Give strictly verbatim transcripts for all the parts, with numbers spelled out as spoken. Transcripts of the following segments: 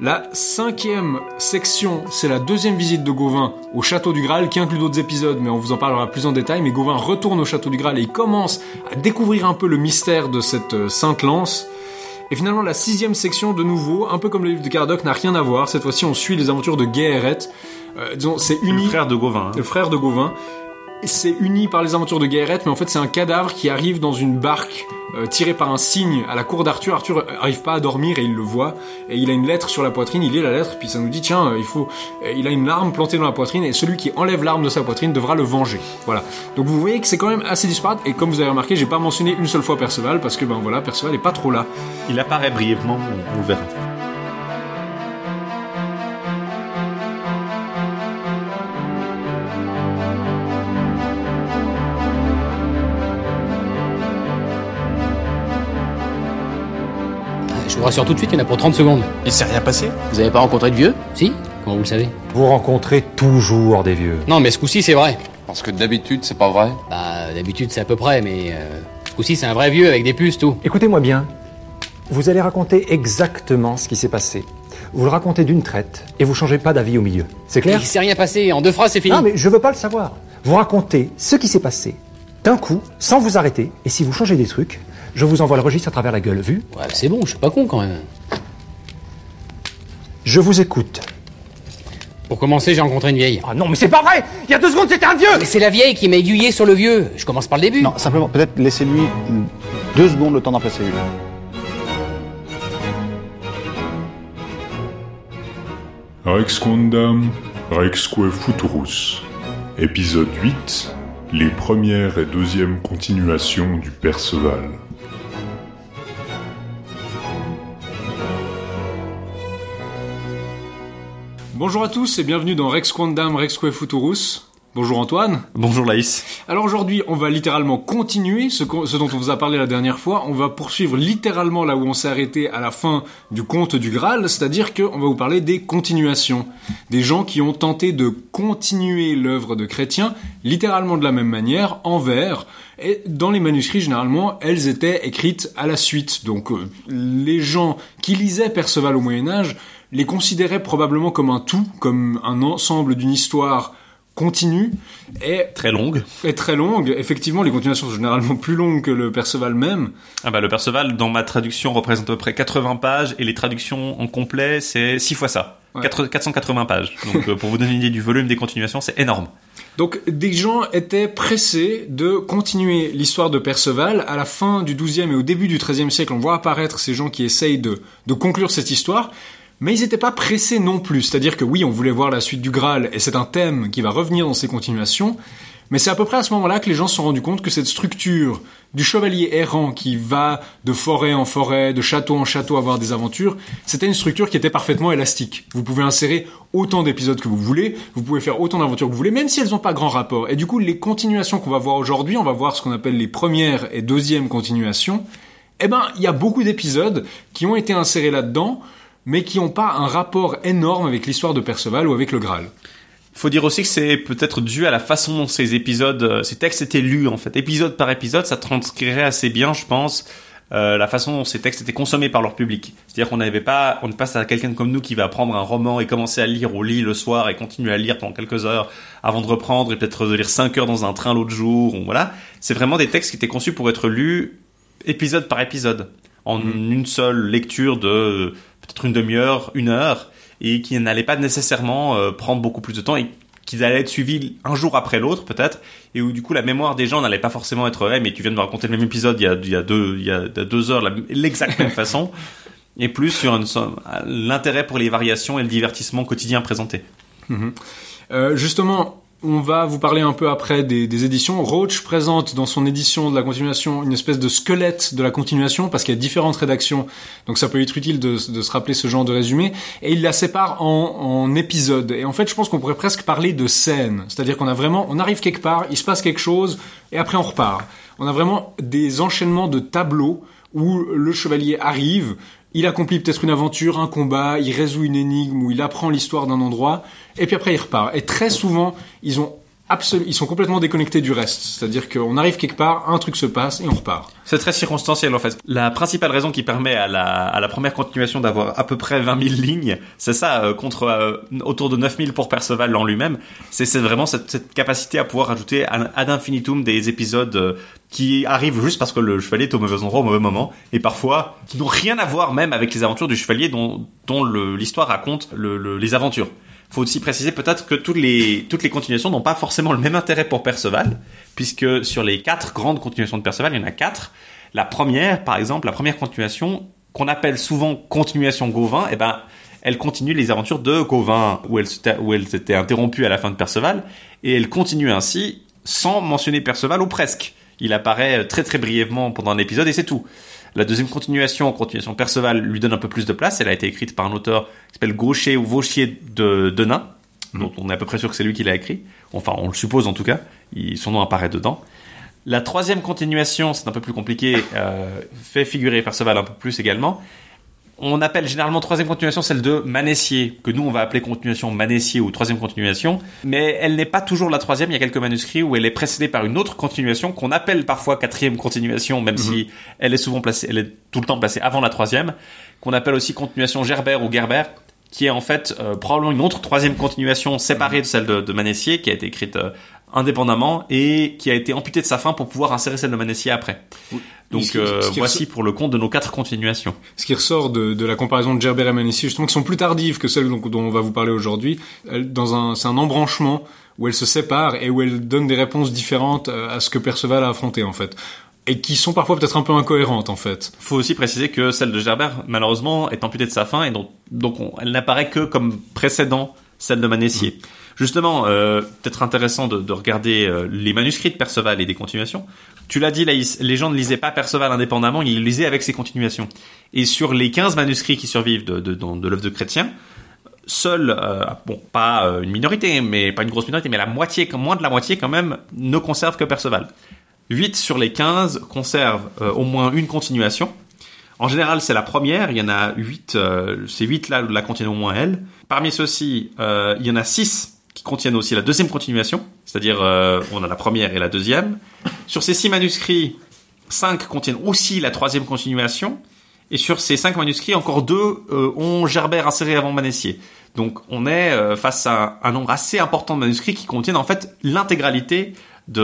La cinquième section, c'est la deuxième visite de Gauvin au Château du Graal, qui inclut d'autres épisodes, mais on vous en parlera plus en détail. Mais Gauvin retourne au Château du Graal et il commence à découvrir un peu le mystère de cette Sainte Lance. Et finalement, la sixième section, de nouveau, un peu comme le livre de Caradoc, n'a rien à voir. Cette fois-ci, on suit les aventures de Gai Aéret. Euh, disons, c'est uni... Le frère de Gauvin. Hein. Le frère de Gauvin. C'est uni par les aventures de Gai Aéret, mais en fait, c'est un cadavre qui arrive dans une barque euh, tiré par un cygne à la cour d'Arthur. Arthur arrive pas à dormir et il le voit. Et il a une lettre sur la poitrine, il lit la lettre, puis ça nous dit, tiens, euh, il faut... Euh, il a une larme plantée dans la poitrine, et celui qui enlève l'arme de sa poitrine devra le venger. Voilà. Donc vous voyez que c'est quand même assez disparate, et comme vous avez remarqué, j'ai pas mentionné une seule fois Perceval, parce que ben voilà, Perceval est pas trop là. Il apparaît brièvement, on, on verra. Je vous rassure tout de suite, il y en a pour trente secondes. Il s'est rien passé? Vous avez pas rencontré de vieux? Si? Comment vous le savez? Vous rencontrez toujours des vieux. Non, mais ce coup-ci, c'est vrai. Parce que d'habitude, c'est pas vrai. Bah, d'habitude, c'est à peu près, mais euh, ce coup-ci, c'est un vrai vieux avec des puces, tout. Écoutez-moi bien. Vous allez raconter exactement ce qui s'est passé. Vous le racontez d'une traite et vous changez pas d'avis au milieu. C'est clair? Il s'est rien passé, en deux phrases, c'est fini. Non, mais je veux pas le savoir. Vous racontez ce qui s'est passé, d'un coup, sans vous arrêter, et si vous changez des trucs, je vous envoie le registre à travers la gueule, vu? Ouais, c'est bon, je suis pas con quand même. Je vous écoute. Pour commencer, j'ai rencontré une vieille. Ah non, mais c'est pas vrai! Il y a deux secondes, c'était un vieux! Mais c'est la vieille qui m'a aiguillé sur le vieux. Je commence par le début. Non, simplement, peut-être laissez-lui deux secondes le temps d'en placer une. Rex Quondam, Rexque Futurus. Épisode huit. Les premières et deuxièmes continuations du Perceval. Bonjour à tous et bienvenue dans Rex Quondam, Rexque Futurus. Bonjour Antoine. Bonjour Laïs. Alors aujourd'hui, on va littéralement continuer ce, ce dont on vous a parlé la dernière fois. On va poursuivre littéralement là où on s'est arrêté à la fin du conte du Graal, c'est-à-dire qu'on va vous parler des continuations. Des gens qui ont tenté de continuer l'œuvre de Chrétien, littéralement de la même manière, en vers. Et dans les manuscrits, généralement, elles étaient écrites à la suite. Donc euh, les gens qui lisaient Perceval au Moyen-Âge les considéraient probablement comme un tout, comme un ensemble d'une histoire continue et très longue. Et très longue. Effectivement, les continuations sont généralement plus longues que le Perceval même. Ah bah le Perceval, dans ma traduction, représente à peu près quatre-vingts pages et les traductions en complet, c'est six fois ça. Ouais. quatre cent quatre-vingts pages. Donc euh, pour vous donner une idée du volume des continuations, c'est énorme. Donc des gens étaient pressés de continuer l'histoire de Perceval. À la fin du douzième et au début du treizième siècle, on voit apparaître ces gens qui essayent de, de conclure cette histoire. Mais ils n'étaient pas pressés non plus, c'est-à-dire que oui, on voulait voir la suite du Graal, et c'est un thème qui va revenir dans ces continuations, mais c'est à peu près à ce moment-là que les gens se sont rendus compte que cette structure du chevalier errant qui va de forêt en forêt, de château en château avoir des aventures, c'était une structure qui était parfaitement élastique. Vous pouvez insérer autant d'épisodes que vous voulez, vous pouvez faire autant d'aventures que vous voulez, même si elles n'ont pas grand rapport. Et du coup, les continuations qu'on va voir aujourd'hui, on va voir ce qu'on appelle les premières et deuxièmes continuations, eh ben, il y a beaucoup d'épisodes qui ont été insérés là-dedans, mais qui n'ont pas un rapport énorme avec l'histoire de Perceval ou avec le Graal. Faut dire aussi que c'est peut-être dû à la façon dont ces épisodes, ces textes étaient lus, en fait. Épisode par épisode, ça transcrirait assez bien, je pense, euh, la façon dont ces textes étaient consommés par leur public. C'est-à-dire qu'on n'avait pas, on ne passe à quelqu'un comme nous qui va prendre un roman et commencer à lire au lit le soir et continuer à lire pendant quelques heures avant de reprendre et peut-être de lire cinq heures dans un train l'autre jour, ou voilà. C'est vraiment des textes qui étaient conçus pour être lus épisode par épisode, en mmh. une seule lecture de peut-être une demi-heure, une heure, et qui n'allaient pas nécessairement euh, prendre beaucoup plus de temps et qu'ils allaient être suivis un jour après l'autre peut-être, et où du coup la mémoire des gens n'allait pas forcément être hey, mais tu viens de me raconter le même épisode il y a, il y a deux il y a deux heures la, l'exacte même façon, et plus sur une, l'intérêt pour les variations et le divertissement quotidien présenté. Mmh. Euh, justement, on va vous parler un peu après des, des éditions. Roach présente dans son édition de la continuation une espèce de squelette de la continuation, parce qu'il y a différentes rédactions, donc ça peut être utile de, de se rappeler ce genre de résumé, et il la sépare en, en épisodes. Et en fait, je pense qu'on pourrait presque parler de scènes, c'est-à-dire qu'on a vraiment, on arrive quelque part, il se passe quelque chose, et après on repart. On a vraiment des enchaînements de tableaux où le chevalier arrive, il accomplit peut-être une aventure, un combat, il résout une énigme ou il apprend l'histoire d'un endroit, et puis après il repart. Et très souvent, ils ont absolu, ils sont complètement déconnectés du reste. C'est-à-dire qu'on arrive quelque part, un truc se passe et on repart. C'est très circonstanciel en fait. La principale raison qui permet à la, à la première continuation d'avoir à peu près vingt mille lignes, c'est ça, euh, contre euh, autour de neuf mille pour Perceval en lui-même, c'est, c'est vraiment cette, cette capacité à pouvoir ajouter ad infinitum des épisodes euh, qui arrivent juste parce que le chevalier est au mauvais endroit au mauvais moment, et parfois qui n'ont rien à voir même avec les aventures du chevalier dont, dont le, l'histoire raconte le, le, les aventures. Faut aussi préciser peut-être que toutes les, toutes les continuations n'ont pas forcément le même intérêt pour Perceval, puisque sur les quatre grandes continuations de Perceval, il y en a quatre. La première, par exemple, la première continuation, qu'on appelle souvent continuation Gauvin, eh ben, elle continue les aventures de Gauvin, où elle, où elle s'était interrompue à la fin de Perceval, et elle continue ainsi, sans mentionner Perceval ou presque. Il apparaît très très brièvement pendant un épisode et c'est tout. La deuxième continuation, continuation Perceval, lui donne un peu plus de place. Elle a été écrite par un auteur qui s'appelle Gaucher ou Vauchier de Denain, mmh. dont on est à peu près sûr que c'est lui qui l'a écrit. Enfin, on le suppose en tout cas. Il, son nom apparaît dedans. La troisième continuation, c'est un peu plus compliqué, euh, fait figurer Perceval un peu plus également. On appelle généralement troisième continuation celle de Manessier, que nous on va appeler continuation Manessier ou troisième continuation, mais elle n'est pas toujours la troisième. Il y a quelques manuscrits où elle est précédée par une autre continuation qu'on appelle parfois quatrième continuation, même mmh. si elle est souvent placée, elle est tout le temps placée avant la troisième, qu'on appelle aussi continuation Gerbert ou Gerber, qui est en fait euh, probablement une autre troisième continuation séparée mmh. de celle de, de Manessier, qui a été écrite euh, indépendamment et qui a été amputée de sa fin pour pouvoir insérer celle de Manessier après. Oui. Donc ce qui, euh, ce qui voici ressort... pour le compte de nos quatre continuations. Ce qui ressort de, de la comparaison de Gerbert et Manessier, justement, qui sont plus tardives que celles dont, dont on va vous parler aujourd'hui. Elle, dans un, c'est un embranchement où elles se séparent et où elles donnent des réponses différentes à ce que Perceval a affronté en fait, et qui sont parfois peut-être un peu incohérentes en fait. Faut aussi préciser que celle de Gerbert, malheureusement, est amputée de sa fin et donc, donc on, elle n'apparaît que comme précédant celle de Manessier. Mmh. Justement, euh, peut-être intéressant de, de regarder euh, les manuscrits de Perceval et des continuations. Tu l'as dit, Laïs, les gens ne lisaient pas Perceval indépendamment, ils lisaient avec ses continuations. Et sur les quinze manuscrits qui survivent de, de, de, de l'œuvre de Chrétien, seule, euh, bon, pas euh, une minorité, mais pas une grosse minorité, mais la moitié, moins de la moitié quand même, ne conservent que Perceval. huit sur les quinze conservent euh, au moins une continuation. En général, c'est la première. Il y en a huit. Euh, ces huit-là la contiennent au moins elle. Parmi ceux-ci, euh, il y en a six qui contiennent aussi la deuxième continuation. C'est-à-dire, euh, on a la première et la deuxième. Sur ces six manuscrits, cinq contiennent aussi la troisième continuation. Et sur ces cinq manuscrits, encore deux euh, ont Gerbert inséré avant Manessier. Donc, on est euh, face à un nombre assez important de manuscrits qui contiennent en fait l'intégralité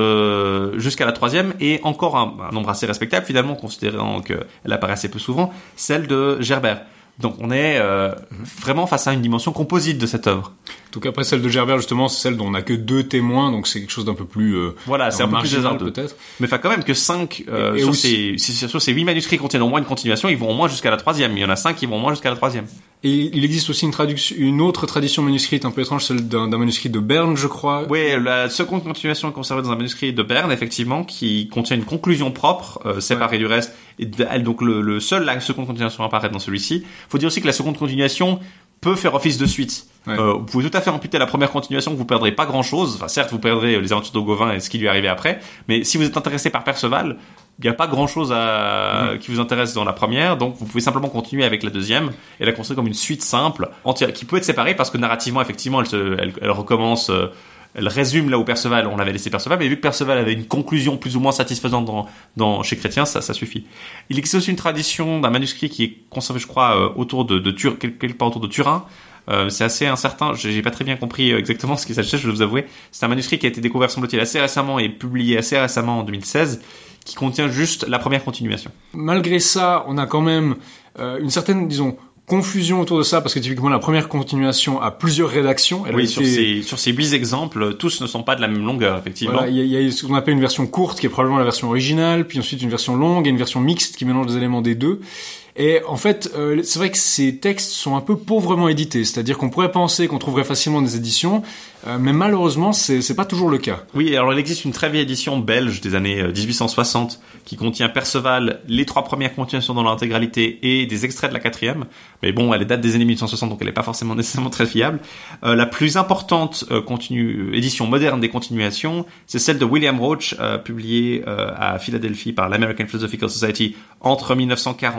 de jusqu'à la troisième et encore un, un nombre assez respectable finalement considérant qu'elle apparaît assez peu souvent, celle de Gerbert. Donc on est euh, vraiment face à une dimension composite de cette œuvre. Donc après celle de Gerbert justement, c'est celle dont on n'a que deux témoins, donc c'est quelque chose d'un peu plus euh, voilà, c'est un peu plus hasardeux peut-être. Mais enfin quand même que cinq euh, et, et sur, aussi... ces, sur ces huit manuscrits contiennent au moins une continuation, ils vont au moins jusqu'à la troisième. Il y en a cinq qui vont au moins jusqu'à la troisième. Et il existe aussi une traduction, une autre tradition manuscrite un peu étrange, celle d'un, d'un manuscrit de Berne, je crois. Oui, la seconde continuation est conservée dans un manuscrit de Berne, effectivement, qui contient une conclusion propre, euh, séparée ouais. du reste. Et elle, donc le, le seul la seconde continuation apparaît dans celui-ci. Faut dire aussi que la seconde continuation peut faire office de suite. Ouais. Euh, vous pouvez tout à fait amputer la première continuation, vous perdrez pas grand-chose. Enfin, certes, vous perdrez les aventures de Gauvin et ce qui lui est arrivé après, mais si vous êtes intéressé par Perceval, il n'y a pas grand-chose à... mmh. qui vous intéresse dans la première, donc vous pouvez simplement continuer avec la deuxième et la construire comme une suite simple, entière, qui peut être séparée parce que narrativement, effectivement, elle, se... elle, elle recommence, euh... elle résume là où Perceval, on l'avait laissé Perceval, mais vu que Perceval avait une conclusion plus ou moins satisfaisante dans, dans chez Chrétien, ça, ça suffit. Il existe aussi une tradition d'un manuscrit qui est conservé, je crois, euh, autour de, de Tur... quelque part autour de Turin. Euh, c'est assez incertain, j'ai, j'ai pas très bien compris exactement ce qu'il s'agissait, je vais vous avouer. C'est un manuscrit qui a été découvert, semble-t-il, assez récemment et publié assez récemment en deux mille seize, qui contient juste la première continuation. Malgré ça, on a quand même euh, une certaine, disons, confusion autour de ça, parce que typiquement la première continuation a plusieurs rédactions. Elle oui, a sur été... ces sur ces huit exemples, tous ne sont pas de la même longueur, effectivement. Voilà, il y a, y a ce qu'on appelle une version courte, qui est probablement la version originale, puis ensuite une version longue et une version mixte qui mélange des éléments des deux. Et en fait, euh, c'est vrai que ces textes sont un peu pauvrement édités, c'est-à-dire qu'on pourrait penser qu'on trouverait facilement des éditions, euh, mais malheureusement, c'est, c'est pas toujours le cas. Oui, alors il existe une très vieille édition belge des années dix-huit cent soixante qui contient Perceval, les trois premières continuations dans l'intégralité et des extraits de la quatrième. Mais bon, elle date des années dix-huit cent soixante, donc elle est pas forcément nécessairement très fiable. Euh, la plus importante euh, continue, édition moderne des continuations, c'est celle de William Roach, euh, publiée euh, à Philadelphie par l'American Philosophical Society entre dix-neuf cent quarante-neuf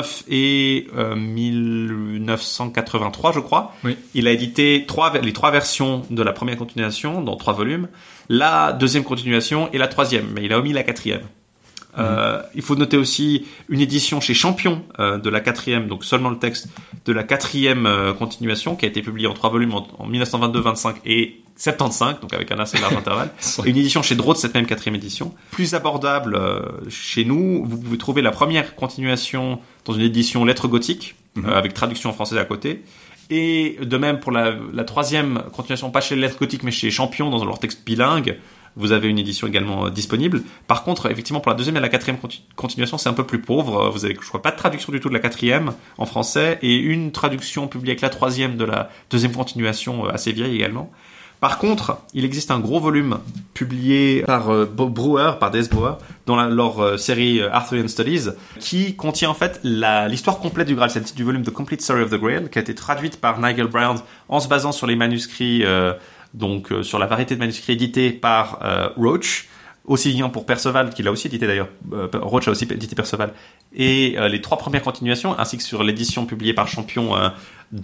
quatre-vingt-neuf et euh, dix-neuf cent quatre-vingt-trois, je crois. Oui. Il a édité trois, les trois versions de la première continuation, dans trois volumes, la deuxième continuation et la troisième, mais il a omis la quatrième. Mmh. Euh, il faut noter aussi une édition chez Champion euh, de la quatrième, donc seulement le texte de la quatrième euh, continuation, qui a été publiée en trois volumes en, en dix-neuf cent vingt-deux, vingt-cinq et soixante-quinze, donc avec un assez large intervalle. Et une édition chez Draud de cette même quatrième édition. Plus abordable euh, chez nous, vous pouvez trouver la première continuation dans une édition lettres gothiques, mmh. euh, avec traduction en français à côté. Et de même pour la, la troisième continuation, pas chez lettres gothiques, mais chez Champion, dans leur texte bilingue, vous avez une édition également euh, disponible. Par contre, effectivement, pour la deuxième et la quatrième continu- continuation, c'est un peu plus pauvre. Vous avez, je crois, pas de traduction du tout de la quatrième en français et une traduction publiée avec la troisième de la deuxième continuation, euh, assez vieille également. Par contre, il existe un gros volume publié par euh, Brewer, par D S Brewer, dans la, leur euh, série euh, Arthurian Studies, qui contient en fait la, l'histoire complète du Graal. C'est le titre du volume The Complete Story of the Grail, qui a été traduite par Nigel Bryant en se basant sur les manuscrits euh, donc euh, sur la variété de manuscrits édités par euh, Roach, aussi bien pour Perceval, qu'il a aussi édité d'ailleurs, euh, Roach a aussi édité Perceval, et euh, les trois premières continuations, ainsi que sur l'édition publiée par Champion euh,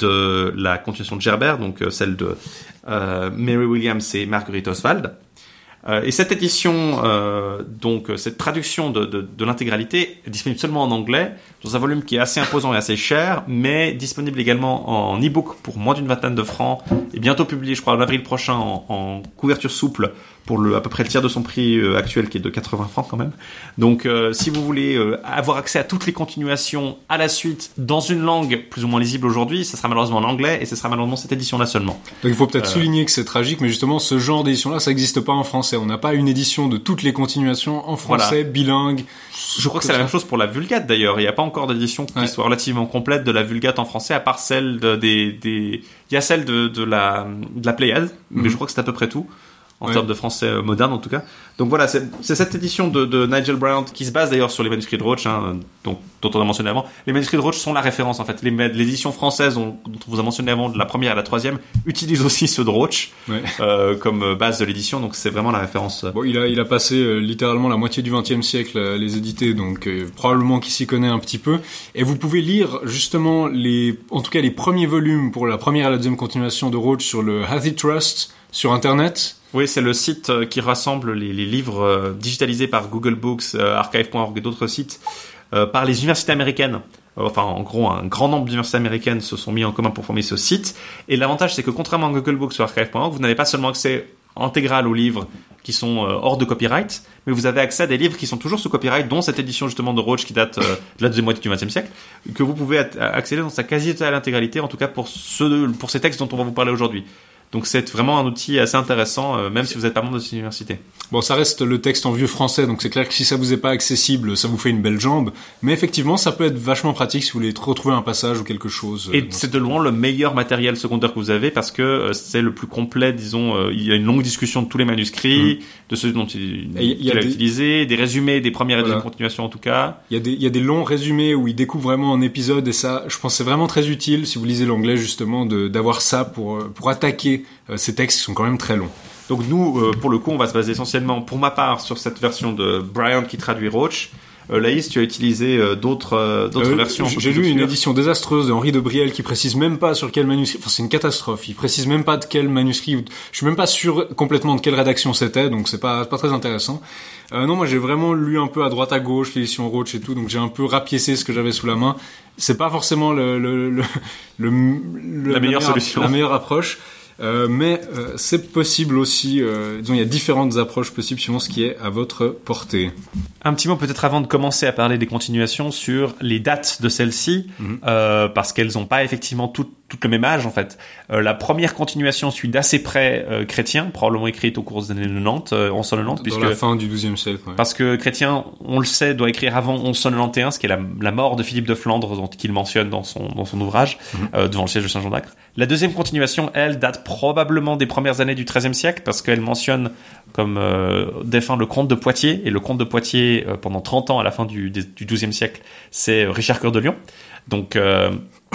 de la continuation de Gerbert, donc euh, celle de euh, Mary Williams et Marguerite Oswald. Euh, et cette édition, euh, donc cette traduction de, de, de l'intégralité est disponible seulement en anglais, dans un volume qui est assez imposant et assez cher, mais disponible également en e-book pour moins d'une vingtaine de francs, et bientôt publié, je crois, en avril prochain, en, en couverture souple, pour le, à peu près le tiers de son prix euh, actuel, qui est de quatre-vingts francs quand même. Donc, euh, si vous voulez euh, avoir accès à toutes les continuations à la suite, dans une langue plus ou moins lisible aujourd'hui, ça sera malheureusement l'anglais, et ce sera malheureusement cette édition-là seulement. Donc il faut peut-être Euh, souligner que c'est tragique, mais justement, ce genre d'édition-là, ça n'existe pas en français. On n'a pas une édition de toutes les continuations en français, Voilà. bilingue. Je crois que c'est la même chose pour la Vulgate d'ailleurs. Il n'y a pas encore d'édition qui Ouais. soit relativement complète de la Vulgate en français, à part celle de, des, des, il y a celle de, de la, de la Pléiade, mais Mhm. je crois que c'est à peu près tout. En Ouais. termes de français euh, moderne en tout cas. Donc voilà, c'est, c'est cette édition de, de Nigel Bryant qui se base d'ailleurs sur les manuscrits de Roach, hein, dont, dont on a mentionné avant. Les manuscrits de Roach sont la référence en fait. Les, l'édition française dont, dont on vous a mentionné avant, de la première à la troisième, utilise aussi ceux de Roach Ouais. euh, comme base de l'édition, donc c'est vraiment la référence. Bon, il a, il a passé euh, littéralement la moitié du vingtième siècle à les éditer, donc euh, probablement qu'il s'y connaît un petit peu. Et vous pouvez lire justement les, en tout cas les premiers volumes pour la première et la deuxième continuation de Roach sur le Hathi Trust sur Internet. Oui, c'est le site euh, qui rassemble les, les livres euh, digitalisés par Google Books, euh, archive point org et d'autres sites euh, par les universités américaines. Euh, enfin, en gros, un grand nombre d'universités américaines se sont mis en commun pour former ce site. Et l'avantage, c'est que contrairement à Google Books ou archive point org, vous n'avez pas seulement accès intégral aux livres qui sont euh, hors de copyright, mais vous avez accès à des livres qui sont toujours sous copyright, dont cette édition justement de Roach qui date euh, de la deuxième moitié du vingtième siècle, que vous pouvez at- accéder dans sa quasi-totale intégralité, en tout cas pour ceux, pour ces textes dont on va vous parler aujourd'hui. Donc c'est vraiment un outil assez intéressant, euh, même si vous n'êtes pas membre de cette université. Bon, ça reste le texte en vieux français, donc c'est clair que si ça vous est pas accessible, ça vous fait une belle jambe. Mais effectivement, ça peut être vachement pratique si vous voulez retrouver un passage ou quelque chose. Et euh, c'est de loin le meilleur matériel secondaire que vous avez parce que euh, c'est le plus complet, disons, euh, il y a une longue discussion de tous les manuscrits, mmh. de ceux dont il, Et il y a qu'il a des... utilisé, des résumés des premières et Voilà. deuxième continuations en tout cas. Il y a des, il y a des longs résumés où il découpe vraiment en épisodes et ça, je pense que c'est vraiment très utile si vous lisez l'anglais justement de, d'avoir ça pour, pour attaquer euh, ces textes qui sont quand même très longs. Donc nous, euh, pour le coup, on va se baser essentiellement, pour ma part, sur cette version de Bryant qui traduit Roach. Euh, Laïs, tu as utilisé euh, d'autres, euh, d'autres Euh, versions. un peu J'ai plus lu une obscures. édition désastreuse de Henri de Brielle qui précise même pas sur quel manuscrit. Enfin, c'est une catastrophe. Il précise même pas de quel manuscrit. Ou... Je suis même pas sûr complètement de quelle rédaction c'était, donc c'est pas, c'est pas très intéressant. Euh, non, moi j'ai vraiment lu un peu à droite à gauche l'édition Roach et tout, donc j'ai un peu rapiécé ce que j'avais sous la main. C'est pas forcément le, le, le, le, le la meilleure solution, la meilleure approche. Euh, mais euh, c'est possible aussi, euh, disons, il y a différentes approches possibles suivant ce qui est à votre portée. Un petit mot peut-être avant de commencer à parler des continuations sur les dates de celles-ci, mmh. euh, parce qu'elles n'ont pas effectivement toutes tout le même âge en fait. Euh, la première continuation suit d'assez près euh, Chrétien, probablement écrite au cours des années quatre-vingt-dix, euh, onze cent quatre-vingt-dix, Dans puisque la fin du douzième siècle. Ouais. Parce que Chrétien, on le sait, doit écrire avant onze cent quatre-vingt-onze, ce qui est la, la mort de Philippe de Flandre, dont qu'il mentionne dans son dans son ouvrage, mmh. euh, devant le siège de Saint-Jean d'Acre. La deuxième continuation, elle, date probablement des premières années du treizième siècle, parce qu'elle mentionne comme euh, défunt le comte de Poitiers, et le comte de Poitiers, euh, pendant trente ans, à la fin du, du douzième siècle, c'est Richard Cœur de Lion. Donc, euh,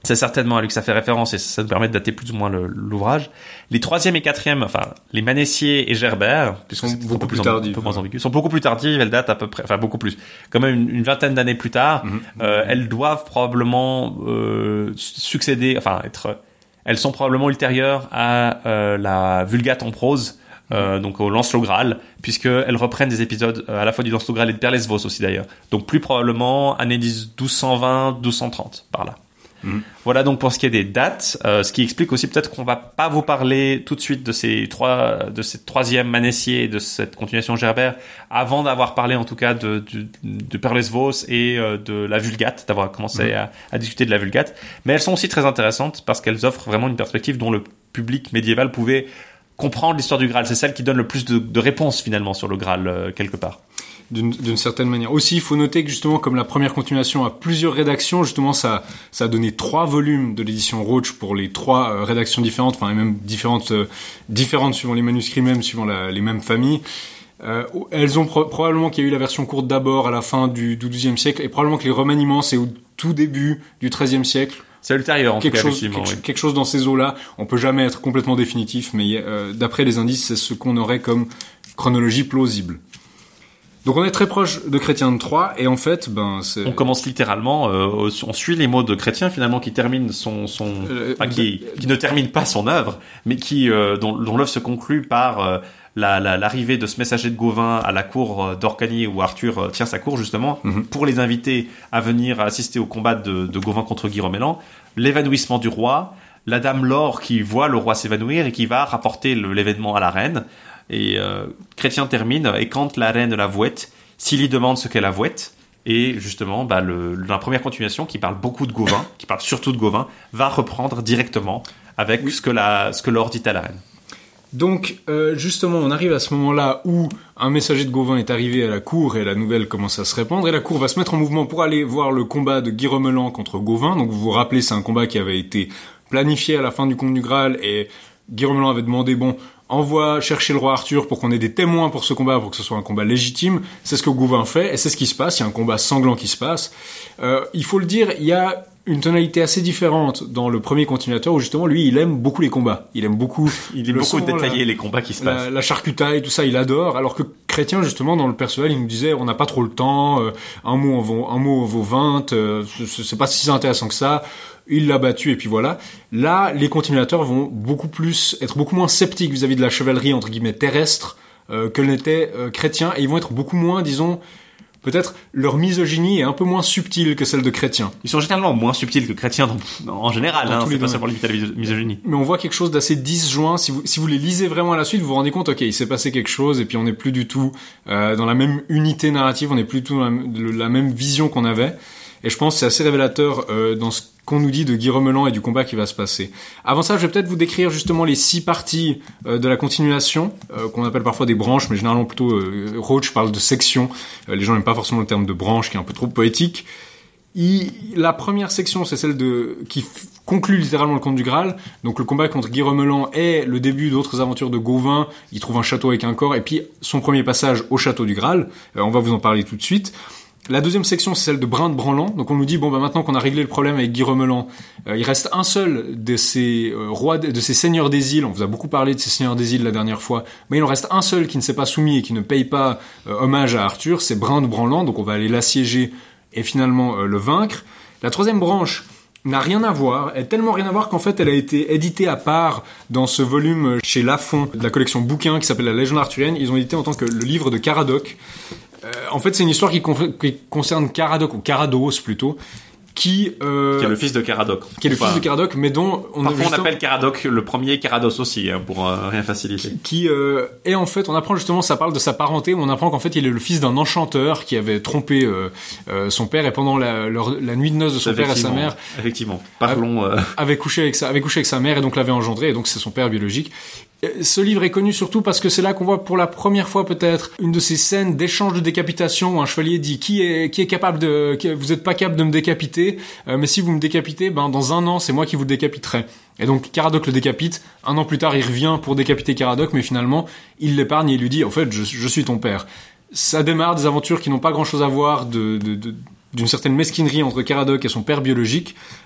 C'est certainement à lui que ça fait référence et ça nous permet de dater plus ou moins le, l'ouvrage. Les troisième et quatrième, enfin, les Manessier et Gerbert, sont c'est beaucoup plus en, tardives. un peu moins ambigu, sont beaucoup plus tardives. Elles datent à peu près, enfin beaucoup plus, quand même une, une vingtaine d'années plus tard. Mm-hmm. Euh, elles doivent probablement euh, succéder, enfin être, elles sont probablement ultérieures à euh, la Vulgate en prose. Euh, donc au Lancelot Graal, puisque elles reprennent des épisodes euh, à la fois du Lancelot Graal et de Perlesvos aussi d'ailleurs. Donc plus probablement années douze cent vingt, douze cent trente par là. Mmh. Voilà donc pour ce qui est des dates, euh, ce qui explique aussi peut-être qu'on va pas vous parler tout de suite de ces trois, de cette troisième Manessier et de cette continuation Gerbert avant d'avoir parlé en tout cas de, de, de Perlesvos et euh, de la Vulgate, d'avoir commencé mmh. à, à discuter de la Vulgate. Mais elles sont aussi très intéressantes parce qu'elles offrent vraiment une perspective dont le public médiéval pouvait comprendre l'histoire du Graal. C'est celle qui donne le plus de, de réponses finalement sur le Graal euh, quelque part. D'une, d'une certaine manière. Aussi, il faut noter que justement, comme la première continuation a plusieurs rédactions, justement, ça, ça a donné trois volumes de l'édition Roach pour les trois euh, rédactions différentes, enfin, et même différentes, euh, différentes suivant les manuscrits même, suivant la, les mêmes familles. Euh, elles ont pro- probablement qu'il y a eu la version courte d'abord à la fin du, du douzième siècle, et probablement que les remaniements, c'est au tout début du treizième siècle. C'est ultérieur, en quelque tout cas, chose, effectivement. Quelque, oui. quelque chose dans ces eaux-là. On peut jamais être complètement définitif, mais euh, d'après les indices, c'est ce qu'on aurait comme chronologie plausible. Donc on est très proche de Chrétien de Troyes, et en fait, ben, c'est... On commence littéralement, euh, on suit les mots de Chrétien finalement qui termine son, son, euh, enfin, qui, qui ne termine pas son œuvre, mais qui, euh, dont, dont l'œuvre se conclut par euh, la, la, l'arrivée de ce messager de Gauvin à la cour d'Orcanie où Arthur euh, tient sa cour justement mm-hmm. pour les inviter à venir assister au combat de, de Gauvin contre Guy Romélan, l'évanouissement du roi, la dame Laure qui voit le roi s'évanouir et qui va rapporter le, l'événement à la reine. Et euh, Chrétien termine, et quand la reine la vouette, s'il lui demande ce qu'est la vouette, et justement, bah, le, la première continuation, qui parle beaucoup de Gauvin, qui parle surtout de Gauvin, va reprendre directement avec oui. ce que la, ce que Laure dit à la reine. Donc, euh, justement, on arrive à ce moment-là où un messager de Gauvin est arrivé à la cour et la nouvelle commence à se répandre, et la cour va se mettre en mouvement pour aller voir le combat de Guy Romelan contre Gauvin. Donc, vous vous rappelez, c'est un combat qui avait été planifié à la fin du Conte du Graal, et Guy Romelan avait demandé, bon, envoie chercher le roi Arthur pour qu'on ait des témoins pour ce combat, pour que ce soit un combat légitime. C'est ce que Gauvin fait, et c'est ce qui se passe. Il y a un combat sanglant qui se passe. Euh, il faut le dire, il y a une tonalité assez différente dans le premier continuateur où justement lui il aime beaucoup les combats, il aime beaucoup il aime beaucoup détailler la, les combats qui se la, passent, la charcutaille, tout ça il adore, alors que Chrétien justement dans le Perceval il nous disait on n'a pas trop le temps, euh, un mot en vaut un mot en vaut vingt, euh, c'est, c'est pas si intéressant que ça, il l'a battu et puis voilà. Là les continuateurs vont beaucoup plus être beaucoup moins sceptiques vis-à-vis de la chevalerie entre guillemets terrestre euh, que l'était euh, Chrétien, et ils vont être beaucoup moins, disons, peut-être leur misogynie est un peu moins subtile que celle de Chrétien. Ils sont généralement moins subtils que Chrétien dans, en général, hein, c'est pas seulement limité à la misogynie. Mais on voit quelque chose d'assez disjoint. Si vous, si vous les lisez vraiment à la suite, vous vous rendez compte, ok, il s'est passé quelque chose, et puis on n'est plus du tout euh, dans la même unité narrative, on n'est plus du tout dans la, la même vision qu'on avait. Et je pense que c'est assez révélateur euh, dans ce qu'on nous dit de Guy Romelan et du combat qui va se passer. Avant ça, je vais peut-être vous décrire justement les six parties euh, de la continuation, euh, qu'on appelle parfois des branches, mais généralement plutôt euh, Roach parle de sections. Euh, les gens n'aiment pas forcément le terme de branche, qui est un peu trop poétique. Il, la première section, c'est celle de qui f- conclut littéralement le Conte du Graal. Donc le combat contre Guy Romelan est le début d'autres aventures de Gauvin. Il trouve un château avec un corps, et puis son premier passage au château du Graal. Euh, on va vous en parler tout de suite. La deuxième section, c'est celle de Brin de Branlant. Donc on nous dit, bon, bah maintenant qu'on a réglé le problème avec Guy Romelan, euh, il reste un seul de ces euh, rois, de, de ces seigneurs des îles. On vous a beaucoup parlé de ces seigneurs des îles la dernière fois, mais il en reste un seul qui ne s'est pas soumis et qui ne paye pas euh, hommage à Arthur, c'est Brin de Branlant. Donc on va aller l'assiéger et finalement euh, le vaincre. La troisième branche n'a rien à voir, elle a tellement rien à voir qu'en fait elle a été éditée à part dans ce volume chez Lafon de la collection bouquins qui s'appelle La Légende arthurienne. Ils ont édité en tant que le livre de Caradoc. Euh, en fait, c'est une histoire qui, con- qui concerne Caradoc, ou Carados plutôt, qui... Euh, qui est le fils de Caradoc. Qui est le enfin, fils de Caradoc, mais dont... On parfois on appelle Caradoc le premier Carados aussi, hein, pour euh, rien faciliter. Qui, qui euh, et en fait, on apprend justement, ça parle de sa parenté, où on apprend qu'en fait, il est le fils d'un enchanteur qui avait trompé euh, euh, son père, et pendant la, leur, la nuit de noces de son père et sa mère... Effectivement, parlons... Euh... Avait couché avec sa, avait couché avec sa mère, et donc l'avait engendré, et donc c'est son père biologique. Ce livre est connu surtout parce que c'est là qu'on voit pour la première fois peut-être une de ces scènes d'échange de décapitation où un chevalier dit qui est qui est capable de qui, vous êtes pas capable de me décapiter, euh, mais si vous me décapitez, ben dans un an c'est moi qui vous décapiterai. Et donc Caradoc le décapite. Un an plus tard, il revient pour décapiter Caradoc, mais finalement il l'épargne et il lui dit en fait je, je suis ton père. Ça démarre des aventures qui n'ont pas grand-chose à voir de, de, de d'une certaine mesquinerie entre Caradoc et son père biologique.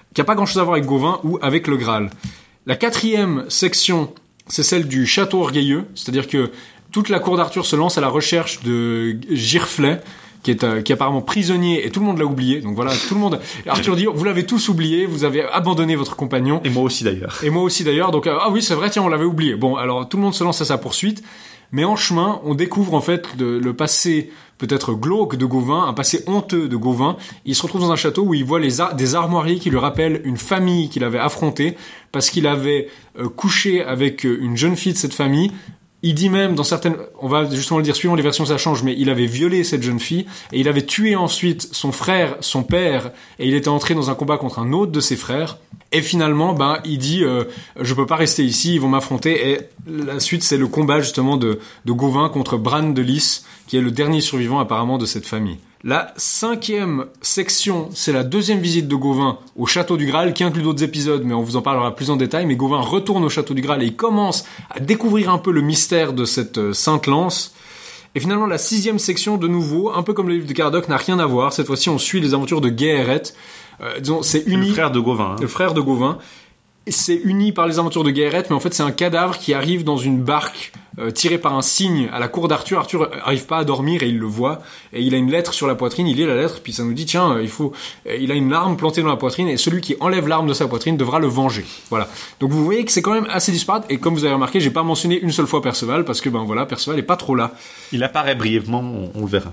qui a pas grand-chose à voir avec Gauvin ou avec le Graal. La quatrième section, c'est celle du château orgueilleux, c'est-à-dire que toute la cour d'Arthur se lance à la recherche de Girflet, qui est, euh, qui est apparemment prisonnier, et tout le monde l'a oublié. Donc voilà, tout le monde... Arthur dit, vous l'avez tous oublié, vous avez abandonné votre compagnon. Et moi aussi d'ailleurs. Et moi aussi d'ailleurs. Donc, euh, ah oui, c'est vrai, tiens, on l'avait oublié. Bon, alors tout le monde se lance à sa poursuite. Mais en chemin, on découvre en fait le, le passé peut-être glauque de Gauvin, un passé honteux de Gauvin. Il se retrouve dans un château où il voit les ar- des armoiries qui lui rappellent une famille qu'il avait affrontée parce qu'il avait euh, couché avec une jeune fille de cette famille. Il dit même dans certaines, on va justement le dire suivant les versions ça change, mais il avait violé cette jeune fille et il avait tué ensuite son frère, son père, et il était entré dans un combat contre un autre de ses frères. Et finalement, ben, il dit, euh, je peux pas rester ici, ils vont m'affronter. Et la suite, c'est le combat justement de, de Gauvin contre Bran de Lys, qui est le dernier survivant apparemment de cette famille. La cinquième section, c'est la deuxième visite de Gauvin au château du Graal, qui inclut d'autres épisodes, mais on vous en parlera plus en détail. Mais Gauvin retourne au château du Graal et il commence à découvrir un peu le mystère de cette euh, sainte lance. Et finalement, la sixième section, de nouveau, un peu comme le livre de Caradoc, n'a rien à voir. Cette fois-ci, on suit les aventures de Gahéret. Euh, disons, c'est uni. Le frère de Gauvin. Hein. Le frère de Gauvin. C'est uni par les aventures de Gahéret, mais en fait, c'est un cadavre qui arrive dans une barque euh, tirée par un cygne à la cour d'Arthur. Arthur arrive pas à dormir et il le voit. Et il a une lettre sur la poitrine. Il lit la lettre, puis ça nous dit, tiens, euh, il faut. Euh, il a une larme plantée dans la poitrine, et celui qui enlève l'arme de sa poitrine devra le venger. Voilà. Donc vous voyez que c'est quand même assez disparate. Et comme vous avez remarqué, j'ai pas mentionné une seule fois Perceval parce que ben voilà, Perceval est pas trop là. Il apparaît brièvement, on, on le verra.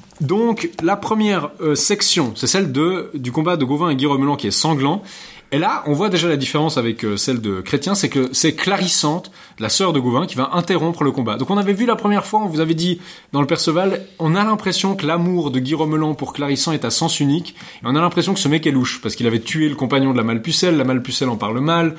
Donc la première euh, section, c'est celle de du combat de Gauvin et Guy Romelan qui est sanglant. Et là, on voit déjà la différence avec euh, celle de Chrétien, c'est que c'est Clarissante, la sœur de Gauvin, qui va interrompre le combat. Donc on avait vu la première fois, on vous avait dit dans le Perceval, on a l'impression que l'amour de Guy Romelan pour Clarissant est à sens unique, et on a l'impression que ce mec est louche, parce qu'il avait tué le compagnon de la Malpucelle, la Malpucelle en parle mal,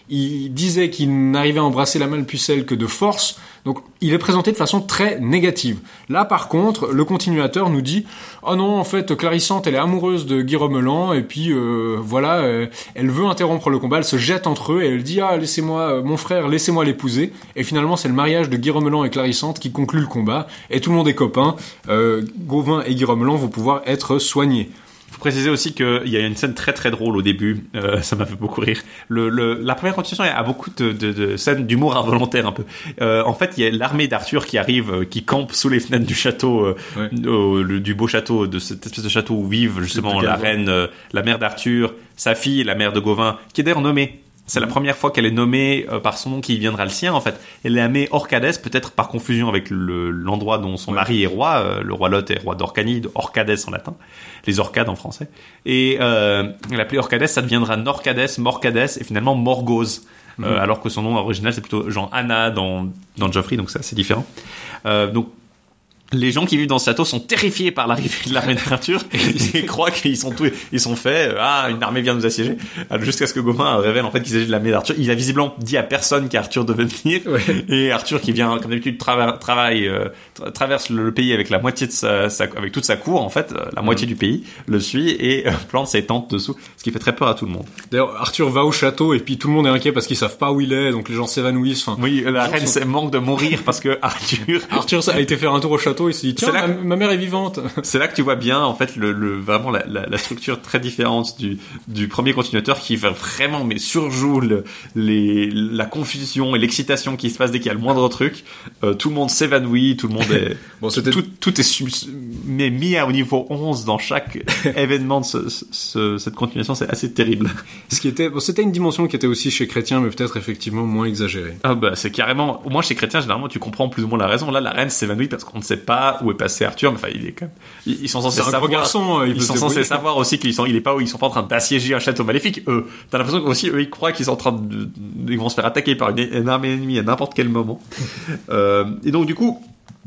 il disait qu'il n'arrivait à embrasser la Malpucelle que de force, donc il est présenté de façon très négative. Là par contre, le continuateur nous dit « Oh non, en fait, Clarissante, elle est amoureuse de Guy Romelan, et puis euh, voilà, euh, elle veut interrompre le combat, elle se jette entre eux, et elle dit « Ah, laissez-moi, euh, mon frère, laissez-moi l'épouser », et finalement c'est le mariage de Guy Romelan et Clarissante qui conclut le combat, et tout le monde est copain, euh, Gauvin et Guy Romelan vont pouvoir être soignés. Faut préciser aussi qu'il y a une scène très très drôle au début, euh, ça m'a fait beaucoup rire. Le, le, la première continuation a beaucoup de, de, de scènes d'humour involontaire un peu. Euh, en fait, il y a l'armée d'Arthur qui arrive, euh, qui campe sous les fenêtres du château, euh, ouais. au, le, du beau château, de cette espèce de château où vivent justement la reine, euh, la mère d'Arthur, sa fille, la mère de Gauvin, qui est d'ailleurs nommée. C'est la première fois qu'elle est nommée euh, par son nom qui viendra le sien, en fait. Elle est nommée Orcadès, peut-être par confusion avec le, l'endroit dont son ouais. mari est roi. Euh, le roi Lot est roi d'Orcanie, Orcadès en latin. Les Orcades en français. Et euh, l'appelée Orcadès, ça deviendra Norcadès, Morcadès et finalement Morgause. Mm-hmm. Euh, alors que son nom original, c'est plutôt genre Anna dans, dans Geoffrey, donc c'est assez différent. Euh, donc, les gens qui vivent dans ce château sont terrifiés par l'arrivée de l'armée d'Arthur et ils croient qu'ils sont tous, ils sont faits, ah, une armée vient nous assiéger. Jusqu'à ce que Gauvin révèle en fait qu'il s'agit de l'armée d'Arthur. Il a visiblement dit à personne qu'Arthur devait venir. Ouais. Et Arthur qui vient, comme d'habitude, trava- travaille, euh, tra- traverse le, le pays avec la moitié de sa, sa, avec toute sa cour, en fait, la mmh. moitié du pays, le suit et euh, plante ses tentes dessous, ce qui fait très peur à tout le monde. D'ailleurs, Arthur va au château et puis tout le monde est inquiet parce qu'ils savent pas où il est, donc les gens s'évanouissent. Enfin, oui, la reine sont... manque de mourir parce que Arthur, Arthur a été faire un tour au château et s'est dit, tiens, ma mère est vivante. C'est là que tu vois bien en fait le, le vraiment la, la, la structure très différente du du premier continuateur qui va vraiment mais surjoue le, les la confusion et l'excitation qui se passe dès qu'il y a le moindre truc. Euh, tout le monde s'évanouit, tout le monde est bon, c'était... tout tout est sub... mais mis à au niveau onze dans chaque événement de ce, ce, cette continuation, c'est assez terrible. Ce qui était bon, c'était une dimension qui était aussi chez Chrétien mais peut-être effectivement moins exagérée. Ah bah c'est carrément au moins chez Chrétien généralement tu comprends plus ou moins la raison. Là la reine s'évanouit parce qu'on ne sait pas où est passé Arthur, mais enfin il est quand même ils, ils sont censés c'est un savoir garçon, il ils sont censés savoir aussi qu'ils sont il est pas ils sont pas en train d'assiéger un château maléfique. Eux t'as l'impression qu'aussi eux ils croient qu'ils sont en train de ils vont se faire attaquer par une, une armée ennemie à n'importe quel moment. euh, et donc du coup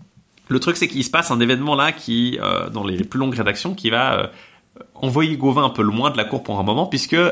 le truc c'est qu'il se passe un événement là qui euh, dans les plus longues rédactions qui va euh, envoyer Gauvin un peu loin de la cour pour un moment puisque euh,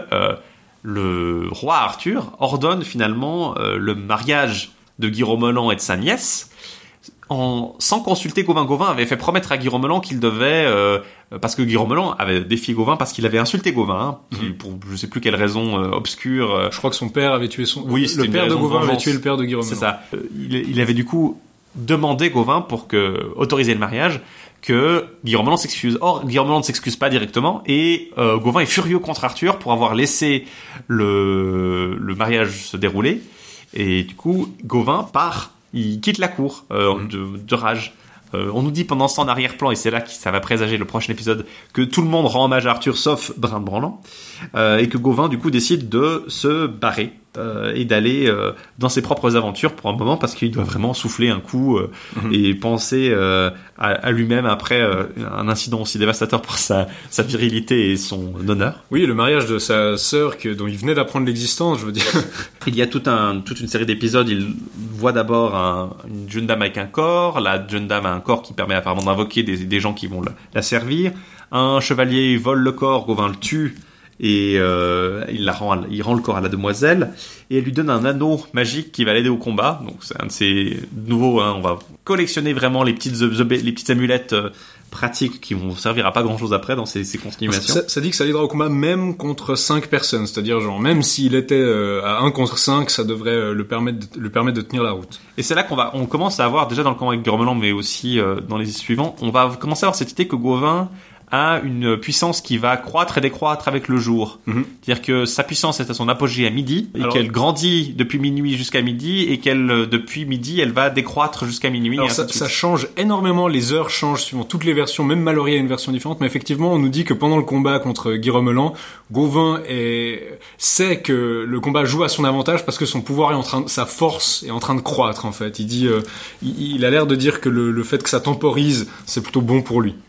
le roi Arthur ordonne finalement euh, le mariage de Guy Romelan et de sa nièce. En, sans consulter Gauvin. Gauvin avait fait promettre à Guy Romelan qu'il devait, euh, parce que Guy Romelan avait défié Gauvin parce qu'il avait insulté Gauvin, hein, mmh. pour je sais plus quelle raison euh, obscure. Euh, je crois que son père avait tué son. Oui, le père de Gauvin avait tué le père de Guy Romelan. C'est ça. Euh, il, il avait du coup demander Gauvin pour que autoriser le mariage que Guillaume Roland s'excuse. Or, Guillaume Roland ne s'excuse pas directement et euh, Gauvin est furieux contre Arthur pour avoir laissé le, le mariage se dérouler. Et du coup, Gauvin part, il quitte la cour euh, mmh. de, de rage. Euh, on nous dit pendant ce temps en arrière-plan, et c'est là que ça va présager le prochain épisode, que tout le monde rend hommage à Arthur sauf Brin-de-Branlant, euh, et que Gauvin du coup décide de se barrer euh, et d'aller euh, dans ses propres aventures pour un moment parce qu'il doit vraiment souffler un coup euh, mm-hmm. et penser euh, à, à lui-même après euh, un incident aussi dévastateur pour sa, sa virilité et son honneur. Oui, le mariage de sa sœur que, dont il venait d'apprendre l'existence, je veux dire. Il y a tout un, toute une série d'épisodes. Il voit d'abord un, une jeune dame avec un corps. La jeune dame a un corps qui permet apparemment d'invoquer des, des gens qui vont la, la servir. Un chevalier vole le corps, Gauvin le tue et euh, il, la rend, il rend le corps à la demoiselle et elle lui donne un anneau magique qui va l'aider au combat. Donc c'est un de ces nouveaux. Hein, on va collectionner vraiment les petites, les petites amulettes euh, pratiques qui vont servir à pas grand chose après dans ces, ces continuations. Ça, ça dit que ça aidera au combat même contre cinq personnes, c'est-à-dire genre même s'il était euh, à un contre cinq, ça devrait euh, le permettre de, le permettre de tenir la route. Et c'est là qu'on va, on commence à avoir déjà dans le camp avec Grommeland, mais aussi euh, dans les suivants, on va commencer à avoir cette idée que Gauvin a une puissance qui va croître et décroître avec le jour. Mm-hmm. C'est-à-dire que sa puissance est à son apogée à midi, et alors, qu'elle grandit depuis minuit jusqu'à midi, et qu'elle, depuis midi, elle va décroître jusqu'à minuit. Alors ça, ça change énormément, les heures changent suivant toutes les versions, même Mallory a une version différente, mais effectivement, on nous dit que pendant le combat contre Guy Romeland, Gauvin est, sait que le combat joue à son avantage parce que son pouvoir est en train de, sa force est en train de croître, en fait. Il dit, euh, il, il a l'air de dire que le, le fait que ça temporise, c'est plutôt bon pour lui.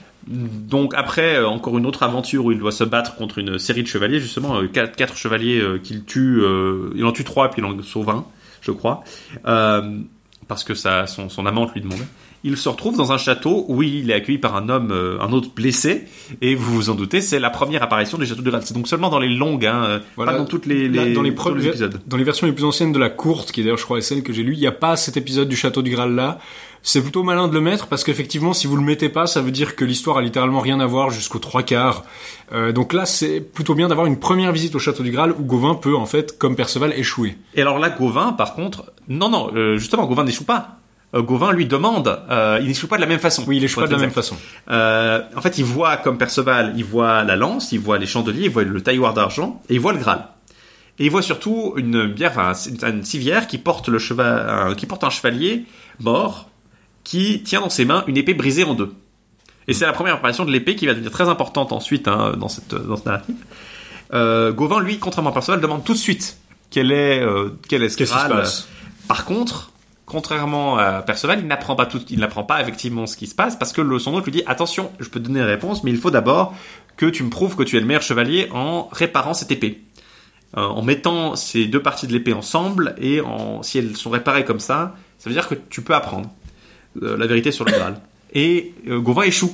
Donc après, euh, encore une autre aventure où il doit se battre contre une série de chevaliers, justement, euh, quatre, quatre chevaliers euh, qu'il tue, euh, il en tue trois et puis il en sauve un, je crois, euh, parce que ça, son, son amante lui demandait. Il se retrouve dans un château où il est accueilli par un homme, euh, un autre blessé, et vous vous en doutez, c'est la première apparition du château du Graal. C'est donc seulement dans les longues, hein, voilà, pas dans toutes les, les, là, dans les, pro- les épisodes. Dans les versions les plus anciennes de la courte, qui d'ailleurs je crois est celle que j'ai lue, il n'y a pas cet épisode du château du Graal là. C'est plutôt malin de le mettre parce qu'effectivement, si vous le mettez pas, ça veut dire que l'histoire a littéralement rien à voir jusqu'aux trois quarts. Euh, donc là, c'est plutôt bien d'avoir une première visite au château du Graal où Gauvin peut, en fait, comme Perceval, échouer. Et alors là, Gauvin, par contre, non, non, euh, justement, Gauvin n'échoue pas. Euh, Gauvin lui demande, euh, il n'échoue pas de la même façon. Oui, il échoue pas de la même façon. Euh, en fait, il voit, comme Perceval, il voit la lance, il voit les chandeliers, il voit le tailloir d'argent, et il voit le Graal. Et il voit surtout une bière, enfin, une civière qui porte le cheval, euh, qui porte un chevalier mort, qui tient dans ses mains une épée brisée en deux. Et c'est la première apparition de l'épée qui va devenir très importante ensuite hein, dans, cette, dans ce narratif. Euh, Gauvin, lui, contrairement à Perceval, demande tout de suite quelle est, euh, quelle est ce Qu'est-ce qui se passe. Par contre, contrairement à Perceval, il n'apprend pas tout, il n'apprend pas effectivement ce qui se passe parce que le, son hôte lui dit attention, je peux te donner la réponse, mais il faut d'abord que tu me prouves que tu es le meilleur chevalier en réparant cette épée. Euh, en mettant ces deux parties de l'épée ensemble et en, si elles sont réparées comme ça, ça veut dire que tu peux apprendre euh, la vérité sur le Graal. Et euh, Gauvin échoue.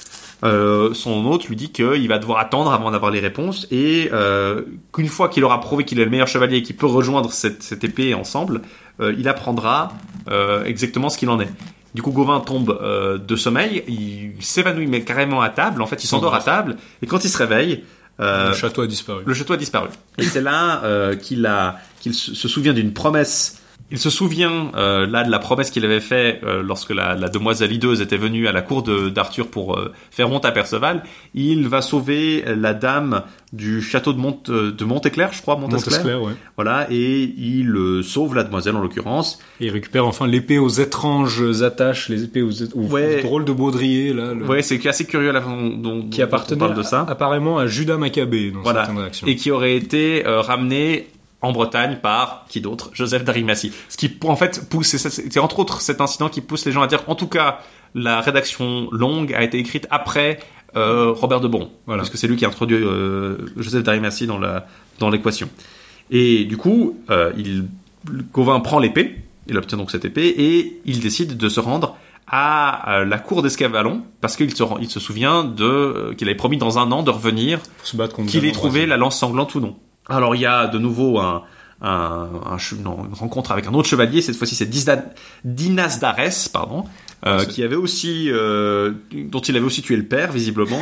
Euh, son hôte lui dit qu'il va devoir attendre avant d'avoir les réponses et euh, qu'une fois qu'il aura prouvé qu'il est le meilleur chevalier et qu'il peut rejoindre cette, cette épée ensemble, euh, il apprendra euh, exactement ce qu'il en est. Du coup, Gauvin tombe euh, de sommeil, il s'évanouit mais carrément à table. En fait, il s'endort à table et quand il se réveille, euh, le château a disparu. Le château a disparu. Et c'est là euh, qu'il a, qu'il se souvient d'une promesse. Il se souvient euh, là de la promesse qu'il avait fait euh, lorsque la, la demoiselle hideuse était venue à la cour de, d'Arthur pour euh, faire honte à Perceval. Il va sauver la dame du château de, Mont, de Montesclair, je crois, Montesclair. Montesclair, ouais. Voilà, et il euh, sauve la demoiselle en l'occurrence. Et il récupère enfin l'épée aux étranges attaches, les épées aux, aux, ouais. aux drôles de baudrier là. Le... Ouais, c'est assez curieux la façon dont, qui appartenait on parle de ça. Apparemment à Judas Maccabée dans voilà. certaines réactions. Et qui aurait été euh, ramené en Bretagne par qui d'autre, Joseph d'Arimathie. Ce qui en fait pousse, c'est, c'est entre autres cet incident qui pousse les gens à dire, en tout cas, la rédaction longue a été écrite après euh, Robert de Boron, voilà. Parce que c'est lui qui a introduit euh, Joseph d'Arimathie dans la dans l'équation. Et du coup, euh, il Gauvin prend l'épée, il obtient donc cette épée et il décide de se rendre à, à la cour d'Escavalon parce qu'il se il se souvient de euh, qu'il avait promis dans un an de revenir, pour se battre contre qu'il ait trouvé la lance sanglante ou non. Alors il y a de nouveau un, un, un non, une rencontre avec un autre chevalier. Cette fois-ci c'est Dinas d'Arès, pardon, euh, qui avait aussi, euh, dont il avait aussi tué le père visiblement.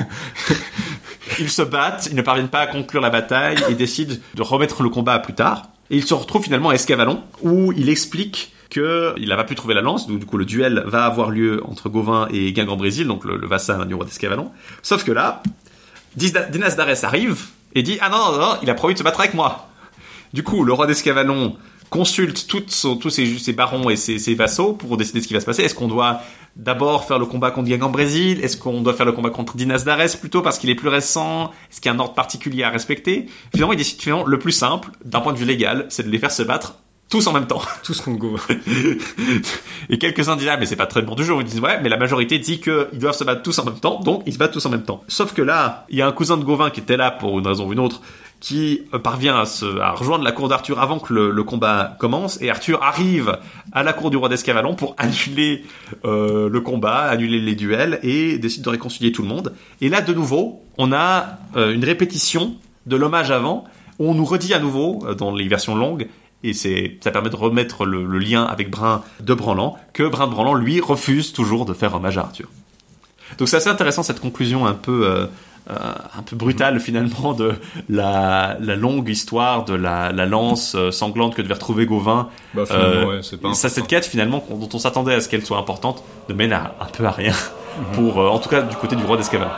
Ils se battent, ils ne parviennent pas à conclure la bataille et décident de remettre le combat à plus tard. Et il se retrouve finalement à Escavalon où il explique que il n'a pas pu trouver la lance, donc du coup le duel va avoir lieu entre Gauvin et Guingamp-Brésil, donc le, le vassal du roi d'Escavallon. Sauf que là, Dinas d'Arès arrive et dit ah non non non, il a promis de se battre avec moi. Du coup, le roi d'Escavallon consulte son, tous ses, ses barons et ses, ses vassaux pour décider de ce qui va se passer. Est-ce qu'on doit d'abord faire le combat contre Guingamp-Brésil? Est-ce qu'on doit faire le combat contre Dinas d'Arès plutôt parce qu'il est plus récent? Est-ce qu'il y a un ordre particulier à respecter? Finalement, il décide finalement le plus simple, d'un point de vue légal, c'est de les faire se battre tous en même temps. Tous contre Gauvin. Et quelques-uns disent, ah, mais c'est pas très bon du jour. Ils disent, ouais, mais la majorité dit qu'ils doivent se battre tous en même temps, donc ils se battent tous en même temps. Sauf que là, il y a un cousin de Gauvin qui était là pour une raison ou une autre, qui parvient à, se, à rejoindre la cour d'Arthur avant que le, le combat commence, et Arthur arrive à la cour du roi d'Escavallon pour annuler euh, le combat, annuler les duels, et décide de réconcilier tout le monde. Et là, de nouveau, on a euh, une répétition de l'hommage avant, où on nous redit à nouveau, euh, dans les versions longues, et c'est, ça permet de remettre le, le lien avec Brin de Branlan, que Brin de Branlan, lui, refuse toujours de faire hommage à Arthur. Donc c'est assez intéressant cette conclusion un peu... Euh, Euh, un peu brutal finalement de la, la longue histoire de la, la lance euh, sanglante que devait retrouver Gauvin. Bah, finalement, euh, ouais, c'est pas ça, cette quête finalement dont on s'attendait à ce qu'elle soit importante ne mène à, un peu à rien mm-hmm. pour euh, en tout cas du côté du roi d'Escavallon.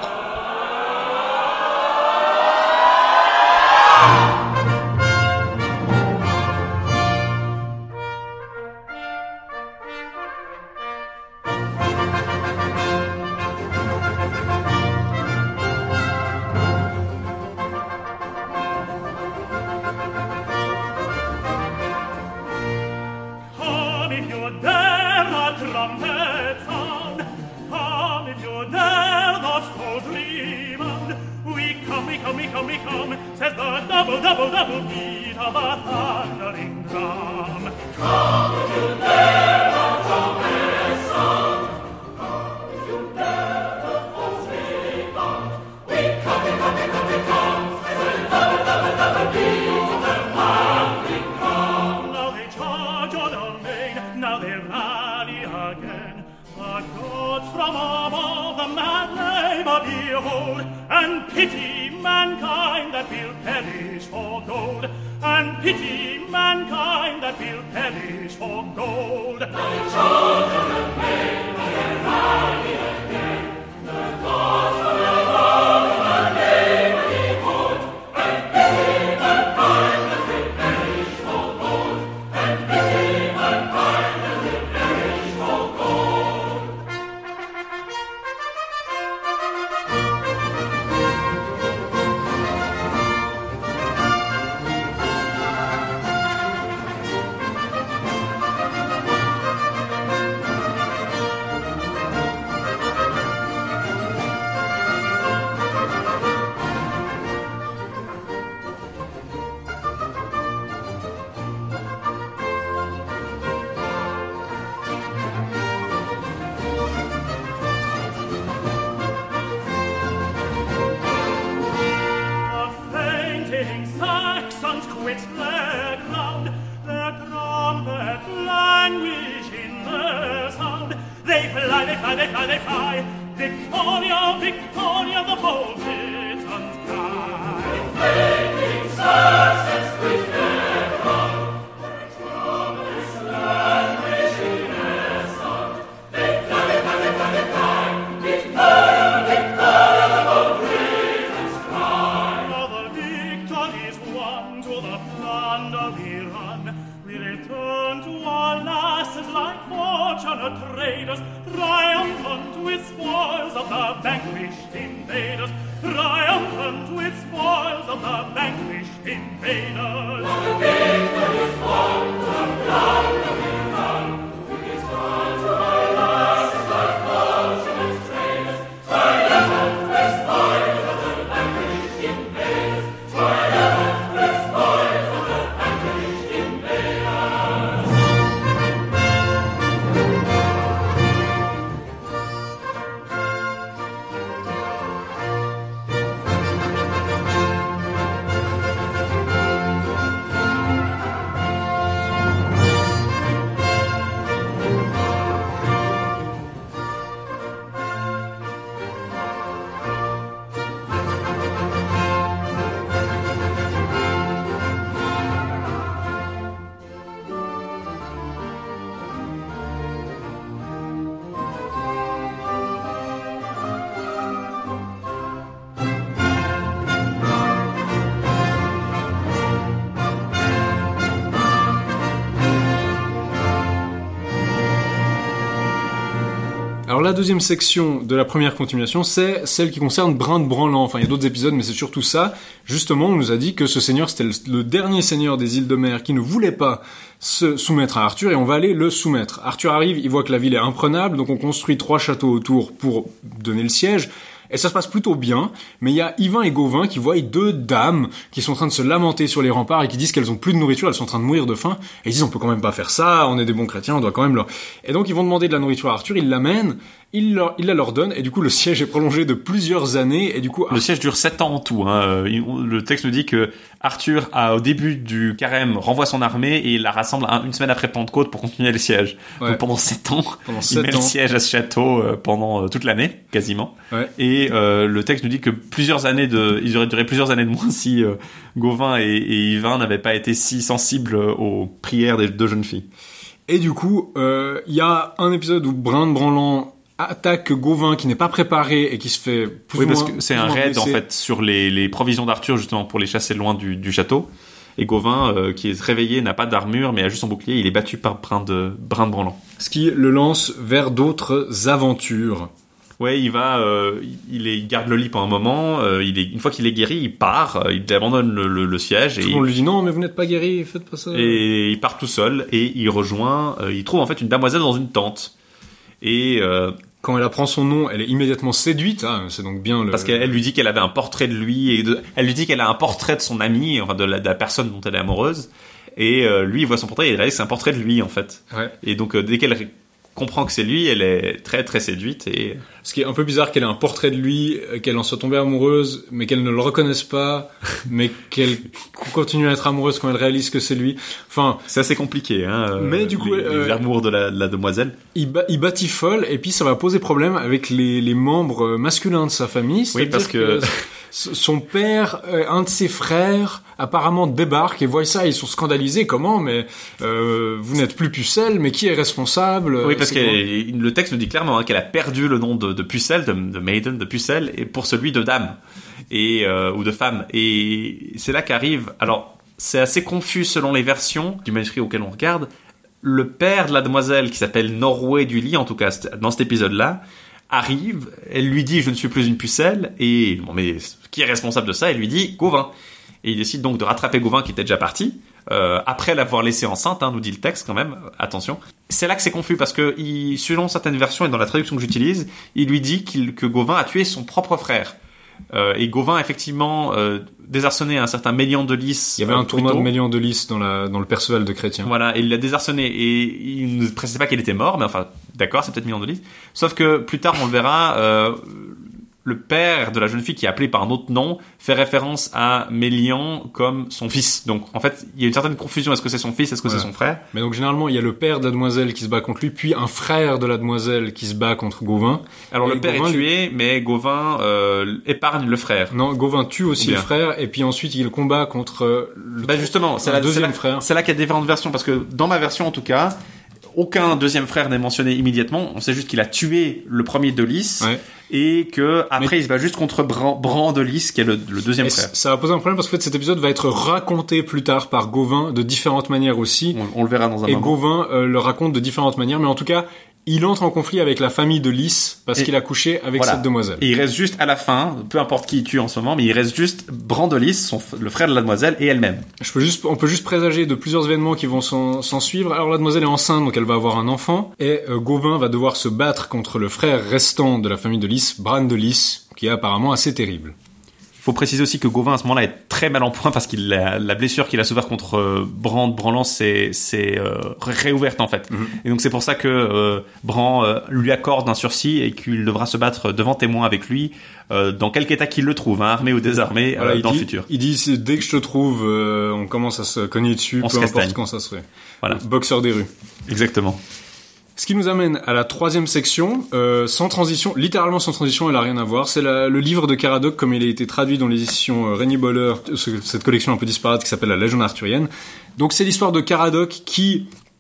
la deuxième section de la première continuation, c'est celle qui concerne Bran de Branlant. Enfin, il y a d'autres épisodes, mais c'est surtout ça. Justement, on nous a dit que ce seigneur, c'était le, le dernier seigneur des îles de mer qui ne voulait pas se soumettre à Arthur, et on va aller le soumettre. Arthur arrive, il voit que la ville est imprenable, donc on construit trois châteaux autour pour donner le siège. Et ça se passe plutôt bien, mais il y a Yvain et Gauvin qui voient deux dames qui sont en train de se lamenter sur les remparts et qui disent qu'elles ont plus de nourriture, elles sont en train de mourir de faim, et ils disent on peut quand même pas faire ça, on est des bons chrétiens, on doit quand même leur... Et donc ils vont demander de la nourriture à Arthur, il l'amène, il, leur, il la leur donne, et du coup le siège est prolongé de plusieurs années, et du coup... Le siège dure sept ans en tout, hein. Le texte nous dit que Arthur, a, au début du carême, renvoie son armée et il la rassemble un, une semaine après Pentecôte pour continuer le siège. Ouais. Donc pendant sept ans, pendant il sept met ans. le siège à ce château euh, pendant euh, toute l'année, quasiment. Ouais. Et euh, le texte nous dit que plusieurs années de, ils auraient duré plusieurs années de moins si euh, Gauvin et, et Yvain n'avaient pas été si sensibles aux prières des deux jeunes filles. Et du coup, il euh, y a un épisode où Bran de Branlant attaque Gauvin qui n'est pas préparé et qui se fait plus oui, ou parce moins, que c'est plus un ou moins raid blessé. en fait sur les, les provisions d'Arthur justement pour les chasser loin du, du château. Et Gauvin, euh, qui est réveillé, n'a pas d'armure, mais a juste son bouclier. Il est battu par Bran de, Bran de Branlant. Ce qui le lance vers d'autres aventures. Ouais, il va, euh, il, est, il garde le lit pendant un moment. Euh, il est, une fois qu'il est guéri, il part. Euh, il abandonne le, le, le siège. Tout et le il, monde lui dit non, mais vous n'êtes pas guéri, faites pas ça. et il part tout seul et il rejoint. Euh, il trouve en fait une damoiselle dans une tente. Et euh, quand elle apprend son nom, elle est immédiatement séduite. Hein, c'est donc bien le. Parce qu'elle lui dit qu'elle avait un portrait de lui et de, elle lui dit qu'elle a un portrait de son ami, enfin de la, de la personne dont elle est amoureuse. Et euh, lui, il voit son portrait et il réalise que c'est un portrait de lui en fait. Ouais. Et donc euh, dès qu'elle ré- comprend que c'est lui, elle est très très séduite et Ce qui est un peu bizarre qu'elle ait un portrait de lui, euh, qu'elle en soit tombée amoureuse, mais qu'elle ne le reconnaisse pas, mais qu'elle continue à être amoureuse quand elle réalise que c'est lui. Enfin, c'est assez compliqué. Hein, euh, Mais du coup, les, euh, les amours de la, de la demoiselle. il, ba- il batifole et puis ça va poser problème avec les, les membres masculins de sa famille. Oui, parce que... que son père, euh, un de ses frères, apparemment débarque et voit ça, ils sont scandalisés. Comment? Mais euh, vous n'êtes plus Pucelle, mais qui est responsable? Oui, parce C'est que quoi le texte nous dit clairement hein, qu'elle a perdu le nom de, de Pucelle, de, de Maiden, de Pucelle, et pour celui de dame et euh, ou de femme. Et c'est là qu'arrive. Alors, c'est assez confus selon les versions du manuscrit auquel on regarde. Le père de la demoiselle, qui s'appelle Norway du lit, en tout cas dans cet épisode-là, arrive. Elle lui dit, je ne suis plus une Pucelle. Et bon, mais qui est responsable de ça? Elle lui dit, Gauvin. Et il décide donc de rattraper Gauvin qui était déjà parti. Euh, après l'avoir laissée enceinte, hein, nous dit le texte quand même, attention. C'est là que c'est confus parce que il, selon certaines versions et dans la traduction que j'utilise, il lui dit qu'il, que Gauvin a tué son propre frère. Euh, et Gauvin, effectivement, euh, désarçonné un certain Mélian de Lys. Il y avait euh, un tournoi plus de tôt. Mélian de Lys dans, la, dans le Perceval de Chrétien. Voilà, et il l'a désarçonné et il ne précisait pas qu'il était mort, mais enfin, d'accord, c'est peut-être Mélian de Lys. Sauf que plus tard, on le verra, euh, le père de la jeune fille qui est appelé par un autre nom fait référence à Mélian comme son fils. Donc en fait, il y a une certaine confusion. Est-ce que c'est son fils? Est-ce que Ouais. c'est son frère? Mais donc généralement, il y a le père de la demoiselle qui se bat contre lui, puis un frère de la demoiselle qui se bat contre Gauvin. Alors Et le père Gauvin, est tué, mais Gauvin euh, épargne le frère. Non, Gauvin tue aussi Ou bien. le frère, et puis ensuite il combat contre euh, le Bah justement, c'est un la deuxième c'est là- frère. C'est là qu'il y a différentes versions parce que dans ma version en tout cas, aucun deuxième frère n'est mentionné immédiatement. On sait juste qu'il a tué le premier de Lys Ouais. et que après Mais- il se bat juste contre Bran, Bran de Lys qui est le, le deuxième Et frère. c- ça va poser un problème parce que en fait, cet épisode va être raconté plus tard par Gauvin de différentes manières aussi. On, on le verra dans un Et moment. Gauvin euh, le raconte de différentes manières, mais en tout cas, il entre en conflit avec la famille de Lys parce Et- qu'il a couché avec Voilà. cette demoiselle. Et il reste juste à la fin, peu importe qui il tue en ce moment, mais il reste juste Bran de Lys, son f- le frère de la demoiselle et elle-même. Je peux juste, on peut juste présager de plusieurs événements qui vont s'en, s'en suivre. Alors la demoiselle est enceinte, donc elle va avoir un enfant, et euh, Gauvin va devoir se battre contre le frère restant de la famille de Lys, Bran de Lys, qui est apparemment assez terrible. Il faut préciser aussi que Gauvin à ce moment-là est très mal en point parce qu'il a, la blessure qu'il a souffert contre euh, Bran de Branlant c'est c'est euh, réouverte en fait. Mhm. Et donc c'est pour ça que euh, Bran euh, lui accorde un sursis et qu'il devra se battre devant témoin avec lui euh, dans quelque état qu'il le trouve, hein, armé ou désarmé, Voilà, euh, il dans dit, le futur. Il dit, c'est- dès que je te trouve, euh, on commence à se cogner dessus, On peu se importe castagne. quand ça se fait. Voilà. Boxeur des rues. Exactement. Ce qui nous amène à la troisième section, euh, sans transition, littéralement sans transition, elle a rien à voir. C'est la- le livre de Caradoc comme il a été traduit dans l'édition euh, Rémy Boller, ce- cette collection un peu disparate qui s'appelle La Légende arthurienne. Donc c'est l'histoire de Caradoc qui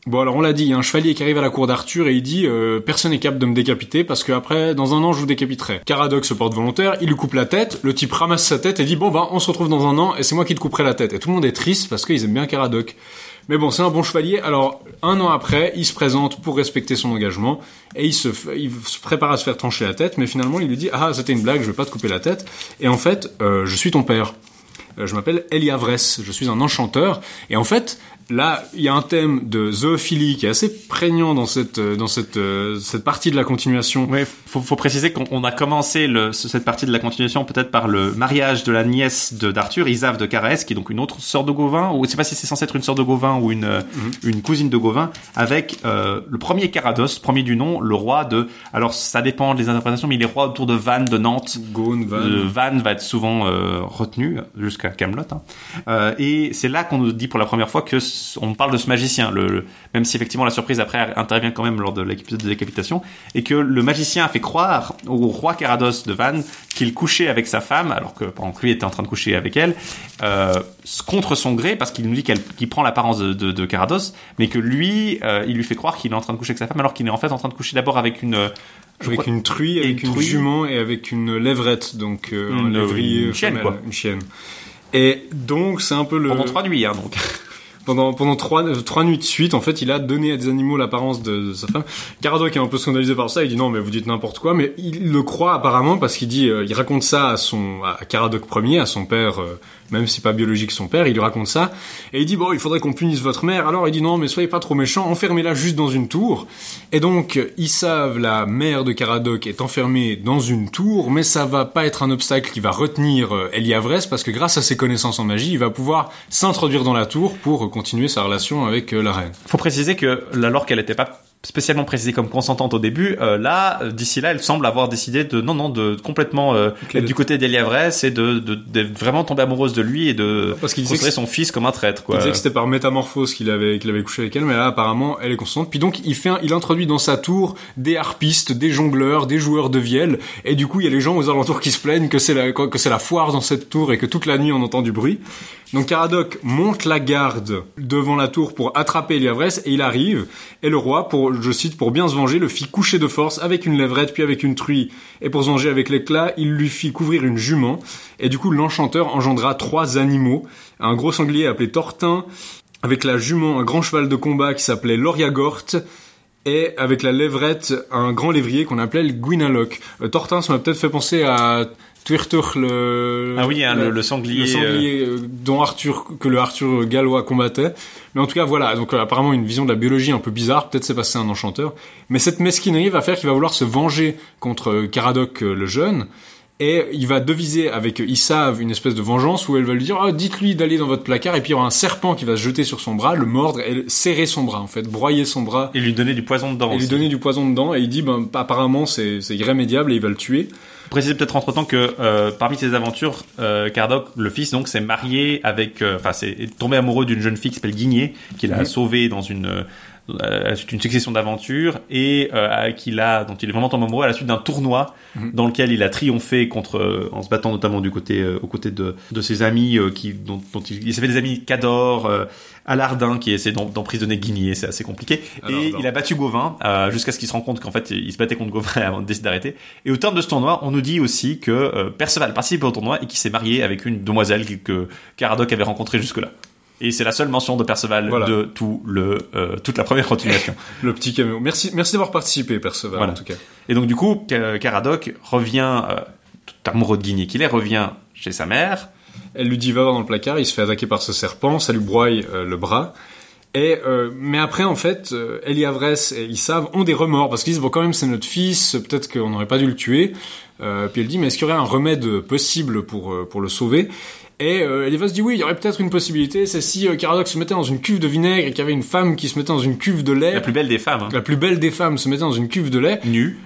Bon, alors on l'a dit, il y a un chevalier qui arrive à la cour d'Arthur et il dit euh, personne n'est capable de me décapiter parce que après, dans un an, je vous décapiterai. Caradoc se porte volontaire, il lui coupe la tête, le type ramasse sa tête et dit bon bah on se retrouve dans un an et c'est moi qui te couperai la tête. Et tout le monde est triste parce qu'ils aiment bien Caradoc. Mais bon, c'est un bon chevalier. Alors, un an après, il se présente pour respecter son engagement et il se, f... il se prépare à se faire trancher la tête. Mais finalement, il lui dit ah c'était une blague, je vais pas te couper la tête. Et en fait, euh, je suis ton père. Euh, je m'appelle Eliavrès, je suis un enchanteur. Et en fait, là, il y a un thème de zoophilie qui est assez prégnant dans cette dans cette euh, cette partie de la continuation. Ouais, faut faut préciser qu'on on a commencé le, cette partie de la continuation peut-être par le mariage de la nièce de d'Arthur, Isave de Carès, qui est donc une autre sœur de Gauvin, ou je sais pas si c'est censé être une sœur de Gauvin ou une mm-hmm. une cousine de Gauvin, avec euh, le premier Carados, premier du nom, le roi de. Alors ça dépend des interprétations, mais il est roi autour de Vannes, de Nantes. Gaune, Vannes. Euh, Vannes va être souvent euh, retenu jusqu'à Camelot. Hein. Euh, et c'est là qu'on nous dit pour la première fois que on parle de ce magicien, le, le, même si effectivement la surprise après intervient quand même lors de l'épisode de décapitation, et que le magicien a fait croire au roi Carados de Vannes qu'il couchait avec sa femme, alors que pendant que lui était en train de coucher avec elle, euh, contre son gré, parce qu'il nous dit qu'elle, qu'il prend l'apparence de, de, de Carados, mais que lui, euh, il lui fait croire qu'il est en train de coucher avec sa femme, alors qu'il est en fait en train de coucher d'abord avec une... Avec crois, une truie, avec une, une jument et avec une lévrette, donc euh, une, un lévrier une chienne, femelle, quoi. Une chienne. Et donc c'est un peu le... Pendant trois nuits, hein, donc... Pendant, pendant trois, trois nuits de suite, en fait, il a donné à des animaux l'apparence de, de sa femme. Caradoc est un peu scandalisé par ça, il dit non, mais vous dites n'importe quoi, mais il le croit apparemment parce qu'il dit, euh, il raconte ça à son, à Caradoc Ier, à son père, euh, même si pas biologique son père, il lui raconte ça, et il dit bon, il faudrait qu'on punisse votre mère, alors il dit non, mais soyez pas trop méchants, enfermez-la juste dans une tour, et donc, Isave, la mère de Caradoc, est enfermée dans une tour, mais ça va pas être un obstacle qui va retenir euh, Eliavrès, parce que grâce à ses connaissances en magie, il va pouvoir s'introduire dans la tour pour continuer sa relation avec euh, la reine. Faut préciser que, alors qu'elle était pas spécialement précisée comme consentante au début, euh, là, d'ici là, elle semble avoir décidé de, non, non, de complètement euh, être du côté d'Eliavrès et de, de, de vraiment tomber amoureuse de lui et de Parce qu'il considérer que son fils comme un traître, quoi. Il disait que c'était par métamorphose qu'il avait, qu'il avait couché avec elle, mais là, apparemment, elle est consentante. Puis donc, il fait un, il introduit dans sa tour des harpistes, des jongleurs, des joueurs de vielle, et du coup, il y a les gens aux alentours qui se plaignent que c'est la, que c'est la foire dans cette tour et que toute la nuit on entend du bruit. Donc Caradoc monte la garde devant la tour pour attraper Eliavrès et il arrive, et le roi, pour, je cite, pour bien se venger, le fit coucher de force avec une lévrette puis avec une truie, et pour se venger avec l'éclat, il lui fit couvrir une jument, et du coup l'enchanteur engendra trois animaux, un gros sanglier appelé Tortin, avec la jument un grand cheval de combat qui s'appelait Loriagorte, et avec la lévrette un grand lévrier qu'on appelait le Gwynaloc. Euh, Tortin, ça m'a peut-être fait penser à Tuirtur, le... Ah oui, hein, la, le, le sanglier... Le sanglier euh... dont Arthur, que le Arthur gallois combattait. Mais en tout cas, voilà. Donc, euh, apparemment, une vision de la biologie un peu bizarre. Peut-être c'est passé un enchanteur. Mais cette mesquinerie va faire qu'il va vouloir se venger contre Caradoc euh, le jeune. Et il va deviser avec Isave une espèce de vengeance où elle va lui dire oh, dites-lui d'aller dans votre placard, et puis il y aura un serpent qui va se jeter sur son bras, le mordre et serrer son bras, en fait, broyer son bras. Et lui donner du poison dedans. Et aussi. lui donner du poison dedans, et il dit ben, apparemment c'est, c'est irrémédiable et il va le tuer. Préciser peut-être entre-temps que euh, parmi ses aventures, euh, Caradoc, le fils, donc, s'est marié avec, enfin, euh, c'est tombé amoureux d'une jeune fille qui s'appelle Guigné, qu'il a mmh. sauvée dans une euh, une succession d'aventures et euh, qu'il a, dont il est vraiment tombé amoureux à la suite d'un tournoi mmh. dans lequel il a triomphé contre, euh, en se battant notamment du côté, euh, aux côtés de de ses amis euh, qui, dont, dont il, il s'est fait des amis Cador, euh, Alardin qui essaie d'em, d'emprisonner Guigné, c'est assez compliqué. Alors, et non. il a battu Gauvin euh, jusqu'à ce qu'il se rende compte qu'en fait il se battait contre Gauvin avant de décider d'arrêter. Et au terme de ce tournoi, on nous dit aussi que euh, Perceval participait au tournoi et qu'il s'est marié avec une demoiselle que, que Caradoc avait rencontrée jusque-là. Et c'est la seule mention de Perceval voilà. de tout le, euh, toute la première continuation. Le petit caméo. Merci, merci d'avoir participé, Perceval, voilà. en tout cas. Et donc, du coup, Caradoc revient, euh, tout amoureux de Guigné qu'il est, revient chez sa mère. Elle lui dit, va voir dans le placard, il se fait attaquer par ce serpent, ça lui broye euh, le bras. Et, euh, mais après, en fait, euh, Eliavrès et Isave ont des remords, parce qu'ils disent, bon, quand même, c'est notre fils, peut-être qu'on n'aurait pas dû le tuer. Euh, puis elle dit, mais est-ce qu'il y aurait un remède possible pour, euh, pour le sauver? Et euh, Eliavrès dit oui, il y aurait peut-être une possibilité, c'est si euh, Caradoc se mettait dans une cuve de vinaigre et qu'il y avait une femme qui se mettait dans une cuve de lait. La plus belle des femmes. Hein. La plus belle des femmes se mettait dans une cuve de lait. Nue.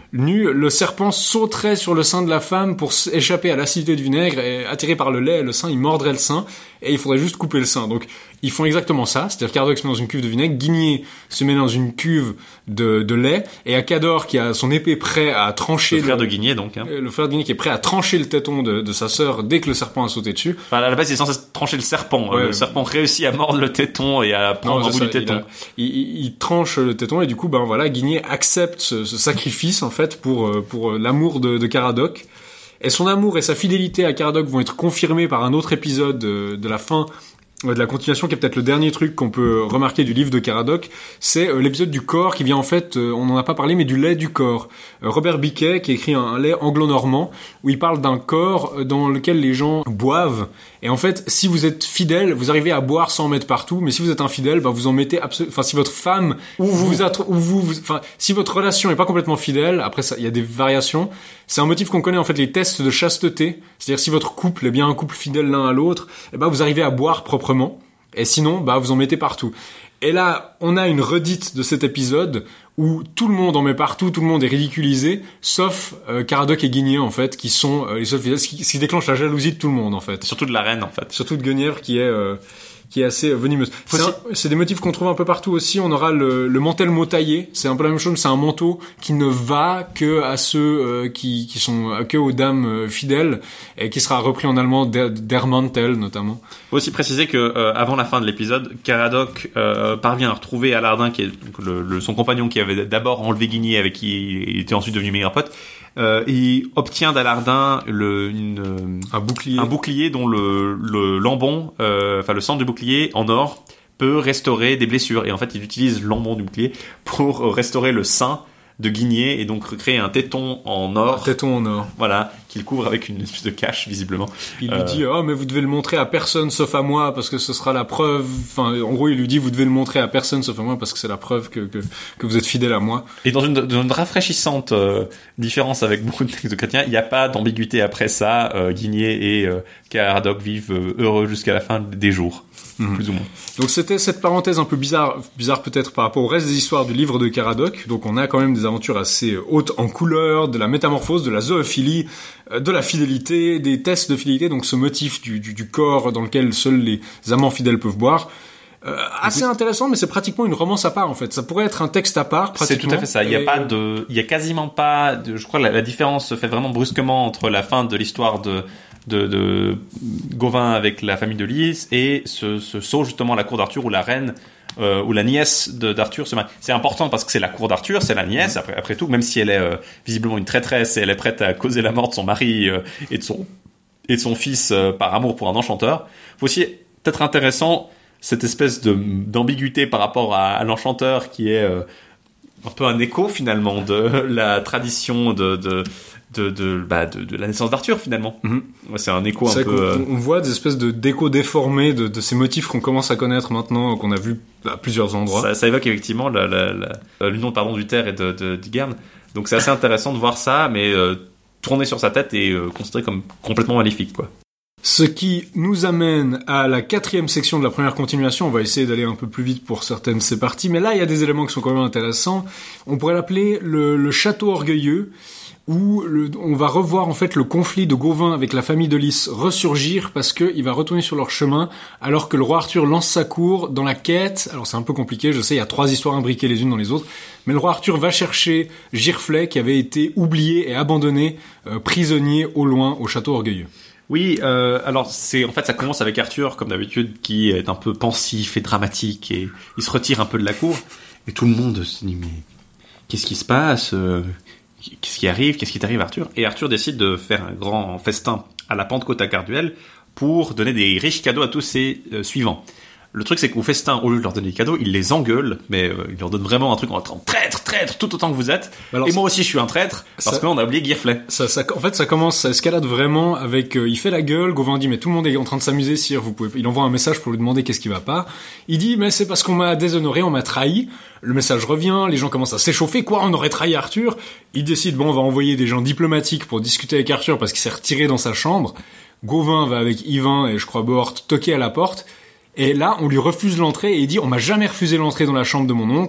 nu, le serpent sauterait sur le sein de la femme pour échapper à l'acidité du vinaigre et attiré par le lait, le sein, il mordrait le sein et il faudrait juste couper le sein. Donc ils font exactement ça, c'est-à-dire Caradoc se met dans une cuve de vinaigre, Guigné se met dans une cuve de, de lait et Akador qui a son épée prêt à trancher le frère le, de Guigné donc hein. le frère de Guigné qui est prêt à trancher le téton de, de sa sœur dès que le serpent a sauté dessus. Enfin, à la base il est censé trancher le serpent, ouais, le serpent réussit à mordre le téton et à prendre non, un bout ça, du téton. Il, a, il, il, il tranche le téton et du coup ben voilà, Guigné accepte ce, ce sacrifice en fait pour pour l'amour de, de Caradoc. Et son amour et sa fidélité à Caradoc vont être confirmés par un autre épisode de, de la fin, de la continuation, qui est peut-être le dernier truc qu'on peut remarquer du livre de Caradoc. C'est euh, l'épisode du corps qui vient en fait, euh, on n'en a pas parlé, mais du lait du corps. Euh, Robert Biquet qui écrit un, un lait anglo-normand où il parle d'un corps dans lequel les gens boivent. Et en fait, si vous êtes fidèle, vous arrivez à boire sans en mettre partout. Mais si vous êtes infidèle, bah vous en mettez absolument. Enfin, si votre femme ou vous, vous, a... ou vous, vous, enfin, si votre relation est pas complètement fidèle, après ça, il y a des variations. C'est un motif qu'on connaît en fait, les tests de chasteté. C'est-à-dire si votre couple est bien un couple fidèle l'un à l'autre, et bah vous arrivez à boire proprement. Et sinon, bah vous en mettez partout. Et là, on a une redite de cet épisode où tout le monde en met partout, tout le monde est ridiculisé, sauf euh, Caradoc et Guigné en fait, qui sont euh, les seuls fidèles, ce qui, ce qui déclenche la jalousie de tout le monde en fait. Surtout de la reine en fait. Surtout de Guenièvre qui est euh, qui est assez venimeuse. C'est, un, c'est des motifs qu'on trouve un peu partout aussi. On aura le, le mantelmo taillé. C'est un peu la même chose, mais c'est un manteau qui ne va que à ceux euh, qui, qui sont que aux dames euh, fidèles et qui sera repris en allemand der, der Mantel notamment. Faut aussi préciser que euh, avant la fin de l'épisode, Caradoc euh, parvient à retrouver Alardin, qui est donc, le, le, son compagnon qui avait d'abord enlevé Guigné, avec qui il était ensuite devenu meilleur pote. Euh, il obtient d'Alardin le, une, un bouclier, un bouclier dont le, le lambon, euh, enfin le centre du bouclier en or peut restaurer des blessures. Et en fait, il utilise le lambon du bouclier pour restaurer le sein de Guigné et donc recréer un téton en or. Un téton en or. Voilà, qu'il couvre avec une espèce de cache, visiblement. Il euh... lui dit, oh, mais vous devez le montrer à personne sauf à moi parce que ce sera la preuve. Enfin, en gros, il lui dit, vous devez le montrer à personne sauf à moi parce que c'est la preuve que, que, que vous êtes fidèle à moi. Et dans une, dans une rafraîchissante euh, différence avec beaucoup de textes de chrétiens, il n'y a pas d'ambiguïté après ça. Euh, Guigné et euh, Caradoc vivent euh, heureux jusqu'à la fin des jours. Mmh. Plus ou moins. Donc c'était cette parenthèse un peu bizarre, bizarre peut-être par rapport au reste des histoires du livre de Caradoc. Donc on a quand même des aventures assez hautes en couleurs, de la métamorphose, de la zoophilie, de la fidélité, des tests de fidélité. Donc ce motif du, du, du corps dans lequel seuls les amants fidèles peuvent boire. Euh, assez intéressant, mais c'est pratiquement une romance à part en fait. Ça pourrait être un texte à part, pratiquement. C'est tout à fait ça. Il y a pas de, il y a quasiment pas de, je crois que la, la différence se fait vraiment brusquement entre la fin de l'histoire de de, de Gauvin avec la famille de Lys et ce, ce saut justement à la cour d'Arthur où la reine euh, où la nièce de, d'Arthur se marie. C'est important parce que c'est la cour d'Arthur, c'est la nièce après, après tout, même si elle est euh, visiblement une traîtresse et elle est prête à causer la mort de son mari euh, et de son et de son fils euh, par amour pour un enchanteur. Faut aussi peut-être intéressant cette espèce de d'ambiguïté par rapport à, à l'enchanteur qui est euh, un peu un écho finalement de la tradition de de de de, bah, de, de la naissance d'Arthur finalement. Mm-hmm. Ouais, c'est un écho c'est un peu. On, on voit des espèces de d'échos déformés de, de ces motifs qu'on commence à connaître maintenant, qu'on a vu à plusieurs endroits. Ça, ça évoque effectivement la, la, la, l'union pardon du Terre et de, de d'Igerne. Donc c'est assez intéressant de voir ça, mais euh, tourné sur sa tête et euh, considéré comme complètement maléfique quoi. Ce qui nous amène à la quatrième section de la première continuation. On va essayer d'aller un peu plus vite pour certaines de ces parties, mais là il y a des éléments qui sont quand même intéressants. On pourrait l'appeler le, le château orgueilleux, où le, on va revoir en fait le conflit de Gauvin avec la famille de Lys ressurgir parce que il va retourner sur leur chemin alors que le roi Arthur lance sa cour dans la quête. Alors c'est un peu compliqué, je sais, il y a trois histoires imbriquées les unes dans les autres, mais le roi Arthur va chercher Girflet qui avait été oublié et abandonné, euh, prisonnier au loin au château orgueilleux. Oui, euh, alors c'est en fait ça commence avec Arthur comme d'habitude qui est un peu pensif et dramatique et il se retire un peu de la cour et tout le monde se dit mais qu'est-ce qui se passe, qu'est-ce qui arrive, qu'est-ce qui t'arrive Arthur? Et Arthur décide de faire un grand festin à la Pentecôte à Carduel pour donner des riches cadeaux à tous ses euh, suivants. Le truc, c'est qu'au festin, au lieu de leur donner des cadeaux, il les engueule, mais euh, il leur donne vraiment un truc en train traître, traître, tout autant que vous êtes. Alors, et moi aussi, je suis un traître, parce ça, qu'on a oublié Girflet. Ça, ça, en fait, ça commence, ça escalade vraiment avec, euh, il fait la gueule, Gauvin dit, mais tout le monde est en train de s'amuser, sire, vous pouvez, il envoie un message pour lui demander qu'est-ce qui va pas. Il dit, mais c'est parce qu'on m'a déshonoré, on m'a trahi. Le message revient, les gens commencent à s'échauffer, quoi, on aurait trahi Arthur. Il décide, bon, on va envoyer des gens diplomatiques pour discuter avec Arthur parce qu'il s'est retiré dans sa chambre. Gauvin va avec Yvain et je crois Bohort toquer à la porte. Et là, on lui refuse l'entrée et il dit « On m'a jamais refusé l'entrée dans la chambre de mon oncle.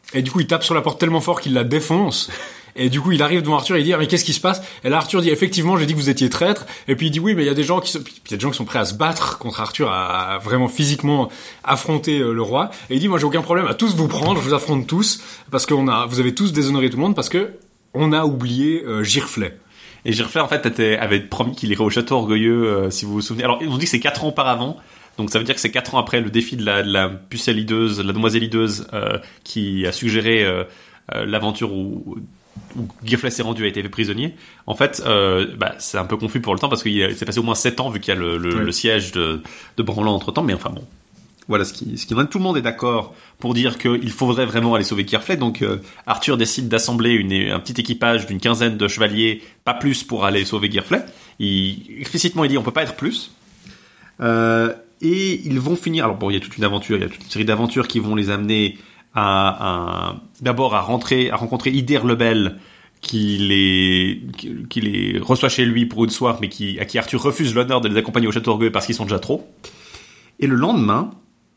Et du coup, il tape sur la porte tellement fort qu'il la défonce. Et du coup, il arrive devant Arthur et il dit ah, mais qu'est-ce qui se passe? Et là, Arthur dit effectivement, j'ai dit que vous étiez traître. Et puis il dit oui, mais il y a des gens qui sont, il y a des gens qui sont prêts à se battre contre Arthur, à, à vraiment physiquement affronter euh, le roi. Et il dit moi, j'ai aucun problème à tous vous prendre, je vous affronte tous parce qu'on a, vous avez tous déshonoré tout le monde parce que on a oublié euh, Giroflée. Et Giroflée, en fait, était, avait promis qu'il irait au château orgueilleux, euh, si vous vous souvenez. Alors, ils ont dit que c'est quatre ans auparavant. Donc ça veut dire que c'est quatre ans après le défi de la, de la pucelle hideuse, la demoiselle hideuse, euh, qui a suggéré euh, euh, l'aventure où, où Giroflée s'est rendu, a été fait prisonnier. En fait, euh, bah, c'est un peu confus pour le temps parce qu'il s'est passé au moins sept ans vu qu'il y a le, le, oui. le siège de, de Branlon entre temps. Mais enfin bon, voilà ce qui, ce qui tout le monde est d'accord pour dire qu'il faudrait vraiment aller sauver Giroflée. Donc euh, Arthur décide d'assembler une, un petit équipage d'une quinzaine de chevaliers, pas plus, pour aller sauver Giroflée. Il explicitement il dit on peut pas être plus. Euh, Et ils vont finir. Alors bon, il y a toute une aventure, il y a toute une série d'aventures qui vont les amener à, à d'abord à rentrer, à rencontrer Idir le Bel, qui les, qui, qui les reçoit chez lui pour une soirée, mais qui, à qui Arthur refuse l'honneur de les accompagner au château orgueilleux parce qu'ils sont déjà trop. Et le lendemain,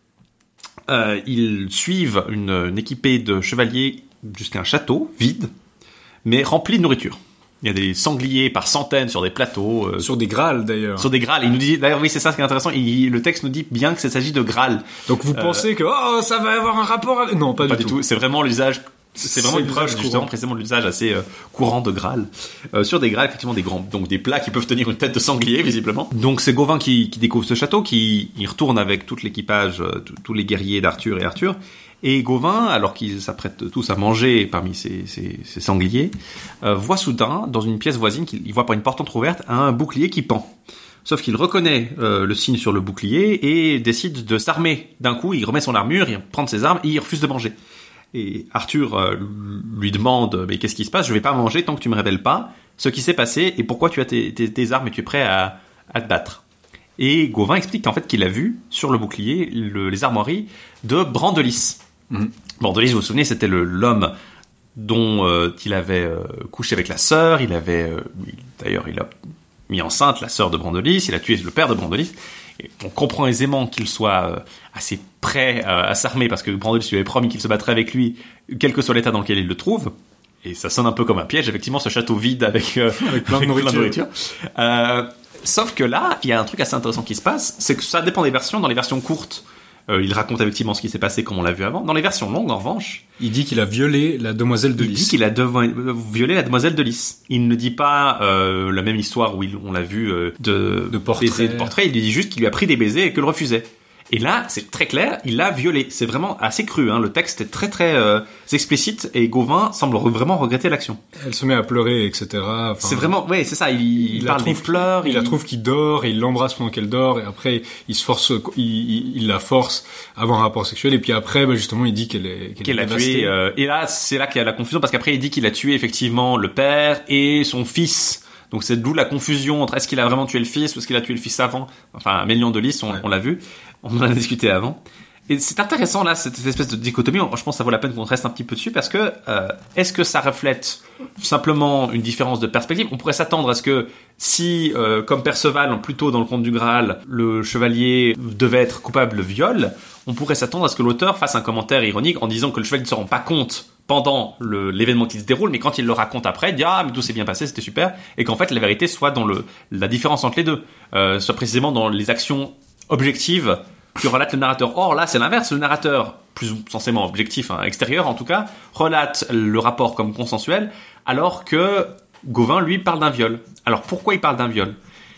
euh, ils suivent une, une équipée de chevaliers jusqu'à un château vide, mais rempli de nourriture. Il y a des sangliers par centaines sur des plateaux. Euh, sur des Graals, d'ailleurs. Sur des Graals. Il nous dit, d'ailleurs, oui, c'est ça ce qui est intéressant. Il, le texte nous dit bien que ça s'agit de Graals. Donc vous euh, pensez que, oh, ça va avoir un rapport avec... Non, pas, pas du, du tout. tout. C'est vraiment l'usage, c'est vraiment c'est une preuve, justement, précisément de l'usage assez euh, courant de Graal. Euh, sur des Graals, effectivement, des grands, donc des plats qui peuvent tenir une tête de sanglier, visiblement. Donc c'est Gauvin qui, qui découvre ce château, qui, il retourne avec tout l'équipage, euh, tous les guerriers d'Arthur et Arthur. Et Gauvin, alors qu'ils s'apprêtent tous à manger parmi ces, ces, ces sangliers, euh, voit soudain, dans une pièce voisine, qu'il voit par une porte entrouverte, un bouclier qui pend. Sauf qu'il reconnaît euh, le signe sur le bouclier et décide de s'armer. D'un coup, il remet son armure, il prend ses armes et il refuse de manger. Et Arthur euh, lui demande « Mais qu'est-ce qui se passe? Je vais pas manger tant que tu me révèles pas ce qui s'est passé et pourquoi tu as tes, tes, tes armes et tu es prêt à, à te battre. » Et Gauvin explique qu'en fait qu'il a vu sur le bouclier le, les armoiries de Brandelis. Mmh. Brandelis, vous vous souvenez, c'était le, l'homme dont euh, il avait euh, couché avec la sœur. Il avait, euh, d'ailleurs, il a mis enceinte la sœur de Brandelis. Il a tué le père de Brandelis. Et on comprend aisément qu'il soit euh, assez prêt euh, à s'armer parce que Brandelis lui avait promis qu'il se battrait avec lui, quel que soit l'état dans lequel il le trouve. Et ça sonne un peu comme un piège, effectivement, ce château vide avec, euh, avec plein de nourriture. nourriture. Euh, sauf que là, il y a un truc assez intéressant qui se passe, c'est que ça dépend des versions. Dans les versions courtes, Euh, il raconte effectivement ce qui s'est passé comme on l'a vu avant. Dans les versions longues, en revanche, il dit qu'il a violé la demoiselle de Lys. Il dit qu'il a dev- violé la demoiselle de Lys. Il ne dit pas euh, la même histoire où il, on l'a vu euh, de, de portrait. de portrait. Il dit juste qu'il lui a pris des baisers et que le refusait. Et là, c'est très clair, il l'a violé. C'est vraiment assez cru, hein. Le texte est très très euh, explicite et Gauvin semble re- vraiment regretter l'action. Elle se met à pleurer, et cetera. Enfin, c'est vraiment, ouais, c'est ça. Il, il, il parle, il pleure. Il, il la trouve qu'il dort, et il l'embrasse pendant qu'elle dort, et après il se force, il, il, il la force à avoir un rapport sexuel, et puis après, bah, justement, il dit qu'elle est, qu'elle, qu'elle est a dévastée. tué. Euh, et là, c'est là qu'il y a la confusion parce qu'après il dit qu'il a tué effectivement le père et son fils. Donc c'est d'où la confusion entre est-ce qu'il a vraiment tué le fils ou est-ce qu'il a tué le fils avant. Enfin, Mélian de Lys, on, ouais. on l'a vu, on en a discuté avant. Et c'est intéressant là, cette espèce de dichotomie. Je pense que ça vaut la peine qu'on reste un petit peu dessus parce que euh, est-ce que ça reflète simplement une différence de perspective? On pourrait s'attendre à ce que si, euh, comme Perceval, plus tôt dans le Conte du Graal, le chevalier devait être coupable de viol, on pourrait s'attendre à ce que l'auteur fasse un commentaire ironique en disant que le chevalier ne se rend pas compte pendant le, l'événement qui se déroule, mais quand il le raconte après, il dit « Ah, mais tout s'est bien passé, c'était super », et qu'en fait, la vérité soit dans le, la différence entre les deux, euh, soit précisément dans les actions objectives que relate le narrateur. Or, là, c'est l'inverse, le narrateur, plus censément objectif, hein, extérieur en tout cas, relate le rapport comme consensuel, alors que Gauvin, lui, parle d'un viol. Alors, pourquoi il parle d'un viol?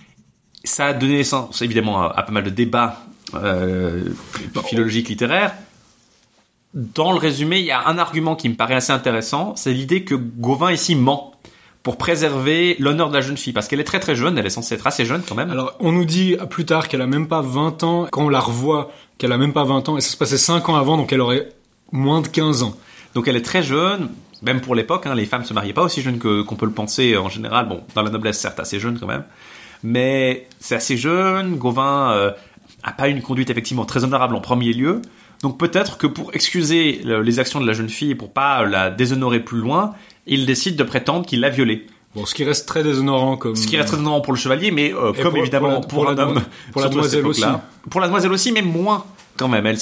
Ça a donné naissance, évidemment, à, à pas mal de débats euh, philologiques, littéraires. Dans le résumé, il y a un argument qui me paraît assez intéressant, c'est l'idée que Gauvin ici ment pour préserver l'honneur de la jeune fille, parce qu'elle est très très jeune, elle est censée être assez jeune quand même. Alors, on nous dit plus tard qu'elle a même pas vingt ans, quand on la revoit, qu'elle a même pas vingt ans, et ça se passait cinq ans avant, donc elle aurait moins de quinze ans. Donc elle est très jeune, même pour l'époque, hein, les femmes se mariaient pas aussi jeunes que, qu'on peut le penser en général, bon, dans la noblesse certes assez jeune quand même, mais c'est assez jeune, Gauvin euh, a pas une conduite effectivement très honorable en premier lieu. Donc peut-être que pour excuser les actions de la jeune fille et pour pas la déshonorer plus loin, il décide de prétendre qu'il l'a violée. Bon, ce qui reste très déshonorant comme... Ce qui reste très déshonorant pour le chevalier, mais euh, comme pour, évidemment pour, la, pour, pour un la, homme. Pour la demoiselle aussi. Pour la demoiselle aussi, mais moins quand même. Elle semble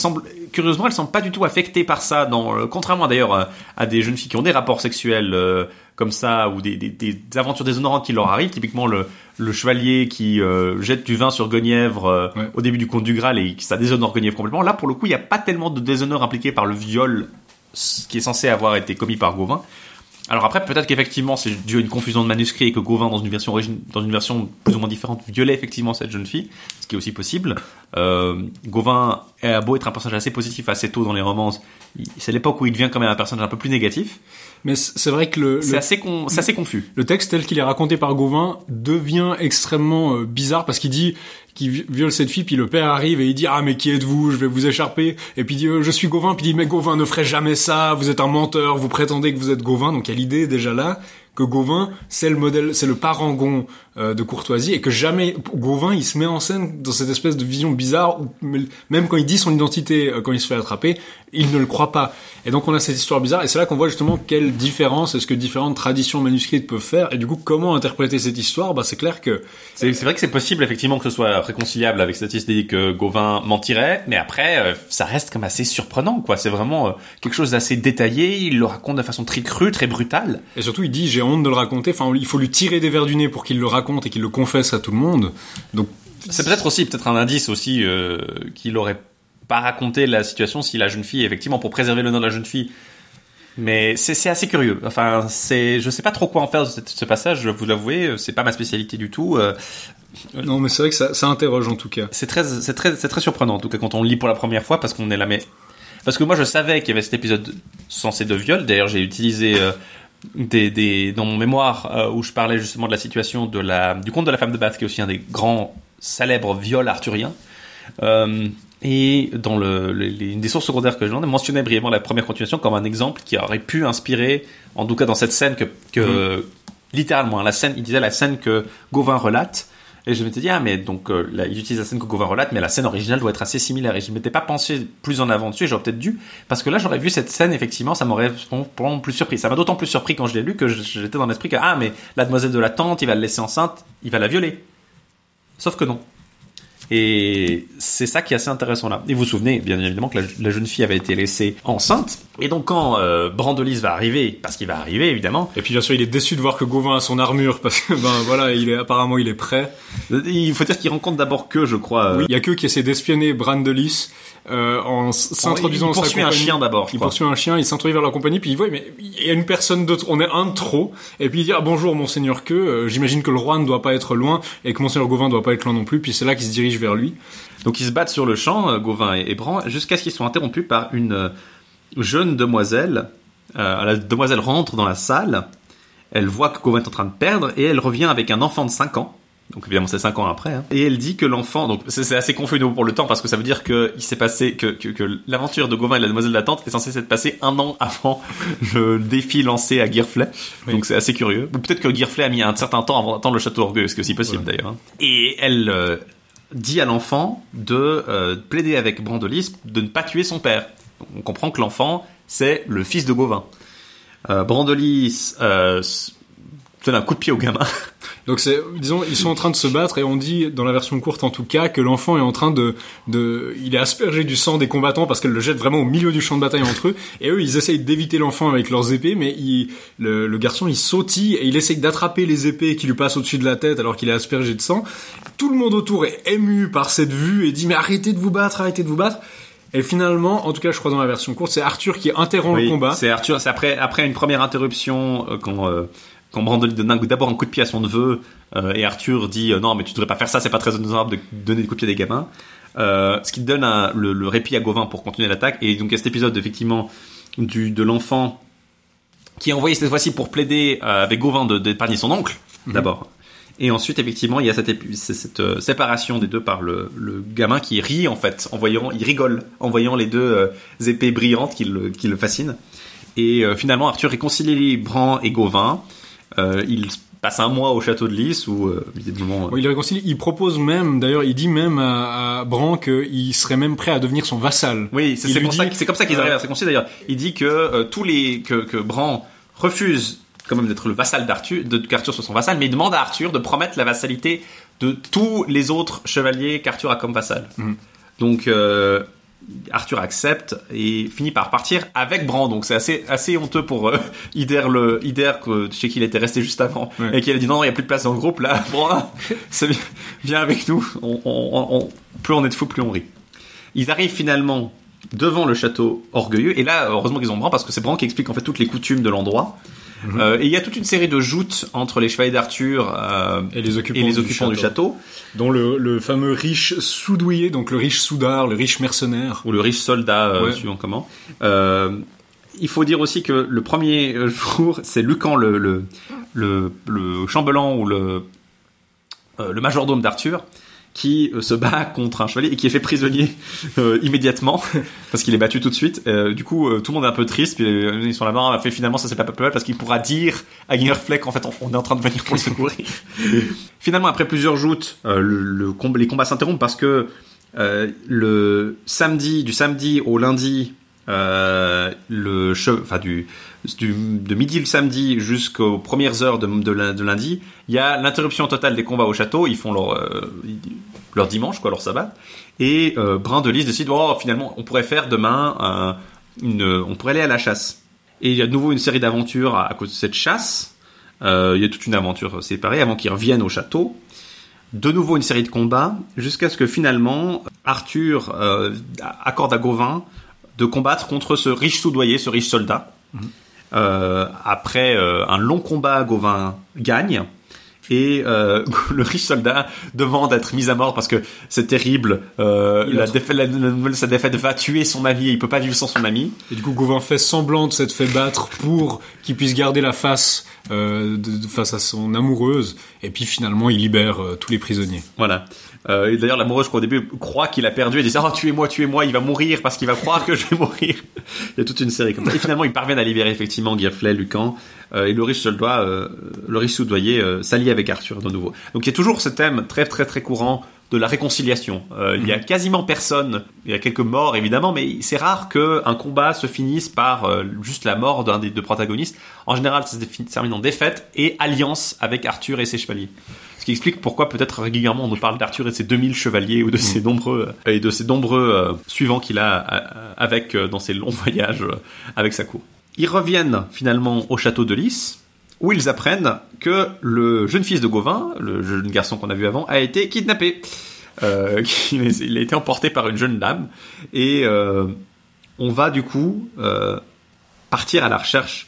curieusement, elles sont pas du tout affectées par ça. Dans, euh, contrairement d'ailleurs à, à des jeunes filles qui ont des rapports sexuels euh, comme ça ou des, des, des aventures déshonorantes qui leur arrivent. Typiquement le, le chevalier qui euh, jette du vin sur Guenièvre euh, ouais. au début du Conte du Graal et ça déshonore Guenièvre complètement. Là, pour le coup, il y a pas tellement de déshonneur impliqué par le viol qui est censé avoir été commis par Gauvin. Alors après, peut-être qu'effectivement, c'est dû à une confusion de manuscrits et que Gauvin, dans une version origine, dans une version plus ou moins différente, violait effectivement cette jeune fille, ce qui est aussi possible. Euh, Gauvin a beau être un personnage assez positif assez tôt dans les romances, c'est l'époque où il devient quand même un personnage un peu plus négatif. Mais c'est vrai que le, c'est le, assez con, c'est assez confus. Le texte tel qu'il est raconté par Gauvin devient extrêmement euh, bizarre parce qu'il dit qu'il viole cette fille, puis le père arrive et il dit ah mais qui êtes-vous, je vais vous écharper, et puis il dit euh, je suis Gauvin, puis il dit mais Gauvin ne ferait jamais ça, vous êtes un menteur, vous prétendez que vous êtes Gauvin. Donc il y a l'idée déjà là que Gauvin c'est le modèle, c'est le parangon euh, de courtoisie, et que jamais Gauvin il se met en scène dans cette espèce de vision bizarre où même quand il dit son identité, euh, quand il se fait attraper, il ne le croit pas. Et donc on a cette histoire bizarre, et c'est là qu'on voit justement quelle différence est-ce que différentes traditions manuscrites peuvent faire, et du coup comment interpréter cette histoire. Bah c'est clair que c'est, c'est vrai que c'est possible effectivement que ce soit réconciliable avec cette idée que Gauvin mentirait, mais après euh, ça reste comme assez surprenant quoi. C'est vraiment euh, quelque chose d'assez détaillé, il le raconte de façon très crue, très brutale, et surtout il dit j'ai honte de le raconter, enfin il faut lui tirer des vers du nez pour qu'il le raconte et qu'il le confesse à tout le monde. Donc c'est peut-être aussi peut-être un indice aussi euh, qu'il aurait pas raconté la situation si la jeune fille, effectivement, pour préserver l'honneur de la jeune fille. Mais c'est, c'est assez curieux. Enfin, c'est, je sais pas trop quoi en faire de ce, de ce passage, je vais vous l'avouer, c'est pas ma spécialité du tout. Euh, non, mais c'est vrai que ça, ça interroge en tout cas. C'est très, c'est très, c'est très surprenant en tout cas quand on le lit pour la première fois, parce qu'on est là, mais parce que moi je savais qu'il y avait cet épisode censé de viol. D'ailleurs, j'ai utilisé euh, des, des, dans mon mémoire euh, où je parlais justement de la situation de la, du conte de la femme de Bath, qui est aussi un des grands célèbres viols arthuriens. Euh, Et dans le, les, les, une des sources secondaires que je mentionnais brièvement la première continuation comme un exemple qui aurait pu inspirer, en tout cas dans cette scène que, que mmh. littéralement, la scène, il disait la scène que Gauvin relate, et je m'étais dit, ah, mais donc, euh, là, il utilise la scène que Gauvin relate, mais la scène originale doit être assez similaire, et je m'étais pas pensé plus en avant dessus, et j'aurais peut-être dû, parce que là, j'aurais vu cette scène, effectivement, ça m'aurait probablement plus surpris. Ça m'a d'autant plus surpris quand je l'ai lu que j'étais dans l'esprit que, ah, mais la demoiselle de la tante, il va le laisser enceinte, il va la violer. Sauf que non. Et c'est ça qui est assez intéressant là. Et vous vous souvenez, bien évidemment, que la, la jeune fille avait été laissée enceinte. Et donc quand euh, Brandolis va arriver, parce qu'il va arriver évidemment. Et puis bien sûr, il est déçu de voir que Gauvin a son armure, parce que ben voilà, il est apparemment il est prêt. Il faut dire qu'il rencontre d'abord que, je crois. Euh... Oui, il y a que qui essaie d'espionner Brandolis euh, en s'introduisant dans sa compagnie. Il poursuit un chien d'abord. Il poursuit un chien, il s'introduit vers la compagnie, puis il voit, mais il y a une personne de trop, on est un de trop. Et puis il dit ah, bonjour monseigneur que, euh, j'imagine que le roi ne doit pas être loin et que monseigneur Gauvin ne doit pas être loin non plus. Puis c'est là qu'il se dirige vers lui. Donc ils se battent sur le champ, Gauvin et, et Bran, jusqu'à ce qu'ils soient interrompus par une euh, jeune demoiselle. Euh, la demoiselle rentre dans la salle, elle voit que Gauvin est en train de perdre et elle revient avec un enfant de cinq ans. Donc évidemment c'est cinq ans après. Hein. Et elle dit que l'enfant, donc c'est, c'est assez confus pour le temps parce que ça veut dire que il s'est passé que, que, que l'aventure de Gauvin et la demoiselle de la tante est censée s'être passée un an avant le défi lancé à Girflet. Oui. Donc c'est assez curieux. Ou peut-être que Girflet a mis un certain temps avant d'atteindre le château orgueilleux, ce qui est aussi possible ouais. d'ailleurs. Hein. Et elle euh, dit à l'enfant de euh, plaider avec Brandolis de ne pas tuer son père. On comprend que l'enfant c'est le fils de Gauvin. Euh, Brandolis euh, donne un coup de pied au gamin. Donc c'est, disons, ils sont en train de se battre et on dit, dans la version courte en tout cas, que l'enfant est en train de, de, il est aspergé du sang des combattants parce qu'elle le jette vraiment au milieu du champ de bataille entre eux. Et eux, ils essayent d'éviter l'enfant avec leurs épées, mais il, le, le garçon, il sautille et il essaye d'attraper les épées qui lui passent au-dessus de la tête alors qu'il est aspergé de sang. Tout le monde autour est ému par cette vue et dit, mais arrêtez de vous battre, arrêtez de vous battre. Et finalement, en tout cas, je crois dans la version courte, c'est Arthur qui interrompt oui, le combat. C'est Arthur, c'est après, après une première interruption, euh, quand, euh, quand Brandolis donne d'abord un coup de pied à son neveu, euh, et Arthur dit, euh, non, mais tu devrais pas faire ça, c'est pas très honorable de donner des coups de pied à des gamins. Euh, ce qui donne un, le, le répit à Gauvin pour continuer l'attaque. Et donc, il y a cet épisode, effectivement, du, de l'enfant qui est envoyé cette fois-ci pour plaider, euh, avec Gauvin de, d'épargner son oncle, mmh. d'abord. Et ensuite, effectivement, il y a cette, épi- cette euh, séparation des deux par le, le gamin qui rit, en fait, en voyant, il rigole, en voyant les deux euh, épées brillantes qui le, qui le fascinent. Et euh, finalement, Arthur réconcilie Bran et Gauvin. Euh, il passe un mois au château de Lys où, euh, visiblement... Euh... Oui, il réconcilie, il propose même, d'ailleurs, il dit même à, à Bran qu'il serait même prêt à devenir son vassal. Oui, c'est, c'est, pour dit, ça, c'est comme ça qu'ils arrivent à se réconcilier, d'ailleurs. Il dit que euh, tous les, que, que Bran refuse quand même d'être le vassal d'Arthur, de qu'Arthur soit son vassal, mais il demande à Arthur de promettre la vassalité de tous les autres chevaliers qu'Arthur a comme vassal. Mmh. Donc, euh, Arthur accepte et finit par partir avec Bran. Donc c'est assez assez honteux pour euh, Ider le Ider que chez qui il était resté juste avant ouais. et qui a dit non, il y a plus de place dans le groupe là. Bran, c'est bien, viens avec nous. On, on, on, plus on est de fous, plus on rit. Ils arrivent finalement devant le château orgueilleux et là heureusement qu'ils ont Bran parce que c'est Bran qui explique en fait toutes les coutumes de l'endroit. Mmh. Euh, et il y a toute une série de joutes entre les chevaliers d'Arthur euh, et les occupants, et les du, occupants château. du château, dont le, le fameux riche soudouillé, donc le riche soudard, le riche mercenaire, ou le riche soldat, euh, ouais. suivant comment. Euh, il faut dire aussi que le premier jour, c'est Lucan, le le le, le chambellan ou le euh, le majordome d'Arthur, qui euh, se bat contre un chevalier et qui est fait prisonnier euh, immédiatement parce qu'il est battu tout de suite. Euh, du coup, euh, tout le monde est un peu triste. Puis euh, ils sont là-bas. Fait finalement, ça c'est pas mal parce qu'il pourra dire à Guingerfleck en fait, on, on est en train de venir pour le secourir. Finalement, après plusieurs joutes, euh, le, le comb- les combats s'interrompent parce que euh, le samedi, du samedi au lundi, euh, le che- enfin du Du, de midi le samedi jusqu'aux premières heures de, de, de lundi, il y a l'interruption totale des combats au château. Ils font leur, euh, leur dimanche, quoi, leur sabbat. Et euh, Brin de Lys décide, oh, finalement, on pourrait faire demain, euh, une, on pourrait aller à la chasse. Et il y a de nouveau une série d'aventures à, à cause de cette chasse. Euh, il y a toute une aventure séparée avant qu'ils reviennent au château. De nouveau une série de combats, jusqu'à ce que finalement, Arthur euh, accorde à Gauvin de combattre contre ce riche soudoyer, ce riche soldat. Mmh. Euh, après euh, un long combat, Gauvin gagne et euh, le riche soldat demande d'être mis à mort parce que c'est terrible. Euh, la défaite, la nouvelle de sa défaite va tuer son ami et il peut pas vivre sans son ami. Et du coup, Gauvin fait semblant de s'être fait battre pour qu'il puisse garder la face euh, de, de, face à son amoureuse. Et puis finalement, il libère euh, tous les prisonniers. Voilà. Euh, et d'ailleurs, l'amoureuse, je crois, au début, croit qu'il a perdu et dit « Oh, tuez-moi, tuez-moi, il va mourir parce qu'il va croire que je vais mourir. » Il y a toute une série comme ça. Et finalement, ils parviennent à libérer effectivement Girfleet, Lucan, euh, et le riche soldat, euh, le riche soudoyer, euh, s'allie avec Arthur de nouveau. Donc, il y a toujours ce thème très, très, très courant de la réconciliation. Euh, mmh. Il y a quasiment personne, il y a quelques morts évidemment, mais c'est rare qu'un combat se finisse par euh, juste la mort d'un des deux protagonistes. En général, ça se termine en défaite et alliance avec Arthur et ses chevaliers. Ce qui explique pourquoi peut-être régulièrement on nous parle d'Arthur et de ses deux mille chevaliers ou de ses nombreux et de ses nombreux euh, suivants qu'il a euh, avec euh, dans ses longs voyages euh, avec sa cour. Ils reviennent finalement au château de Lys où ils apprennent que le jeune fils de Gauvin, le jeune garçon qu'on a vu avant, a été kidnappé. Euh, qu'il est, il a été emporté par une jeune dame et euh, on va du coup euh, partir à la recherche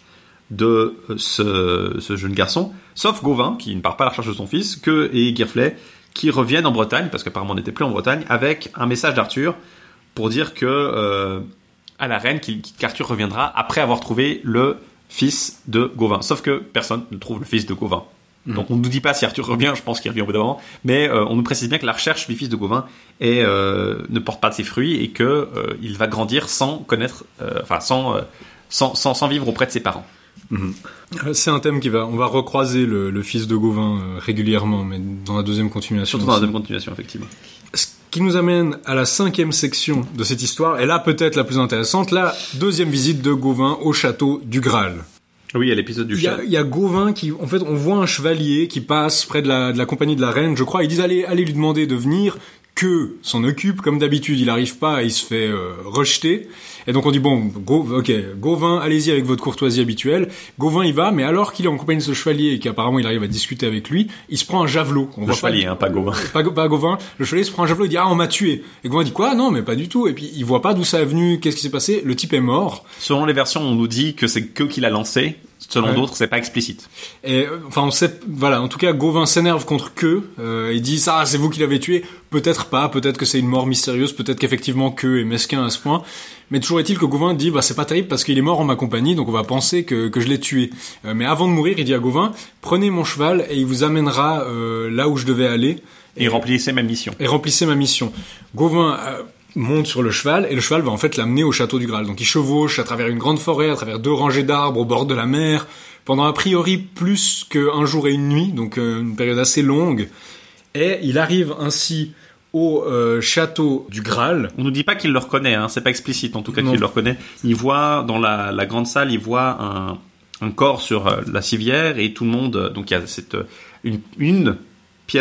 de ce, ce jeune garçon, sauf Gauvin, qui ne part pas à la recherche de son fils, que, et Girfleet, qui reviennent en Bretagne, parce qu'apparemment on n'était plus en Bretagne, avec un message d'Arthur pour dire que euh, à la reine qu'Arthur reviendra après avoir trouvé le fils de Gauvin. Sauf que personne ne trouve le fils de Gauvin. Mmh. Donc on ne nous dit pas si Arthur revient, je pense qu'il revient au bout d'un moment, mais euh, on nous précise bien que la recherche du fils de Gauvin est, euh, ne porte pas de ses fruits et que euh, il va grandir sans connaître, euh, enfin sans, euh, sans, sans, sans vivre auprès de ses parents. Mmh. C'est un thème qui va, on va recroiser le, le fils de Gauvin euh, régulièrement, mais dans la deuxième continuation. Surtout dans la deuxième continuation, effectivement. Ce qui nous amène à la cinquième section de cette histoire, et là peut-être la plus intéressante, la deuxième visite de Gauvin au château du Graal. Oui, à l'épisode du chat. Il y a Gauvin qui, en fait, on voit un chevalier qui passe près de la, de la compagnie de la reine, je crois. Ils disent allez, allez lui demander de venir, que s'en occupe. Comme d'habitude, il arrive pas, il se fait euh, rejeter. Et donc on dit bon, go, ok, Gauvin, allez-y avec votre courtoisie habituelle. Gauvin y va, mais alors qu'il est en compagnie de ce chevalier et qu'apparemment il arrive à discuter avec lui, il se prend un javelot. On le voit chevalier, pas, hein, pas Gauvin. Pas, pas Gauvin. Le chevalier se prend un javelot, il dit ah on m'a tué. Et Gauvin dit quoi? Non, mais pas du tout. Et puis il voit pas d'où ça est venu, qu'est-ce qui s'est passé. Le type est mort. Selon les versions, on nous dit que c'est que qui l'a lancé. Selon ouais. d'autres, c'est pas explicite. Et enfin, on sait, voilà. En tout cas, Gauvin s'énerve contre que. Euh, il dit ça, ah, c'est vous qui l'avez tué. Peut-être pas. Peut-être que c'est une mort mystérieuse. Peut-être qu'effectivement que est mesquin à ce point. Mais toujours est-il que Gauvin dit bah c'est pas terrible parce qu'il est mort en ma compagnie, donc on va penser que que je l'ai tué. Euh, mais avant de mourir, il dit à Gauvin prenez mon cheval et il vous amènera euh, là où je devais aller. Et, et remplissez ma mission. Et remplissez ma mission. Gauvin. Euh, monte sur le cheval et le cheval va en fait l'amener au château du Graal. Donc il chevauche à travers une grande forêt, à travers deux rangées d'arbres au bord de la mer, pendant a priori plus qu'un jour et une nuit, donc euh, une période assez longue. Et il arrive ainsi au euh, château du Graal. On nous dit pas qu'il le reconnaît, hein, c'est pas explicite en tout cas non. Qu'il le reconnaît. Il voit dans la, la grande salle, il voit un, un corps sur euh, la civière et tout le monde. Donc il y a cette une, une pièce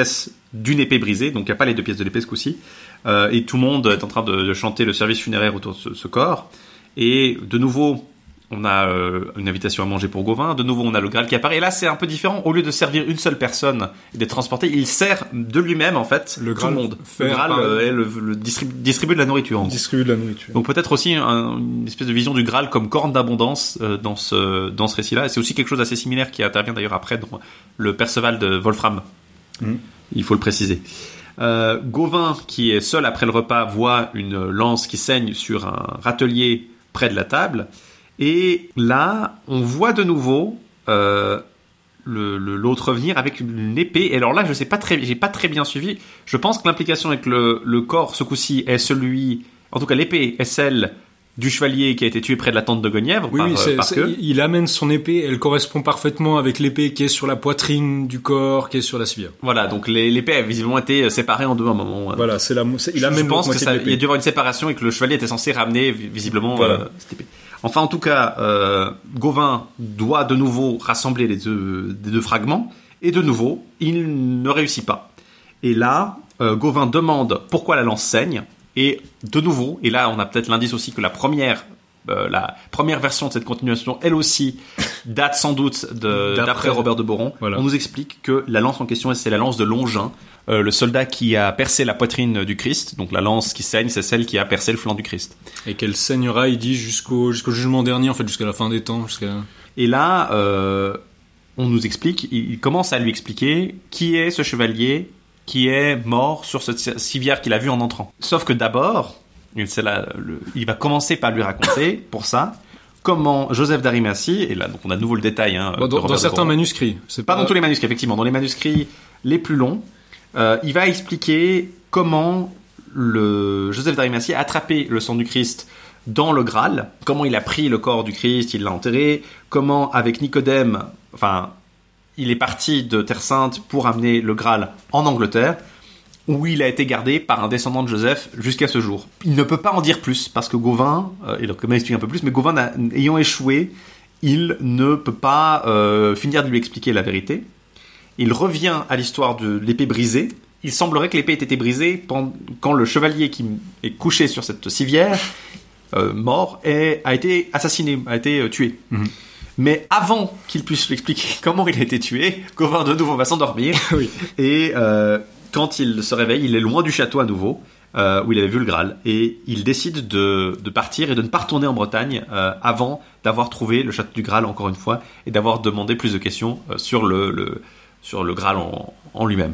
d'une épée brisée, donc il n'y a pas les deux pièces de l'épée ce coup-ci, euh, et tout le monde est en train de, de chanter le service funéraire autour de ce, ce corps, et de nouveau, on a euh, une invitation à manger pour Gauvin, de nouveau on a le Graal qui apparaît, et là c'est un peu différent, au lieu de servir une seule personne et d'être transporté, il sert de lui-même en fait, Le tout Graal le monde. fait Le Graal par- euh, est le, le distribu- distribue de la nourriture en gros. Distribue de la nourriture. Donc peut-être aussi un- une espèce de vision du Graal comme corne d'abondance euh, dans ce dans ce récit-là. Et c'est aussi quelque chose d'assez similaire qui intervient d'ailleurs après dans le Perceval de Wolfram. Mhm. Il faut le préciser. Euh, Gauvin, qui est seul après le repas, voit une lance qui saigne sur un râtelier près de la table. Et là, on voit de nouveau euh, le, le, l'autre revenir avec une épée. Et alors là, je sais pas très, j'ai pas très bien suivi. Je pense que l'implication avec le, le corps, ce coup-ci, est celui, en tout cas l'épée est celle du chevalier qui a été tué près de la tente de Guenièvre. Oui, par, oui, c'est, par c'est- que. il amène son épée, elle correspond parfaitement avec l'épée qui est sur la poitrine du corps, qui est sur la civière. Voilà, donc les, l'épée a visiblement été séparée en deux à un moment. Voilà, c'est la, c'est, il Je amène pense que l'autre ça, moitié de il y a l'épée. dû y avoir une séparation et que le chevalier était censé ramener vi- visiblement Voilà. euh, cette épée. Enfin, en tout cas, euh, Gauvin doit de nouveau rassembler les deux, les deux fragments et de nouveau, il ne réussit pas. Et là, euh, Gauvin demande pourquoi la lance saigne et de nouveau, et là on a peut-être l'indice aussi que la première Euh, la première version de cette continuation, elle aussi, date sans doute de, d'après. D'après. Robert de Boron. Voilà. On nous explique que la lance en question, c'est la lance de Longin, euh, le soldat qui a percé la poitrine du Christ. Donc la lance qui saigne, c'est celle qui a percé le flanc du Christ. Et qu'elle saignera, il dit, jusqu'au, jusqu'au jugement dernier, en fait, jusqu'à la fin des temps, jusqu'à... Et là, euh, on nous explique, il, il commence à lui expliquer qui est ce chevalier qui est mort sur cette civière qu'il a vue en entrant. Sauf que d'abord, il, c'est là, le, il va commencer par lui raconter, pour ça, comment Joseph d'Arimathie, et là donc on a de nouveau le détail. Hein, Bon, de dans, Robert dans de certains Boron. manuscrits. C'est Pas dans tous les manuscrits, effectivement. Dans les manuscrits les plus longs, euh, il va expliquer comment le Joseph d'Arimathie a attrapé le sang du Christ dans le Graal, comment il a pris le corps du Christ, il l'a enterré, comment avec Nicodème, enfin, il est parti de Terre Sainte pour amener le Graal en Angleterre, où il a été gardé par un descendant de Joseph jusqu'à ce jour. Il ne peut pas en dire plus, parce que Gauvin, euh, il va expliquer un peu plus, mais Gauvin n'a- ayant échoué, il ne peut pas euh, finir de lui expliquer la vérité. Il revient à l'histoire de l'épée brisée. Il semblerait que l'épée ait été brisée pendant- quand le chevalier qui est couché sur cette civière, euh, mort, est, a été assassiné, a été euh, tué. Mhm. Mais avant qu'il puisse l'expliquer comment il a été tué, Gauvin de nouveau va s'endormir. Oui. Et euh, quand il se réveille, il est loin du château à nouveau, euh, où il avait vu le Graal. Et il décide de, de partir et de ne pas retourner en Bretagne euh, avant d'avoir trouvé le château du Graal, encore une fois, et d'avoir demandé plus de questions euh, sur, le, le, sur le Graal en, en lui-même.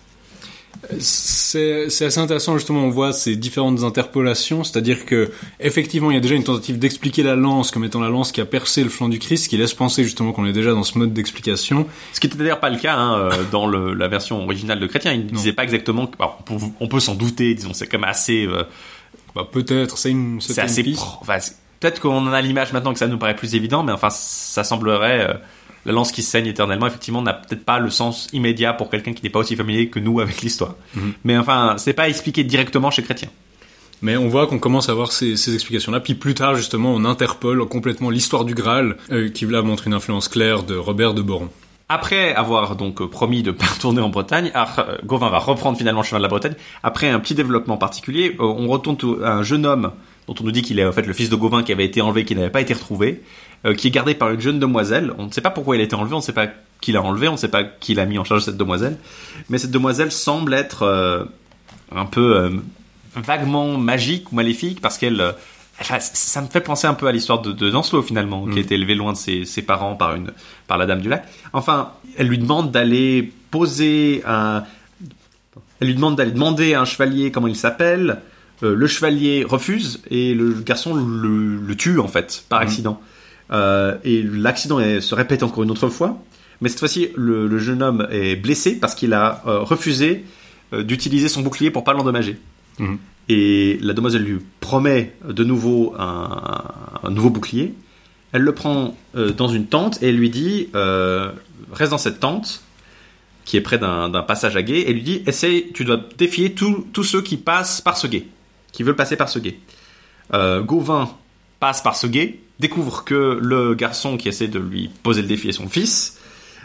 C'est, c'est assez intéressant, justement, on voit ces différentes interpolations, c'est-à-dire que, effectivement, il y a déjà une tentative d'expliquer la lance comme étant la lance qui a percé le flanc du Christ, ce qui laisse penser, justement, qu'on est déjà dans ce mode d'explication. Ce qui n'était d'ailleurs pas le cas hein, euh, dans le, la version originale de Chrétien. Il ne Non. disait pas exactement... que- alors, on, peut, on peut s'en douter, disons, c'est quand même assez... euh, Bah, peut-être, c'est une, c'est c'était une assez... piste. pro- enfin, c'est- peut-être qu'on en a l'image maintenant que ça nous paraît plus évident, mais enfin, ça semblerait... euh, la lance qui saigne éternellement, effectivement, n'a peut-être pas le sens immédiat pour quelqu'un qui n'est pas aussi familier que nous avec l'histoire. Mhm. Mais enfin, c'est pas expliqué directement chez Chrétien. Mais on voit qu'on commence à avoir ces, ces explications-là. Puis plus tard, justement, on interpole complètement l'histoire du Graal, euh, qui là montre une influence claire de Robert de Boron. Après avoir donc euh, promis de pas retourner en Bretagne, Ar- euh, Gauvin va reprendre finalement le chemin de la Bretagne. Après un petit développement particulier, euh, on retourne tout- à un jeune homme dont on nous dit qu'il est en fait le fils de Gauvin qui avait été enlevé, qui n'avait pas été retrouvé, euh, qui est gardé par une jeune demoiselle. On ne sait pas pourquoi il a été enlevé, on ne sait pas qui l'a enlevé, on ne sait pas qui l'a mis en charge de cette demoiselle. Mais cette demoiselle semble être euh, un peu euh, vaguement magique ou maléfique parce qu'elle... euh, Enfin, ça me fait penser un peu à l'histoire de, de Lancelot finalement, Mm. qui a été élevé loin de ses, ses parents par une par la Dame du Lac. Enfin, elle lui demande d'aller poser un, elle lui demande d'aller demander à un chevalier comment il s'appelle. Euh, le chevalier refuse et le garçon le, le tue en fait par Mm. accident. Euh, et l'accident est- se répète encore une autre fois, mais cette fois-ci le, le jeune homme est blessé parce qu'il a euh, refusé euh, d'utiliser son bouclier pour pas l'endommager. Mhm. Et la demoiselle lui promet de nouveau un, un nouveau bouclier. Elle le prend euh, dans une tente et elle lui dit euh, reste dans cette tente qui est près d'un, d'un passage à guet. Et lui dit essaye, tu dois défier tous tous ceux qui passent par ce guet, qui veulent passer par ce guet. Euh, Gauvin passe par ce guet, découvre que le garçon qui essaie de lui poser le défi est son fils.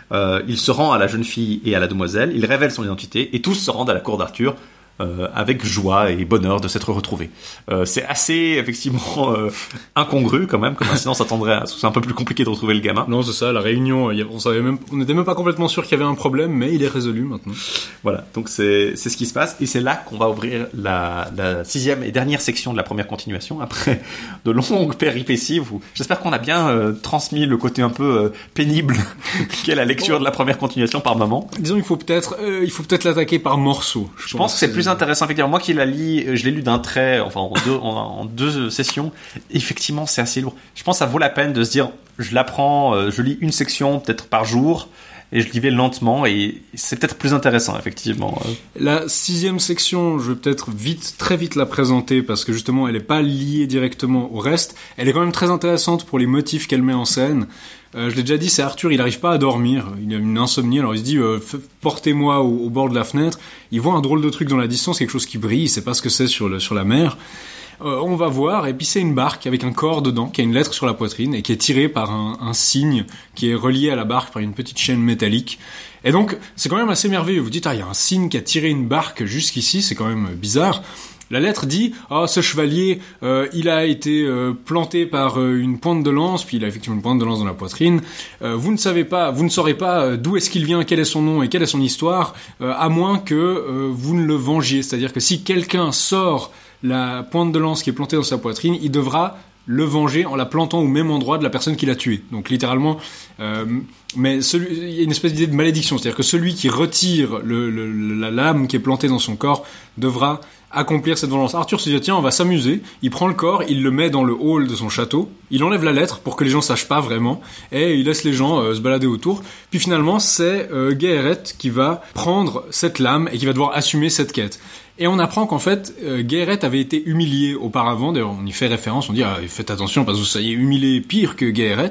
Euh, il se rend à la jeune fille et à la demoiselle, il révèle son identité et tous se rendent à la cour d'Arthur. Euh, avec joie et bonheur de s'être retrouvés. Euh, c'est assez effectivement euh, incongru quand même, comme incident s'attendrait à... C'est un peu plus compliqué de retrouver le gamin. Non, c'est ça, la réunion, y a, on savait même, on n'était même pas complètement sûr qu'il y avait un problème, mais il est résolu maintenant. Voilà, donc c'est, c'est ce qui se passe, et c'est là qu'on va ouvrir la, la sixième et dernière section de la première continuation, après de longues péripéties. Où j'espère qu'on a bien euh, transmis le côté un peu euh, pénible qu'est la lecture de la première continuation par moment. Disons, il faut peut-être, euh, il faut peut-être l'attaquer par morceaux. Je, je pense, pense que c'est plus intéressant, effectivement. Moi qui la lis, je l'ai lu d'un trait, enfin en deux, en, en deux sessions. Effectivement, c'est assez lourd. Je pense que ça vaut la peine de se dire, je l'apprends, euh, je lis une section peut-être par jour, et je l'y vais lentement, et c'est peut-être plus intéressant, effectivement. La sixième section, je vais peut-être vite, très vite la présenter, parce que justement, elle n'est pas liée directement au reste. Elle est quand même très intéressante pour les motifs qu'elle met en scène. Euh, je l'ai déjà dit, c'est Arthur, il n'arrive pas à dormir, il a une insomnie, alors il se dit euh, « portez-moi au, au bord de la fenêtre ». Il voit un drôle de truc dans la distance, quelque chose qui brille, il sait pas ce que c'est sur, le, sur la mer. Euh, on va voir, et puis c'est une barque avec un corps dedans, qui a une lettre sur la poitrine, et qui est tirée par un, un signe qui est relié à la barque par une petite chaîne métallique. Et donc, c'est quand même assez merveilleux. Vous dites « Ah, il y a un signe qui a tiré une barque jusqu'ici, c'est quand même bizarre ». La lettre dit « Ah, oh, ce chevalier, euh, il a été euh, planté par euh, une pointe de lance, puis il a effectivement une pointe de lance dans la poitrine. Euh, vous ne savez pas, vous ne saurez pas euh, d'où est-ce qu'il vient, quel est son nom et quelle est son histoire, euh, à moins que euh, vous ne le vengiez. C'est-à-dire que si quelqu'un sort la pointe de lance qui est plantée dans sa poitrine, il devra le venger en la plantant au même endroit de la personne qui l'a tué. Donc littéralement, euh, mais celui, il y a une espèce d'idée de malédiction, c'est-à-dire que celui qui retire le, le, la lame qui est plantée dans son corps devra accomplir cette vengeance. Arthur se dit tiens, on va s'amuser. Il prend le corps, il le met dans le hall de son château. Il enlève la lettre pour que les gens sachent pas vraiment, et il laisse les gens euh, se balader autour. Puis finalement, c'est euh, Gahéret qui va prendre cette lame et qui va devoir assumer cette quête. Et on apprend qu'en fait, euh, Gahéret avait été humilié auparavant. D'ailleurs, on y fait référence. On dit ah, faites attention parce que ça y est humilié pire que Gahéret.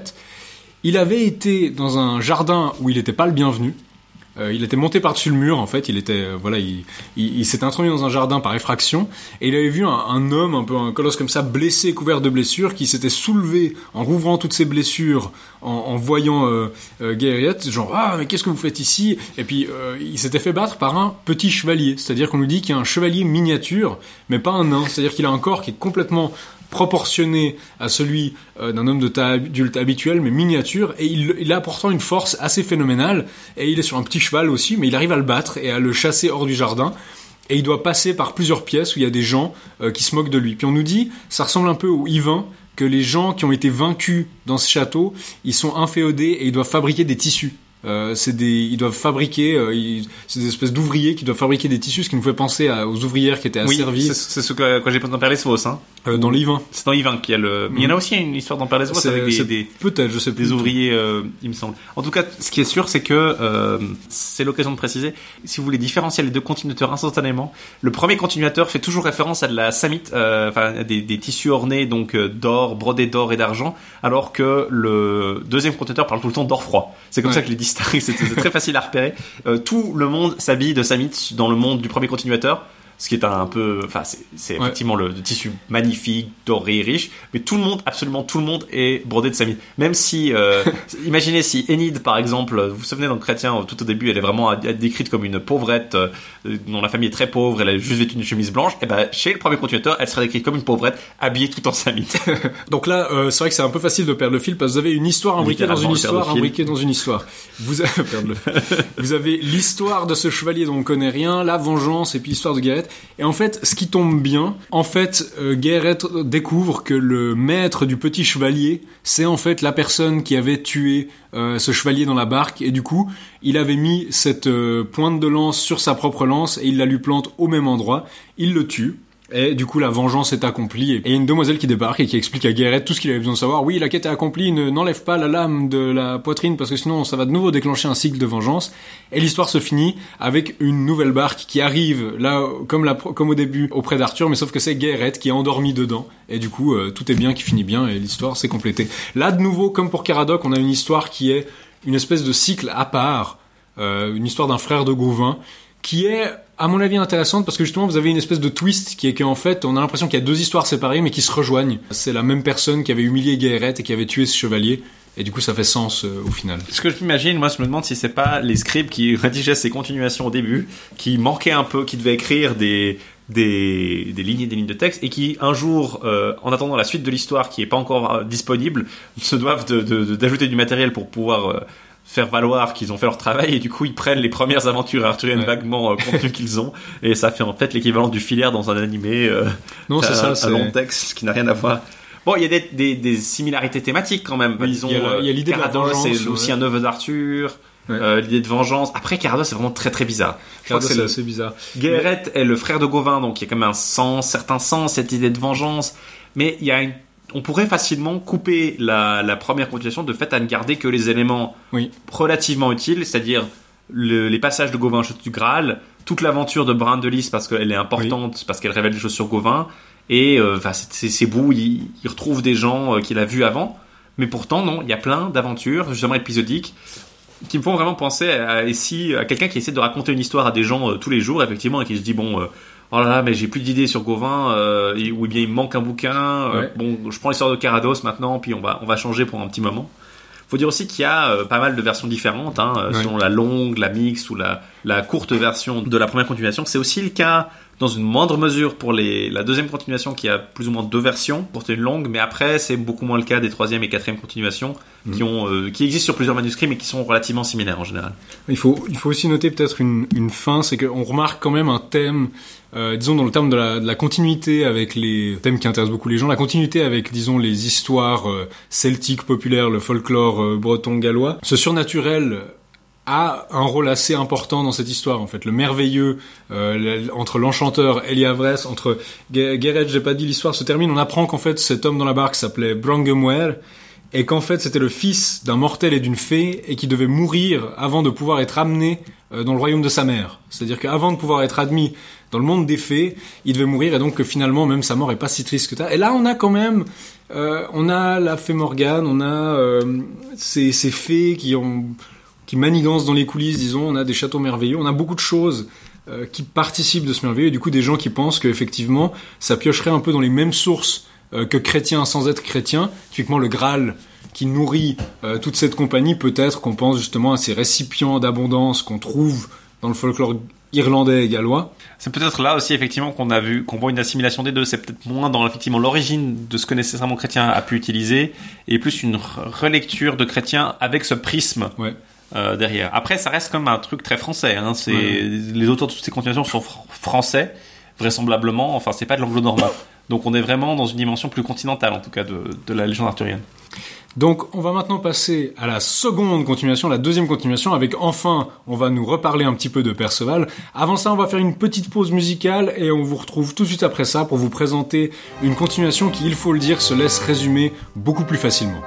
Il avait été dans un jardin où il n'était pas le bienvenu. Euh, il était monté par-dessus le mur, en fait. Il était, euh, voilà, il, il, il s'était introduit dans un jardin par effraction, et il avait vu un, un homme, un peu un colosse comme ça, blessé, couvert de blessures, qui s'était soulevé en rouvrant toutes ses blessures, en, en voyant euh, euh, Gahéret, genre ah mais qu'est-ce que vous faites ici ? Et puis euh, il s'était fait battre par un petit chevalier, c'est-à-dire qu'on nous dit qu'il y a un chevalier miniature, mais pas un nain, c'est-à-dire qu'il a un corps qui est complètement proportionné à celui euh, d'un homme de taille adulte habituel, mais miniature, et il, il a pourtant une force assez phénoménale, et il est sur un petit cheval aussi, mais il arrive à le battre et à le chasser hors du jardin, et il doit passer par plusieurs pièces où il y a des gens euh, qui se moquent de lui. Puis on nous dit, ça ressemble un peu au Yvain, que les gens qui ont été vaincus dans ce château, ils sont inféodés et ils doivent fabriquer des tissus. Euh, c'est des, ils doivent fabriquer, euh, ils, c'est des espèces d'ouvriers qui doivent fabriquer des tissus, ce qui nous fait penser à, aux ouvrières qui étaient asservies. Oui, c'est, c'est ce que quand j'ai pensé dans Père Lesvos, hein. Euh, dans l'Yvain. C'est dans l'Yvain qu'il y a le. Mais il y en a aussi une histoire dans Père Lesvos avec des, des peut-être, je sais des ouvriers, euh, il me semble. En tout cas, ce qui est sûr, c'est que euh, c'est l'occasion de préciser. Si vous voulez différencier les deux continuateurs instantanément, le premier continuateur fait toujours référence à de la samite, euh, enfin des, des tissus ornés donc euh, d'or, brodés d'or et d'argent, alors que le deuxième continuateur parle tout le temps d'or froid. C'est comme ouais. ça que les distingue. C'est, c'est très facile à repérer. Euh, tout le monde s'habille de samite dans le monde du premier continuateur. Ce qui est un peu, enfin, c'est, c'est ouais. effectivement le, le tissu magnifique, doré, riche, mais tout le monde, absolument tout le monde est brodé de samite. Même si, euh, imaginez si Enid, par exemple, vous vous souvenez dans le Chrétien, tout au début, elle est vraiment décrite comme une pauvrette, euh, dont la famille est très pauvre, elle a juste vêtu une chemise blanche, et ben, chez le premier continuateur, elle serait décrite comme une pauvrette, habillée tout en samite. Donc là, euh, c'est vrai que c'est un peu facile de perdre le fil, parce que vous avez une histoire imbriquée dans une histoire, imbriquée dans une histoire. Vous avez, perdre le vous avez l'histoire de ce chevalier dont on connaît rien, la vengeance, et puis l'histoire de Gahéret. Et en fait, ce qui tombe bien, en fait, euh, Gahéret découvre que le maître du petit chevalier, c'est en fait la personne qui avait tué euh, ce chevalier dans la barque, et du coup, il avait mis cette euh, pointe de lance sur sa propre lance, et il la lui plante au même endroit, il le tue. Et du coup, la vengeance est accomplie. Et il y a une demoiselle qui débarque et qui explique à Gahéret tout ce qu'il avait besoin de savoir. Oui, la quête est accomplie, ne, n'enlève pas la lame de la poitrine parce que sinon ça va de nouveau déclencher un cycle de vengeance. Et l'histoire se finit avec une nouvelle barque qui arrive, là, comme, la, comme au début, auprès d'Arthur, mais sauf que c'est Gahéret qui est endormi dedans. Et du coup, euh, tout est bien, qui finit bien et l'histoire s'est complétée. Là, de nouveau, comme pour Caradoc, on a une histoire qui est une espèce de cycle à part, euh, une histoire d'un frère de Gauvin, qui est, à mon avis, intéressante parce que justement vous avez une espèce de twist qui est qu'en fait on a l'impression qu'il y a deux histoires séparées mais qui se rejoignent. C'est la même personne qui avait humilié Gahéret et qui avait tué ce chevalier et du coup ça fait sens euh, au final. Ce que je m'imagine, moi je me demande si c'est pas les scripts qui rédigeaient ces continuations au début, qui manquaient un peu, qui devaient écrire des des des lignes et des lignes de texte, et qui un jour, euh, en attendant la suite de l'histoire qui est pas encore euh, disponible, se doivent de, de, de, d'ajouter du matériel pour pouvoir euh, faire valoir qu'ils ont fait leur travail, et du coup ils prennent les premières aventures arthuriennes ouais. vaguement euh, contenues qu'ils ont, et ça fait en fait l'équivalent du filaire dans un animé. Euh, non, c'est un, ça, un c'est... long texte qui n'a rien à voir. Bon, il y a des, des, des similarités thématiques quand même. Oui, Disons, il y a, il y a l'idée Carados, de la vengeance, c'est aussi ouais. un neveu d'Arthur. Ouais. Euh, l'idée de vengeance. Après, Carados, c'est vraiment très très bizarre. Je Carados, crois que c'est, c'est le... assez bizarre. Guéret est le frère de Gauvin, donc il y a quand même un sens, certain sens, cette idée de vengeance. Mais il y a une... on pourrait facilement couper la, la première continuation de fait à ne garder que les éléments oui. relativement utiles, c'est-à-dire le, les passages de Gauvin chute du Graal, toute l'aventure de Bran de Lys parce qu'elle est importante, oui. parce qu'elle révèle des choses sur Gauvin. Et euh, c'est, c'est beau, il, il retrouve des gens euh, qu'il a vus avant, mais pourtant non, il y a plein d'aventures justement épisodiques qui me font vraiment penser à, à, si, à quelqu'un qui essaie de raconter une histoire à des gens euh, tous les jours, effectivement, et qui se dit bon, euh, oh là là, mais j'ai plus d'idées sur Gauvin, euh, et, ou bien il me manque un bouquin, euh, ouais. bon, je prends l'histoire de Carados maintenant, puis on va on va changer pour un petit moment. Faut dire aussi qu'il y a euh, pas mal de versions différentes, hein, ouais. selon la longue, la mixte ou la la courte version de la première continuation. C'est aussi le cas dans une moindre mesure pour les, la deuxième continuation qui a plus ou moins deux versions pour une longue, mais après c'est beaucoup moins le cas des troisième et quatrième continuations mmh. qui ont euh, qui existent sur plusieurs manuscrits mais qui sont relativement similaires en général. Il faut il faut aussi noter peut-être une une fin, c'est qu'on remarque quand même un thème, euh, disons dans le terme de la de la continuité avec les thèmes qui intéressent beaucoup les gens, la continuité avec disons les histoires euh, celtiques populaires, le folklore euh, breton gallois, ce surnaturel a un rôle assez important dans cette histoire en fait. Le merveilleux euh, entre l'enchanteur Eliavrès, entre Guéret, j'ai pas dit l'histoire se termine, on apprend qu'en fait cet homme dans la barque s'appelait Brangemwer et qu'en fait c'était le fils d'un mortel et d'une fée et qui devait mourir avant de pouvoir être amené euh, dans le royaume de sa mère. C'est-à-dire qu'avant de pouvoir être admis dans le monde des fées, il devait mourir et donc que finalement même sa mort est pas si triste que ça. Et là on a quand même euh, on a la fée Morgane, on a euh, ces, ces fées qui ont qui manigancent dans les coulisses, disons, on a des châteaux merveilleux, on a beaucoup de choses euh, qui participent de ce merveilleux, et du coup des gens qui pensent qu'effectivement ça piocherait un peu dans les mêmes sources euh, que chrétiens sans être chrétiens, typiquement le Graal qui nourrit euh, toute cette compagnie, peut-être qu'on pense justement à ces récipients d'abondance qu'on trouve dans le folklore irlandais et gallois. C'est peut-être là aussi effectivement qu'on a vu, qu'on voit une assimilation des deux. C'est peut-être moins dans effectivement l'origine de ce que nécessairement Chrétien a pu utiliser, et plus une relecture de Chrétien avec ce prisme. Ouais. Euh, derrière. Après, ça reste comme un truc très français. Hein. C'est ouais. Les auteurs de toutes ces continuations sont fr- français, vraisemblablement. Enfin, c'est pas de l'anglo-normand. Donc, on est vraiment dans une dimension plus continentale, en tout cas, de, de la légende arthurienne. Donc, on va maintenant passer à la seconde continuation, la deuxième continuation, avec enfin, on va nous reparler un petit peu de Perceval. Avant ça, on va faire une petite pause musicale et on vous retrouve tout de suite après ça pour vous présenter une continuation qui, il faut le dire, se laisse résumer beaucoup plus facilement.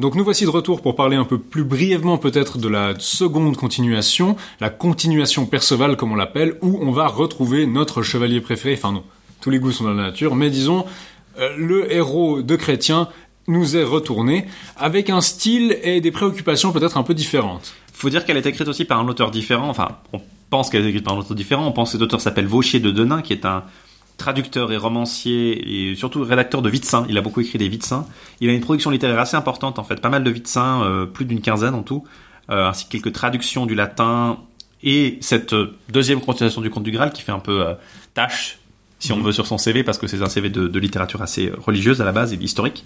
Donc nous voici de retour pour parler un peu plus brièvement peut-être de la seconde continuation, la continuation Perceval comme on l'appelle, où on va retrouver notre chevalier préféré, enfin non, tous les goûts sont dans la nature, mais disons, euh, le héros de Chrétien nous est retourné, avec un style et des préoccupations peut-être un peu différentes. Faut dire qu'elle est écrite aussi par un auteur différent, enfin, on pense qu'elle est écrite par un auteur différent, on pense que cet auteur s'appelle Vauchier de Denain, qui est un traducteur et romancier, et surtout rédacteur de Vitsin. Il a beaucoup écrit des Vitsins. Il a une production littéraire assez importante, en fait. Pas mal de Vitsins, euh, plus d'une quinzaine en tout, euh, ainsi que quelques traductions du latin, et cette euh, deuxième continuation du Conte du Graal, qui fait un peu euh, tâche, si on veut, sur son C V, parce que c'est un C V de, de littérature assez religieuse à la base, et historique.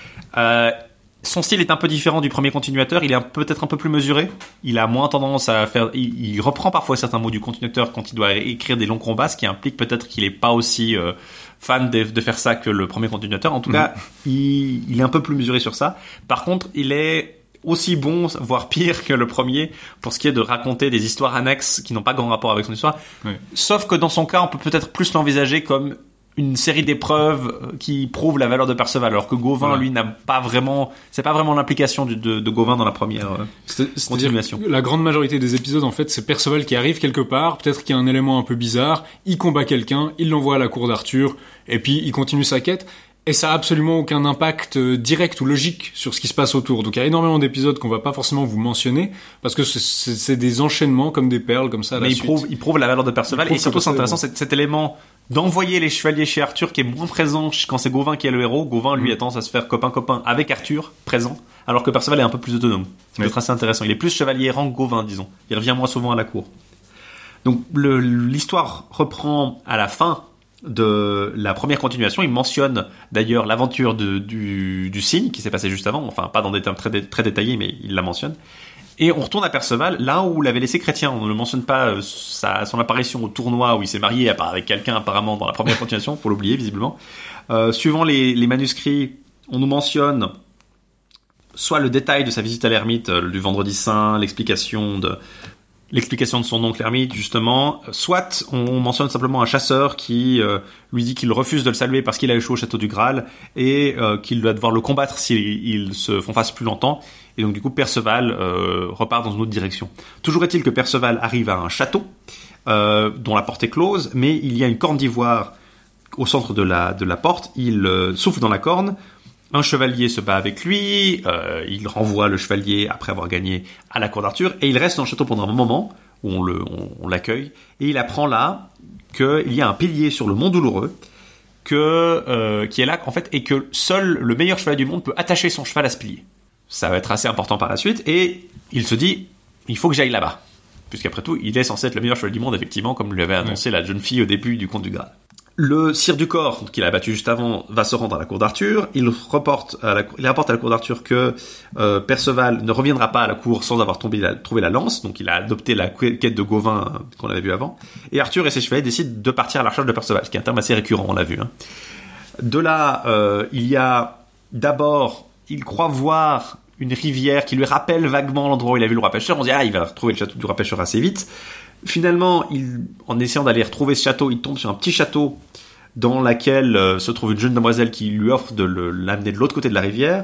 Euh, son style est un peu différent du premier continuateur, il est un, peut-être un peu plus mesuré, il a moins tendance à faire, il, il reprend parfois certains mots du continuateur quand il doit écrire des longs combats, ce qui implique peut-être qu'il est pas aussi euh, fan de, de faire ça que le premier continuateur. En tout mmh. cas, il, il est un peu plus mesuré sur ça. Par contre, il est aussi bon, voire pire que le premier, pour ce qui est de raconter des histoires annexes qui n'ont pas grand rapport avec son histoire. Oui. Sauf que dans son cas, on peut peut-être plus l'envisager comme une série d'épreuves qui prouvent la valeur de Perceval, alors que Gauvin, voilà. lui, n'a pas vraiment, c'est pas vraiment l'implication de, de, de Gauvin dans la première euh, c'est, continuation. La grande majorité des épisodes, en fait, c'est Perceval qui arrive quelque part, peut-être qu'il y a un élément un peu bizarre, il combat quelqu'un, il l'envoie à la cour d'Arthur, et puis il continue sa quête. Et ça a absolument aucun impact direct ou logique sur ce qui se passe autour. Donc il y a énormément d'épisodes qu'on va pas forcément vous mentionner, parce que c'est, c'est, c'est des enchaînements comme des perles, comme ça. À Mais la il suite. prouve, il prouve la valeur de Perceval, et surtout c'est intéressant cet, cet élément d'envoyer les chevaliers chez Arthur qui est moins présent quand c'est Gauvin qui est le héros. Gauvin, lui, mmh. a tendance à se faire copain-copain avec Arthur, présent, alors que Perceval est un peu plus autonome. C'est oui. assez intéressant. Il est plus chevalier errant que Gauvin, disons. Il revient moins souvent à la cour. Donc le, l'histoire reprend à la fin de la première continuation. Il mentionne d'ailleurs l'aventure de, du, du cygne qui s'est passé juste avant, enfin pas dans des termes très, dé, très détaillés, mais il la mentionne. Et on retourne à Perceval, là où l'avait laissé Chrétien. On ne mentionne pas euh, sa, son apparition au tournoi où il s'est marié avec quelqu'un apparemment dans la première continuation, faut l'oublier visiblement. Euh, suivant les, les manuscrits, on nous mentionne soit le détail de sa visite à l'ermite euh, du Vendredi Saint, l'explication de l'explication de son oncle ermite, justement, soit on mentionne simplement un chasseur qui euh, lui dit qu'il refuse de le saluer parce qu'il a échoué au château du Graal et euh, qu'il doit devoir le combattre s'ils se font face plus longtemps. Et donc du coup, Perceval euh, repart dans une autre direction. Toujours est-il que Perceval arrive à un château euh, dont la porte est close, mais il y a une corne d'ivoire au centre de la, de la porte. Il euh, souffle dans la corne. Un chevalier se bat avec lui, euh, il renvoie le chevalier après avoir gagné à la cour d'Arthur, et il reste dans le château pendant un moment, où on, le, on, on l'accueille, et il apprend là qu'il y a un pilier sur le mont Douloureux, que, euh, qui est là, en fait, et que seul le meilleur chevalier du monde peut attacher son cheval à ce pilier. Ça va être assez important par la suite, et il se dit, il faut que j'aille là-bas. Puisqu'après tout, il est censé être le meilleur chevalier du monde, effectivement, comme lui avait annoncé ouais. la jeune fille au début du Conte du Graal. Le sire du corps, qu'il a battu juste avant, va se rendre à la cour d'Arthur. Il reporte à la, il rapporte à la cour d'Arthur que euh, Perceval ne reviendra pas à la cour sans avoir tombé la, trouvé la lance. Donc il a adopté la quête de Gauvin euh, qu'on avait vu avant. Et Arthur et ses chevaliers décident de partir à la recherche de Perceval, ce qui est un terme assez récurrent, on l'a vu. Hein. De là, euh, il y a d'abord, il croit voir une rivière qui lui rappelle vaguement l'endroit où il a vu le roi pêcheur. On dit ah, il va retrouver le château du roi pêcheur assez vite. Finalement, il, en essayant d'aller retrouver ce château, il tombe sur un petit château dans lequel euh, se trouve une jeune demoiselle qui lui offre de le, l'amener de l'autre côté de la rivière.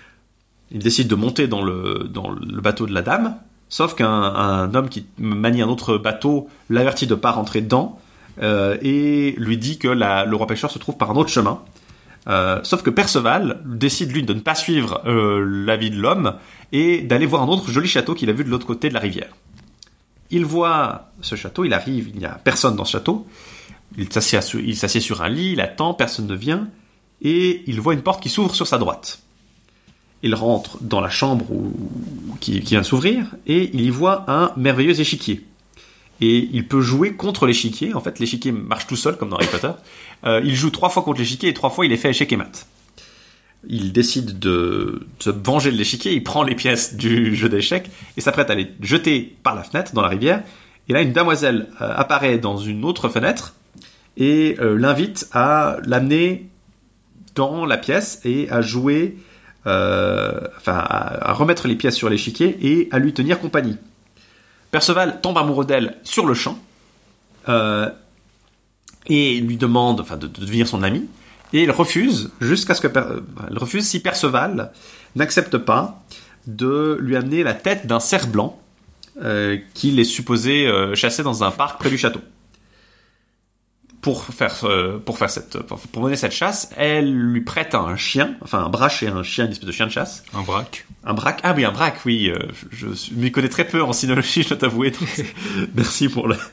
Il décide de monter dans le, dans le bateau de la dame, sauf qu'un un homme qui manie un autre bateau l'avertit de ne pas rentrer dedans euh, et lui dit que la, le roi pêcheur se trouve par un autre chemin. Euh, sauf que Perceval décide, lui, de ne pas suivre euh, l'avis de l'homme et d'aller voir un autre joli château qu'il a vu de l'autre côté de la rivière. Il voit ce château, il arrive, il n'y a personne dans ce château, il s'assied, sur, il s'assied sur un lit, il attend, personne ne vient, et il voit une porte qui s'ouvre sur sa droite. Il rentre dans la chambre où, qui, qui vient de s'ouvrir, et il y voit un merveilleux échiquier. Et il peut jouer contre l'échiquier, en fait l'échiquier marche tout seul, comme dans Harry Potter. Euh, il joue trois fois contre l'échiquier, et trois fois il est fait échec et mat. Il décide de se venger de l'échiquier, il prend les pièces du jeu d'échecs et s'apprête à les jeter par la fenêtre dans la rivière. Et là, une demoiselle euh, apparaît dans une autre fenêtre et euh, l'invite à l'amener dans la pièce et à jouer, euh, enfin à, à remettre les pièces sur l'échiquier et à lui tenir compagnie. Perceval tombe amoureux d'elle sur le champ euh, et lui demande, enfin, de, de devenir son ami. Et il refuse jusqu'à ce que per... il refuse si Perceval n'accepte pas de lui amener la tête d'un cerf blanc euh, qu'il est supposé euh, chasser dans un parc près du château. Pour faire euh, pour faire cette pour, pour mener cette chasse, elle lui prête un chien, enfin un braque et un chien, une espèce de chien de chasse. Un braque. Un braque. Ah oui, un braque. Oui, euh, je, je m'y connais très peu en cynologie, je dois t'avouer. Merci pour le.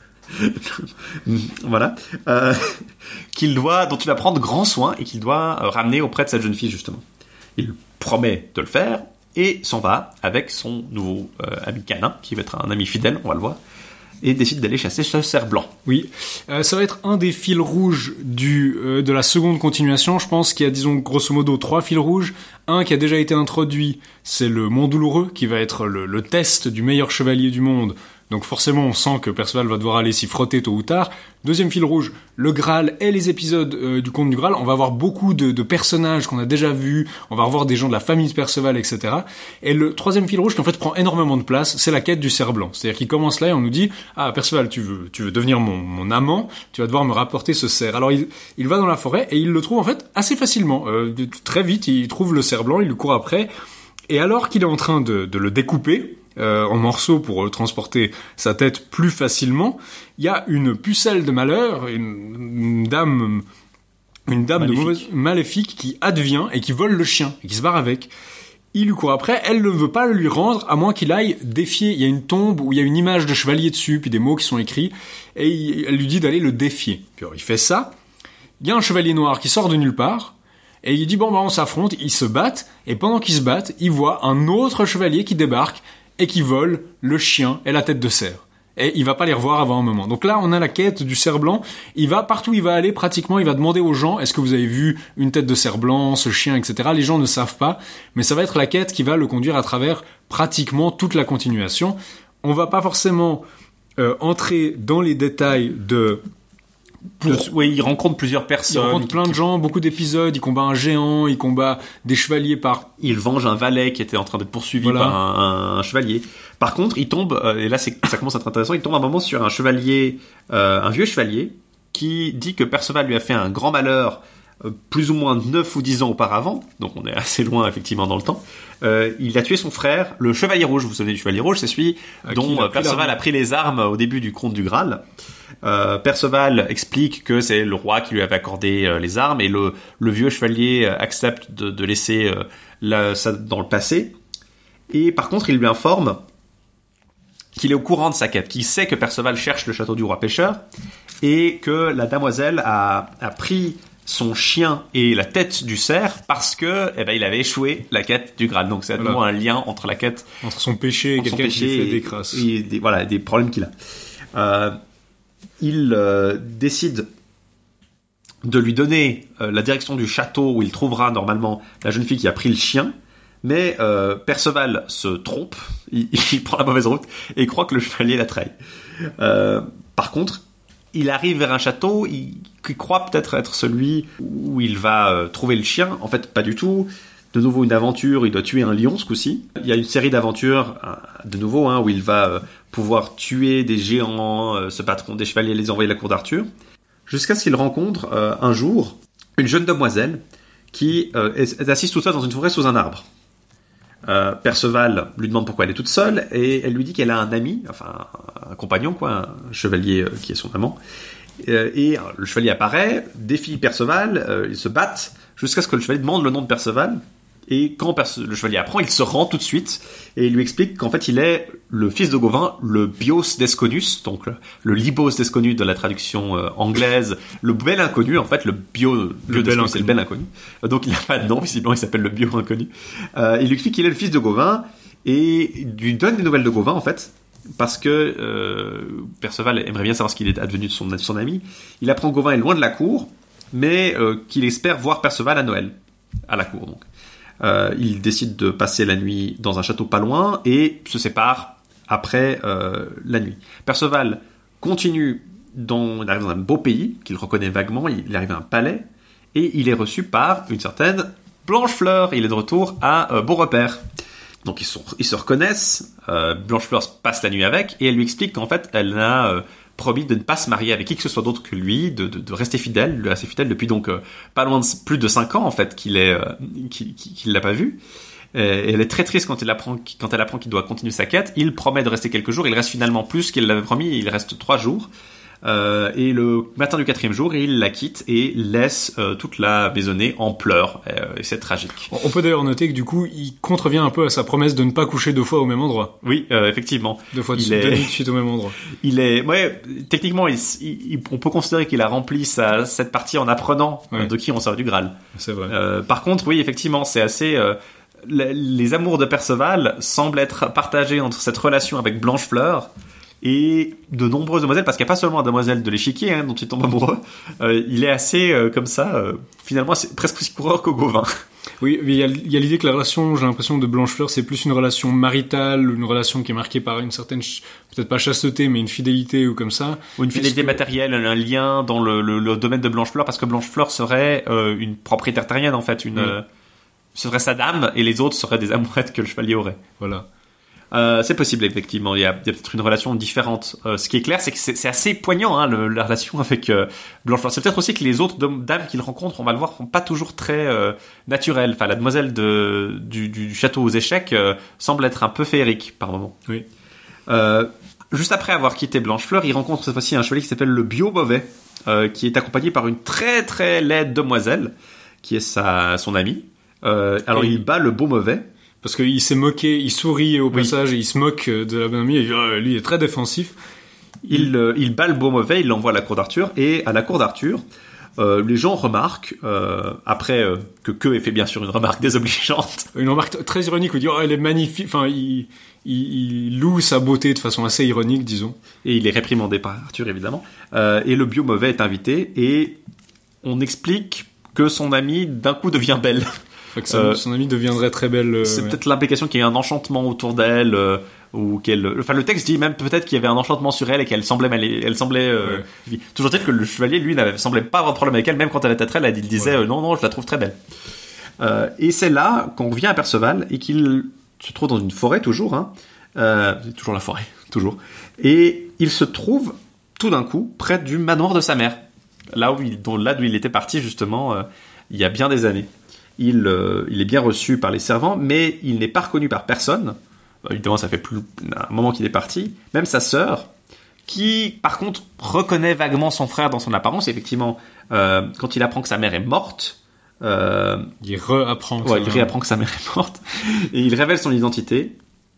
Voilà. Euh, qu'il doit, dont il va prendre grand soin et qu'il doit euh, ramener auprès de cette jeune fille justement. Il promet de le faire et s'en va avec son nouveau euh, ami canin, qui va être un ami fidèle, on va le voir. Et décide d'aller chasser ce cerf blanc. Oui, euh, ça va être un des fils rouges du euh, de la seconde continuation. Je pense qu'il y a, disons, grosso modo, trois fils rouges. Un qui a déjà été introduit, c'est le Mont Douloureux, qui va être le, le test du meilleur chevalier du monde. Donc forcément, on sent que Perceval va devoir aller s'y frotter tôt ou tard. Deuxième fil rouge, le Graal et les épisodes euh, du Conte du Graal. On va avoir beaucoup de, de personnages qu'on a déjà vus. On va revoir des gens de la famille de Perceval, et cetera. Et le troisième fil rouge, qui en fait prend énormément de place, c'est la quête du cerf blanc. C'est-à-dire qu'il commence là et on nous dit « Ah, Perceval, tu veux, tu veux devenir mon, mon amant, tu vas devoir me rapporter ce cerf. » Alors il, il va dans la forêt et il le trouve en fait assez facilement. Euh, très vite, il trouve le cerf blanc, il lui court après. Et alors qu'il est en train de, de le découper euh, en morceaux pour euh, transporter sa tête plus facilement, il y a une pucelle de malheur, une, une dame, une dame maléfique. de mauvaise, maléfique qui advient et qui vole le chien et qui se barre avec. Il lui court après, elle ne veut pas le lui rendre, à moins qu'il aille défier. Il y a une tombe où il y a une image de chevalier dessus, puis des mots qui sont écrits, et il, elle lui dit d'aller le défier. Puis alors, il fait ça. Il y a un chevalier noir qui sort de nulle part. Et il dit, bon, bah, on s'affronte, ils se battent, et pendant qu'ils se battent, il voit un autre chevalier qui débarque, et qui vole le chien et la tête de cerf. Et il va pas les revoir avant un moment. Donc là, on a la quête du cerf blanc. Il va, partout où il va aller, pratiquement, il va demander aux gens, est-ce que vous avez vu une tête de cerf blanc, ce chien, et cetera. Les gens ne savent pas, mais ça va être la quête qui va le conduire à travers pratiquement toute la continuation. On va pas forcément euh, entrer dans les détails de... Pour... Oui, il rencontre plusieurs personnes. Il rencontre plein de gens, beaucoup d'épisodes. Il combat un géant, il combat des chevaliers par... Il venge un valet qui était en train d'être poursuivi Voilà. par un, un, un chevalier. Par contre, il tombe, euh, et là c'est, ça commence à être intéressant, il tombe un moment sur un chevalier, euh, un vieux chevalier, qui dit que Perceval lui a fait un grand malheur euh, plus ou moins neuf ou dix ans auparavant, donc on est assez loin effectivement dans le temps. Euh, il a tué son frère, le Chevalier Rouge. Vous vous souvenez du Chevalier Rouge, c'est celui à dont a Perceval a pris les armes au début du Conte du Graal. Euh, Perceval explique que c'est le roi qui lui avait accordé euh, les armes et le, le vieux chevalier euh, accepte de, de laisser euh, la, ça dans le passé. Et par contre, il lui informe qu'il est au courant de sa quête, qu'il sait que Perceval cherche le château du roi pêcheur et que la damoiselle a, a pris son chien et la tête du cerf parce que eh ben, il avait échoué la quête du Graal. Donc c'est à nouveau Voilà. un lien entre la quête, Entre son péché et entre son quelqu'un qui péché lui fait et- des crasses. et des, voilà, des problèmes qu'il a. Euh, il euh, décide de lui donner euh, la direction du château où il trouvera normalement la jeune fille qui a pris le chien. Mais euh, Perceval se trompe, il, il prend la mauvaise route et il croit que le chevalier la trahit. Euh, par contre, il arrive vers un château, il, il croit peut-être être celui où il va euh, trouver le chien. En fait, pas du tout. De nouveau une aventure, il doit tuer un lion ce coup-ci. Il y a une série d'aventures, euh, de nouveau, hein, où il va euh, pouvoir tuer des géants, euh, se battre contre des chevaliers, les envoyer à la cour d'Arthur. Jusqu'à ce qu'il rencontre euh, un jour une jeune demoiselle qui euh, est, est assise toute seule dans une forêt sous un arbre. Euh, Perceval lui demande pourquoi elle est toute seule et elle lui dit qu'elle a un ami, enfin un compagnon quoi, un chevalier euh, qui est son amant. Euh, et euh, le chevalier apparaît, défie Perceval, euh, ils se battent jusqu'à ce que le chevalier demande le nom de Perceval. Et quand Perce- le chevalier apprend, il se rend tout de suite et il lui explique qu'en fait il est le fils de Gauvin, le Bios d'Esconus, donc le, le Libos d'Esconus de la traduction euh, anglaise, le bel inconnu en fait, le bio, bio bel d'Esconus, c'est le inconnu. bel inconnu. Euh, Donc il n'a pas de nom, visiblement il s'appelle le bio inconnu. Euh, il lui explique qu'il est le fils de Gauvin et il lui donne des nouvelles de Gauvin en fait. Parce que euh, Perceval aimerait bien savoir ce qu'il est advenu de son, de son ami. Il apprend que Gauvin est loin de la cour, mais euh, qu'il espère voir Perceval à Noël, à la cour donc. Euh, il décide de passer la nuit dans un château pas loin et se sépare après euh, la nuit. Perceval continue, dans, il arrive dans un beau pays qu'il reconnaît vaguement, il arrive à un palais et il est reçu par une certaine Blanchefleur. Il est de retour à euh, Beaurepaire. Donc ils, sont, ils se reconnaissent, euh, Blanchefleur passe la nuit avec et elle lui explique qu'en fait elle n'a euh, promis de ne pas se marier avec qui que ce soit d'autre que lui, de, de, de rester fidèle, de rester fidèle depuis donc euh, pas loin de plus de cinq ans en fait qu'il est, euh, qu'il, qu'il l'a pas vu. Et elle est très triste quand elle apprend, quand elle apprend qu'il doit continuer sa quête. Il promet de rester quelques jours. Il reste finalement plus qu'il l'avait promis. Il reste trois jours. Euh, et le matin du quatrième jour, il la quitte et laisse euh, toute la maisonnée en pleurs. Euh, et c'est tragique. On peut d'ailleurs noter que du coup, il contrevient un peu à sa promesse de ne pas coucher deux fois au même endroit. Oui, euh, effectivement. Deux fois de il suite, est... deux nuits de suite au même endroit. Il est, ouais, techniquement, il, il, on peut considérer qu'il a rempli sa, cette partie en apprenant ouais. de qui on sort du Graal. C'est vrai. Euh, par contre, oui, effectivement, c'est assez. Euh, les amours de Perceval semblent être partagés entre cette relation avec Blanchefleur et de nombreuses demoiselles, parce qu'il n'y a pas seulement la demoiselle de l'échiquier hein, dont il tombe amoureux, euh, il est assez euh, comme ça, euh, finalement c'est presque aussi coureur qu'au Gauvin. Oui, mais il y a, il y a l'idée que la relation, j'ai l'impression, de Blanchefleur, c'est plus une relation maritale, une relation qui est marquée par une certaine, peut-être pas chasteté, mais une fidélité ou comme ça. Ou une fidélité que... matérielle, un lien dans le, le, le domaine de Blanchefleur, parce que Blanchefleur serait euh, une propriétaire terrienne en fait, une... Mm. Euh, ce serait sa dame, et les autres seraient des amourettes que le chevalier aurait. Voilà. Euh, c'est possible, effectivement. Il y a, il y a peut-être une relation différente. Euh, ce qui est clair, c'est que c'est, c'est assez poignant, hein, le, la relation avec euh, Blanchefleur. C'est peut-être aussi que les autres dames qu'il rencontre, on va le voir, sont pas toujours très euh, naturelles. Enfin, la demoiselle de, du, du château aux échecs euh, semble être un peu féerique, par moments. Oui. Euh, juste après avoir quitté Blanchefleur, il rencontre cette fois-ci un chevalier qui s'appelle le Bio-Mauvais, euh, qui est accompagné par une très très laide demoiselle, qui est sa, son amie. Euh, alors, et il bat le Beau-Mauvais. Parce qu'il s'est moqué, il sourit au passage oui. et il se moque de la bonne amie. Et oh, lui, il est très défensif. Il, euh, il bat le Beau-Mauvais, il l'envoie à la cour d'Arthur. Et à la cour d'Arthur, euh, les gens remarquent, euh, après euh, que Queux ait fait bien sûr une remarque désobligeante. Une remarque très ironique, il dit oh, elle est magnifique. Enfin, il, il, il loue sa beauté de façon assez ironique, disons. Et il est réprimandé par Arthur, évidemment. Euh, et le Bio-Mauvais est invité. Et on explique que son amie, d'un coup, devient belle. Que son, euh, son amie deviendrait très belle. Euh, c'est ouais. peut-être l'implication qu'il y a un enchantement autour d'elle, euh, ou qu'elle. Enfin, le texte dit même peut-être qu'il y avait un enchantement sur elle et qu'elle semblait, elle semblait. Euh, ouais. Toujours dire que le chevalier, lui, n'avait semblait pas avoir de problème avec elle, même quand elle était très laide. Il disait ouais. euh, non, non, je la trouve très belle. Euh, et c'est là qu'on revient à Perceval et qu'il se trouve dans une forêt toujours, hein. Euh, toujours la forêt, toujours. Et il se trouve tout d'un coup près du manoir de sa mère, là où il, dont, là d'où il était parti justement euh, il y a bien des années. Il, euh, il est bien reçu par les servants, mais il n'est pas reconnu par personne. Bah, évidemment, ça fait plus un moment qu'il est parti. Même sa sœur, qui, par contre, reconnaît vaguement son frère dans son apparence. Et effectivement, euh, quand il apprend que sa mère est morte... Euh, il réapprend que, ouais, il réapprend que sa mère est morte. Et il révèle son identité.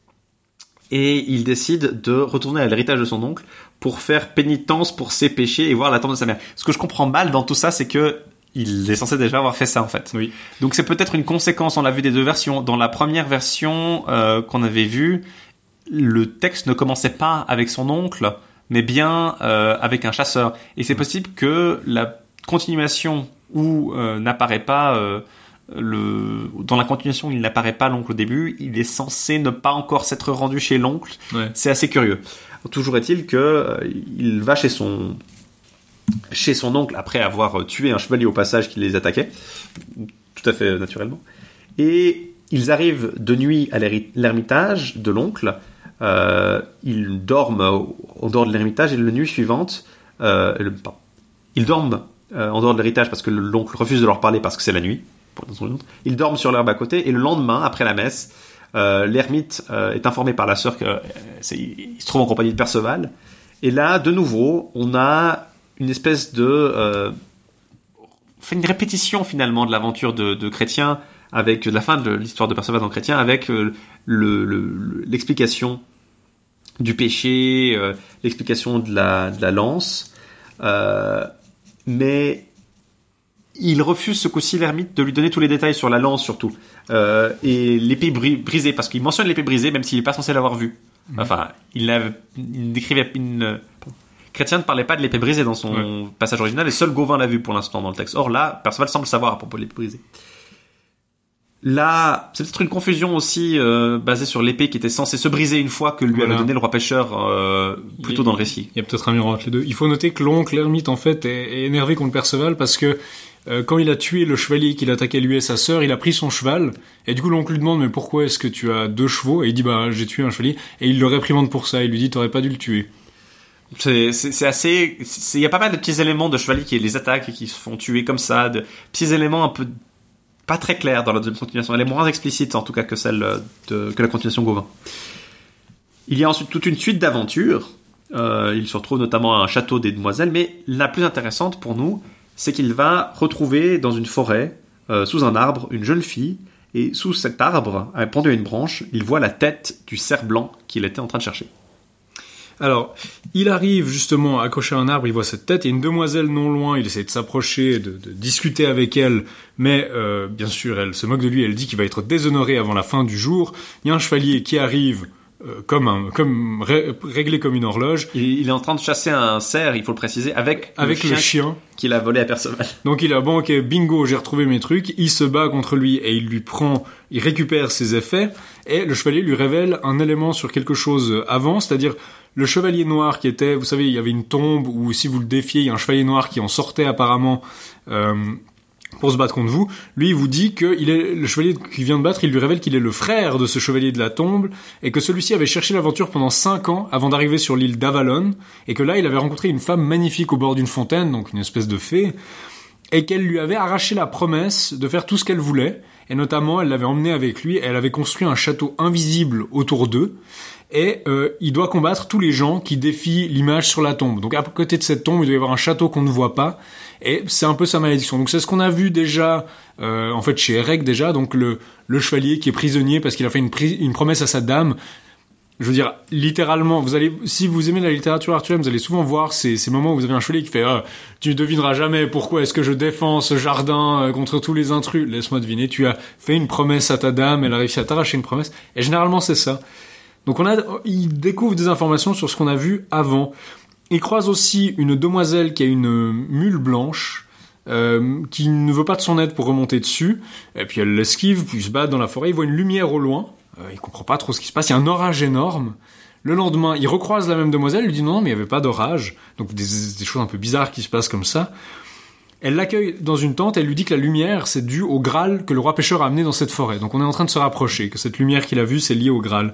Et il décide de retourner à l'héritage de son oncle pour faire pénitence pour ses péchés et voir la tombe de sa mère. Ce que je comprends mal dans tout ça, c'est que il est censé déjà avoir fait ça en fait. Oui. Donc c'est peut-être une conséquence, on l'a vu des deux versions. Dans la première version euh, qu'on avait vue, le texte ne commençait pas avec son oncle, mais bien euh, avec un chasseur. Et c'est possible que la continuation où euh, n'apparaît pas euh, le dans la continuation il n'apparaît pas l'oncle au début, il est censé ne pas encore s'être rendu chez l'oncle. Ouais. C'est assez curieux. Toujours est-il que euh, il va chez son chez son oncle après avoir tué un chevalier au passage qui les attaquait, tout à fait naturellement. Et ils arrivent de nuit à l'ermitage de l'oncle. Euh, ils dorment au, au dehors de l'ermitage et la nuit suivante, euh, le, pardon, ils dorment euh, en dehors de l'héritage parce que l'oncle refuse de leur parler parce que c'est la nuit. Ils dorment sur l'herbe à côté et le lendemain, après la messe, euh, l'ermite euh, est informé par la sœur qu'il se trouve en compagnie de Perceval. Et là, de nouveau, on a une espèce de euh, fait une répétition finalement de l'aventure de, de Chrétien avec de la fin de l'histoire de Perceval dans Chrétien avec euh, le, le, l'explication du péché, euh, l'explication de la, de la lance, euh, mais il refuse ce coup-ci l'ermite de lui donner tous les détails sur la lance surtout euh, et l'épée bri- brisée parce qu'il mentionne l'épée brisée même s'il n'est pas censé l'avoir vue. Mmh. Enfin, il, il décrivait une Chrétien ne parlait pas de l'épée brisée dans son ouais. passage original et seul Gauvin l'a vu pour l'instant dans le texte. Or là, Perceval semble savoir à propos de l'épée brisée. Là, c'est peut-être une confusion aussi euh, basée sur l'épée qui était censée se briser une fois que lui voilà. avait donné le roi pêcheur euh, plus tôt dans le récit. Il y a peut-être un miroir entre les deux. Il faut noter que l'oncle ermite en fait est, est énervé contre Perceval parce que euh, quand il a tué le chevalier qu'il attaquait lui et sa sœur, il a pris son cheval et du coup l'oncle lui demande mais pourquoi est-ce que tu as deux chevaux et il dit bah j'ai tué un chevalier et il le réprimande pour ça. Il lui dit t'aurais pas dû le tuer. C'est, c'est, c'est assez, il y a pas mal de petits éléments de chevaliers qui les attaquent et qui se font tuer comme ça, de petits éléments un peu pas très clairs dans la deuxième continuation. Elle est moins explicite en tout cas que celle de, que la continuation Gauvin. Il y a ensuite toute une suite d'aventures. Euh, il se retrouve notamment à un château des demoiselles, mais la plus intéressante pour nous, c'est qu'il va retrouver dans une forêt, euh, sous un arbre, une jeune fille, et sous cet arbre, pendu à une branche, il voit la tête du cerf blanc qu'il était en train de chercher. Alors, il arrive justement accroché à un arbre, il voit cette tête, il y a une demoiselle non loin, il essaie de s'approcher, de, de discuter avec elle, mais euh, bien sûr, elle se moque de lui, elle dit qu'il va être déshonoré avant la fin du jour. Il y a un chevalier qui arrive euh, comme un, comme ré, réglé comme une horloge. Il, il est en train de chasser un cerf, il faut le préciser, avec, avec le, le chien, chien qu'il a volé à Perceval. Donc il a bon ok bingo, j'ai retrouvé mes trucs. Il se bat contre lui et il lui prend, il récupère ses effets et le chevalier lui révèle un élément sur quelque chose avant, c'est-à-dire le chevalier noir qui était, vous savez, il y avait une tombe où si vous le défiez, il y a un chevalier noir qui en sortait apparemment euh, pour se battre contre vous. Lui, il vous dit que il est le chevalier qui vient de battre, il lui révèle qu'il est le frère de ce chevalier de la tombe et que celui-ci avait cherché l'aventure pendant cinq ans avant d'arriver sur l'île d'Avalon et que là, il avait rencontré une femme magnifique au bord d'une fontaine, donc une espèce de fée, et qu'elle lui avait arraché la promesse de faire tout ce qu'elle voulait. Et notamment, elle l'avait emmené avec lui et elle avait construit un château invisible autour d'eux. Et euh, il doit combattre tous les gens qui défient l'image sur la tombe. Donc à côté de cette tombe, il doit y avoir un château qu'on ne voit pas. Et c'est un peu sa malédiction. Donc c'est ce qu'on a vu déjà, euh, en fait, chez Eric déjà. Donc le, le chevalier qui est prisonnier parce qu'il a fait une, pri- une promesse à sa dame. Je veux dire, littéralement, vous allez, si vous aimez la littérature arthurienne, vous allez souvent voir ces, ces moments où vous avez un chevalier qui fait ah, « Tu ne devineras jamais pourquoi est-ce que je défends ce jardin euh, contre tous les intrus. Laisse-moi deviner, tu as fait une promesse à ta dame, elle a réussi à t'arracher une promesse. » Et généralement, c'est ça. Donc on a, il découvre des informations sur ce qu'on a vu avant. Il croise aussi une demoiselle qui a une mule blanche, euh, qui ne veut pas de son aide pour remonter dessus. Et puis elle l'esquive, puis il se bat dans la forêt. Il voit une lumière au loin. Euh, il comprend pas trop ce qui se passe. Il y a un orage énorme. Le lendemain, il recroise la même demoiselle. Il lui dit non, non, mais il y avait pas d'orage. Donc des, des choses un peu bizarres qui se passent comme ça. Elle l'accueille dans une tente. Elle lui dit que la lumière, c'est dû au Graal que le roi pêcheur a amené dans cette forêt. Donc on est en train de se rapprocher, que cette lumière qu'il a vue, c'est lié au Graal.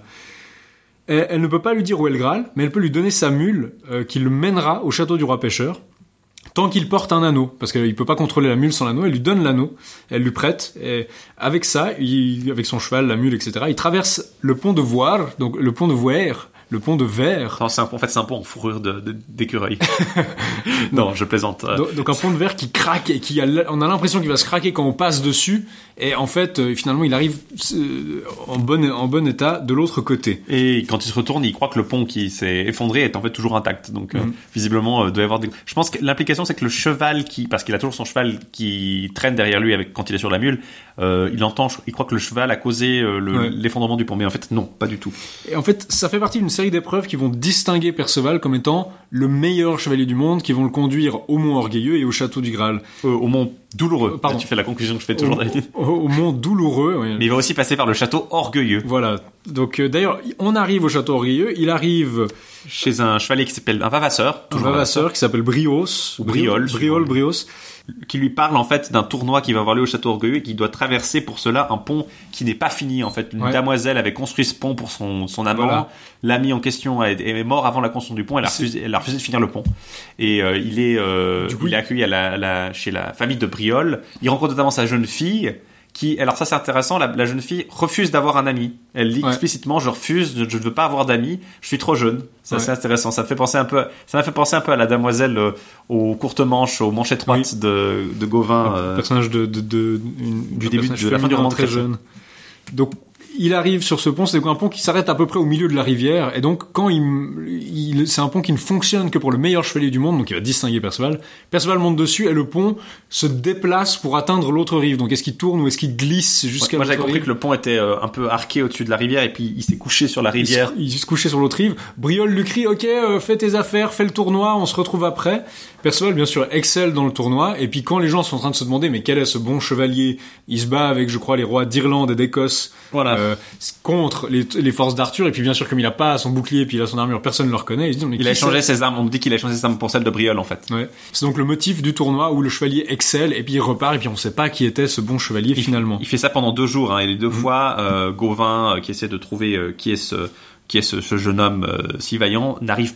Et elle ne peut pas lui dire où est le Graal, mais elle peut lui donner sa mule euh, qui le mènera au château du roi pêcheur, tant qu'il porte un anneau, parce qu'il peut pas contrôler la mule sans l'anneau. Elle lui donne l'anneau, elle lui prête, et avec ça, il, avec son cheval, la mule, et cetera, il traverse le pont de Voir, donc le pont de Voir, le pont de verre. Non, c'est un pont, en fait, c'est un pont en fourrure de, de, d'écureuil. Non, je plaisante. Donc, donc un pont de verre qui craque et qui a, on a l'impression qu'il va se craquer quand on passe dessus. Et en fait, euh, finalement, il arrive euh, en bon, en bon état de l'autre côté. Et quand il se retourne, il croit que le pont qui s'est effondré est en fait toujours intact. Donc, mm. euh, visiblement, euh, doit y avoir des... Je pense que l'implication, c'est que le cheval qui, parce qu'il a toujours son cheval qui traîne derrière lui avec, quand il est sur la mule, euh, il entend, il croit que le cheval a causé euh, le, ouais. l'effondrement du pont. Mais en fait, non, pas du tout. Et en fait, ça fait partie d'une série d'épreuves qui vont distinguer Perceval comme étant le meilleur chevalier du monde, qui vont le conduire au Mont Orgueilleux et au château du Graal. Euh, au Mont Douloureux. Pardon. Là, tu fais la conclusion que je fais toujours d'habitude. Au, au, au Mont Douloureux. Oui. Mais il va aussi passer par le château Orgueilleux. Voilà. Donc euh, d'ailleurs, on arrive au château Orgueilleux. Il arrive chez un chevalier qui s'appelle un vavasseur. Un vavasseur qui s'appelle Brios. Ou Briol. Briol, Brios. Qui lui parle en fait d'un tournoi qui va avoir lieu au château Orgueilleux et qui doit traverser pour cela un pont qui n'est pas fini en fait. Une ouais. damoiselle avait construit ce pont pour son son amant. Voilà. L'ami en question est, est mort avant la construction du pont. Elle a refusé, elle a refusé de finir le pont. Et euh, il est euh, coup, il est accueilli à la, à la chez la famille de Briol. Il rencontre notamment sa jeune fille. Qui, alors ça c'est intéressant, la, la jeune fille refuse d'avoir un ami. Elle dit ouais. explicitement, je refuse, je, je ne veux pas avoir d'amis, je suis trop jeune. Ça ouais. c'est intéressant. Ça me fait penser un peu, ça m'a fait penser un peu à la demoiselle euh, aux courtes manches, aux manches étroites oui. de, de Gauvin. Euh, personnage de, de, de une, du début de la fin du roman très jeune. Donc il arrive sur ce pont, c'est un pont qui s'arrête à peu près au milieu de la rivière, et donc quand il, il c'est un pont qui ne fonctionne que pour le meilleur chevalier du monde, donc il va distinguer Perceval. Perceval monte dessus et le pont se déplace pour atteindre l'autre rive. Donc est-ce qu'il tourne ou est-ce qu'il glisse jusqu'à ouais, l'autre rive? Moi j'avais compris que le pont était euh, un peu arqué au-dessus de la rivière et puis il s'est couché sur la rivière. Il, il s'est couché sur l'autre rive. Briol lui crie ok, euh, fais tes affaires, fais le tournoi, on se retrouve après. Perceval bien sûr excelle dans le tournoi, et puis quand les gens sont en train de se demander mais quel est ce bon chevalier, il se bat avec je crois les rois d'Irlande et d'Écosse. Voilà. Euh, contre les, les forces d'Arthur, et puis bien sûr comme il a pas son bouclier puis il a son armure, personne ne le reconnaît. Il, se dit, mais il a échangé ses armes, on me dit qu'il a échangé ses armes pour celles de Briol en fait. Ouais. C'est donc le motif du tournoi où le chevalier excelle et puis il repart et puis on sait pas qui était ce bon chevalier il finalement. Fait, il fait ça pendant deux jours, hein, et les deux mmh. fois euh, Gauvin euh, qui essaie de trouver euh, qui est ce qui est ce, ce jeune homme euh, si vaillant n'arrive pas.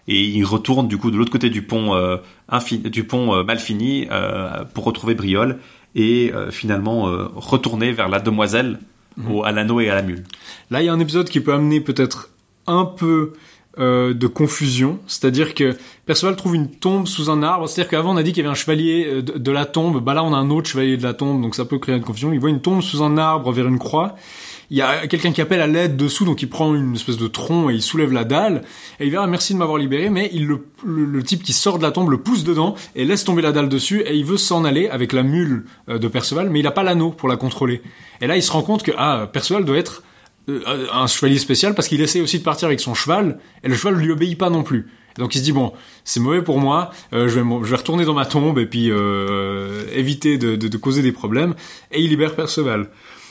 et il retourne du coup de l'autre côté du pont euh, infini, du pont euh, mal fini euh, pour retrouver Briolle et euh, finalement euh, retourner vers la demoiselle mmh. au, à l'anneau et à la mule. Là, il y a un épisode qui peut amener peut-être un peu euh, de confusion, c'est-à-dire que Perceval trouve une tombe sous un arbre, c'est-à-dire qu'avant on a dit qu'il y avait un chevalier de, de la tombe, bah là on a un autre chevalier de la tombe, donc ça peut créer une confusion. Il voit une tombe sous un arbre vers une croix. Il y a quelqu'un qui appelle à l'aide dessous, donc il prend une espèce de tronc et il soulève la dalle. Et il va, ah, merci de m'avoir libéré, mais il le, le, le type qui sort de la tombe le pousse dedans et laisse tomber la dalle dessus et il veut s'en aller avec la mule de Perceval, mais il a pas l'anneau pour la contrôler. Et là, il se rend compte que, ah, Perceval doit être euh, un chevalier spécial parce qu'il essaie aussi de partir avec son cheval et le cheval lui obéit pas non plus. Et donc il se dit, bon, c'est mauvais pour moi, euh, je, vais, je vais retourner dans ma tombe et puis euh, éviter de, de, de causer des problèmes. Et il libère Perceval.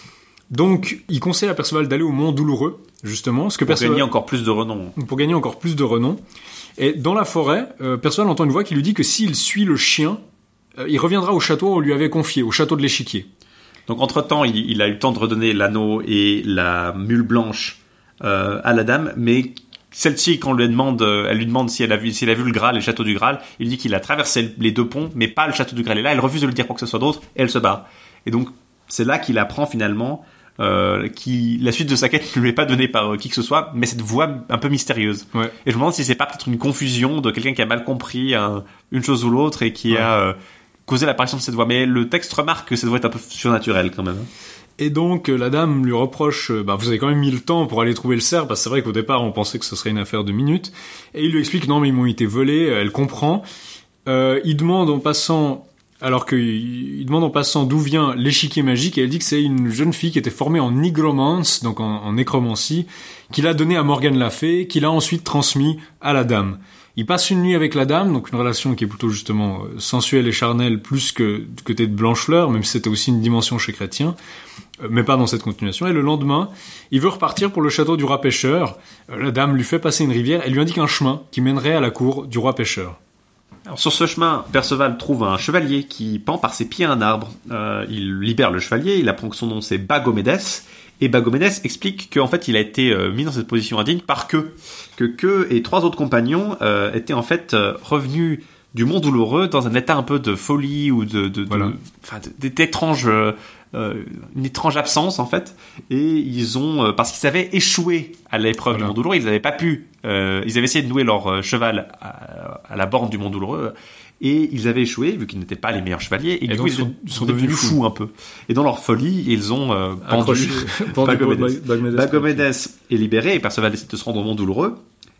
Donc, il conseille à Perceval d'aller au Mont Douloureux, justement. Parce que pour Perceval, gagner encore plus de renom. Pour gagner encore plus de renom. Et dans la forêt, euh, Perceval entend une voix qui lui dit que s'il suit le chien, euh, il reviendra au château où on lui avait confié, au château de l'Échiquier. Donc, entre-temps, il, il a eu le temps de redonner l'anneau et la mule blanche euh, à la dame, mais celle-ci, quand on lui demande, elle lui demande si elle a vu, si elle a vu le Graal et le château du Graal, il lui dit qu'il a traversé les deux ponts, mais pas le château du Graal. Et là, elle refuse de lui dire quoi que ce soit d'autre, et elle se barre. Et donc, c'est là qu'il apprend finalement Euh, qui la suite de sa quête ne lui est pas donnée par euh, qui que ce soit, mais cette voix un peu mystérieuse. Ouais. Et je me demande si c'est pas peut-être une confusion de quelqu'un qui a mal compris un, une chose ou l'autre et qui ouais. a euh, causé l'apparition de cette voix. Mais le texte remarque que cette voix est un peu surnaturelle quand même. Et donc la dame lui reproche, bah vous avez quand même mis le temps pour aller trouver le cerf, parce que c'est vrai qu'au départ on pensait que ce serait une affaire de minutes. Et il lui explique non mais ils m'ont été volés. Elle comprend. Euh, il demande en passant. Alors qu'il demande en passant d'où vient l'échiquier magique, et elle dit que c'est une jeune fille qui était formée en nigromance, donc en, en nécromancie, qu'il a donné à Morgane la Fée, qu'il a ensuite transmis à la dame. Il passe une nuit avec la dame, donc une relation qui est plutôt justement sensuelle et charnelle, plus que du côté de Blanchefleur, même si c'était aussi une dimension chez Chrétien, mais pas dans cette continuation. Et le lendemain, il veut repartir pour le château du roi pêcheur. La dame lui fait passer une rivière, elle lui indique un chemin qui mènerait à la cour du roi pêcheur. Alors, sur ce chemin, Perceval trouve un chevalier qui pend par ses pieds à un arbre. Euh, il libère le chevalier, il apprend que son nom c'est Bagomédès, et Bagomédès explique qu'en fait il a été euh, mis dans cette position indigne par Queux, que Queux et trois autres compagnons euh, étaient en fait euh, revenus du Mont Douloureux dans un état un peu de folie ou de, de, voilà. de enfin d'étrange euh, euh, une étrange absence en fait, et ils ont euh, parce qu'ils avaient échoué à l'épreuve voilà. du Mont Douloureux, ils n'avaient pas pu euh, ils avaient essayé de nouer leur euh, cheval à, à la borne du Mont Douloureux et ils avaient échoué vu qu'ils n'étaient pas les meilleurs chevaliers et, et du coup ils sont, sont, sont devenus fous. fous un peu, et dans leur folie ils ont euh, pendu Bagomédès est libéré et Perceval décide de se rendre au Mont Douloureux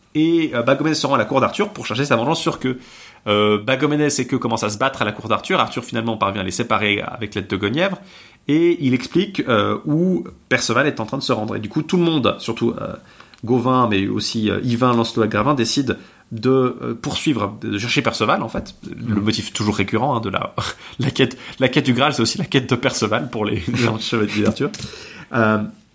et euh, Bagomédès se rend à la cour d'Arthur pour chercher sa vengeance sur Queux. Euh, Bagomédès et Queux commencent à se battre à la cour d'Arthur. Arthur finalement parvient à les séparer avec l'aide de Guenièvre et il explique euh, où Perceval est en train de se rendre. Et du coup tout le monde, surtout euh, Gauvin mais aussi euh, Yvain, Lancelot et Gravin, décident de euh, poursuivre, de chercher Perceval en fait. Mmh. Le motif toujours récurrent hein, de la la quête, la quête du Graal, c'est aussi la quête de Perceval pour les, les chevaliers d'Arthur. Euh,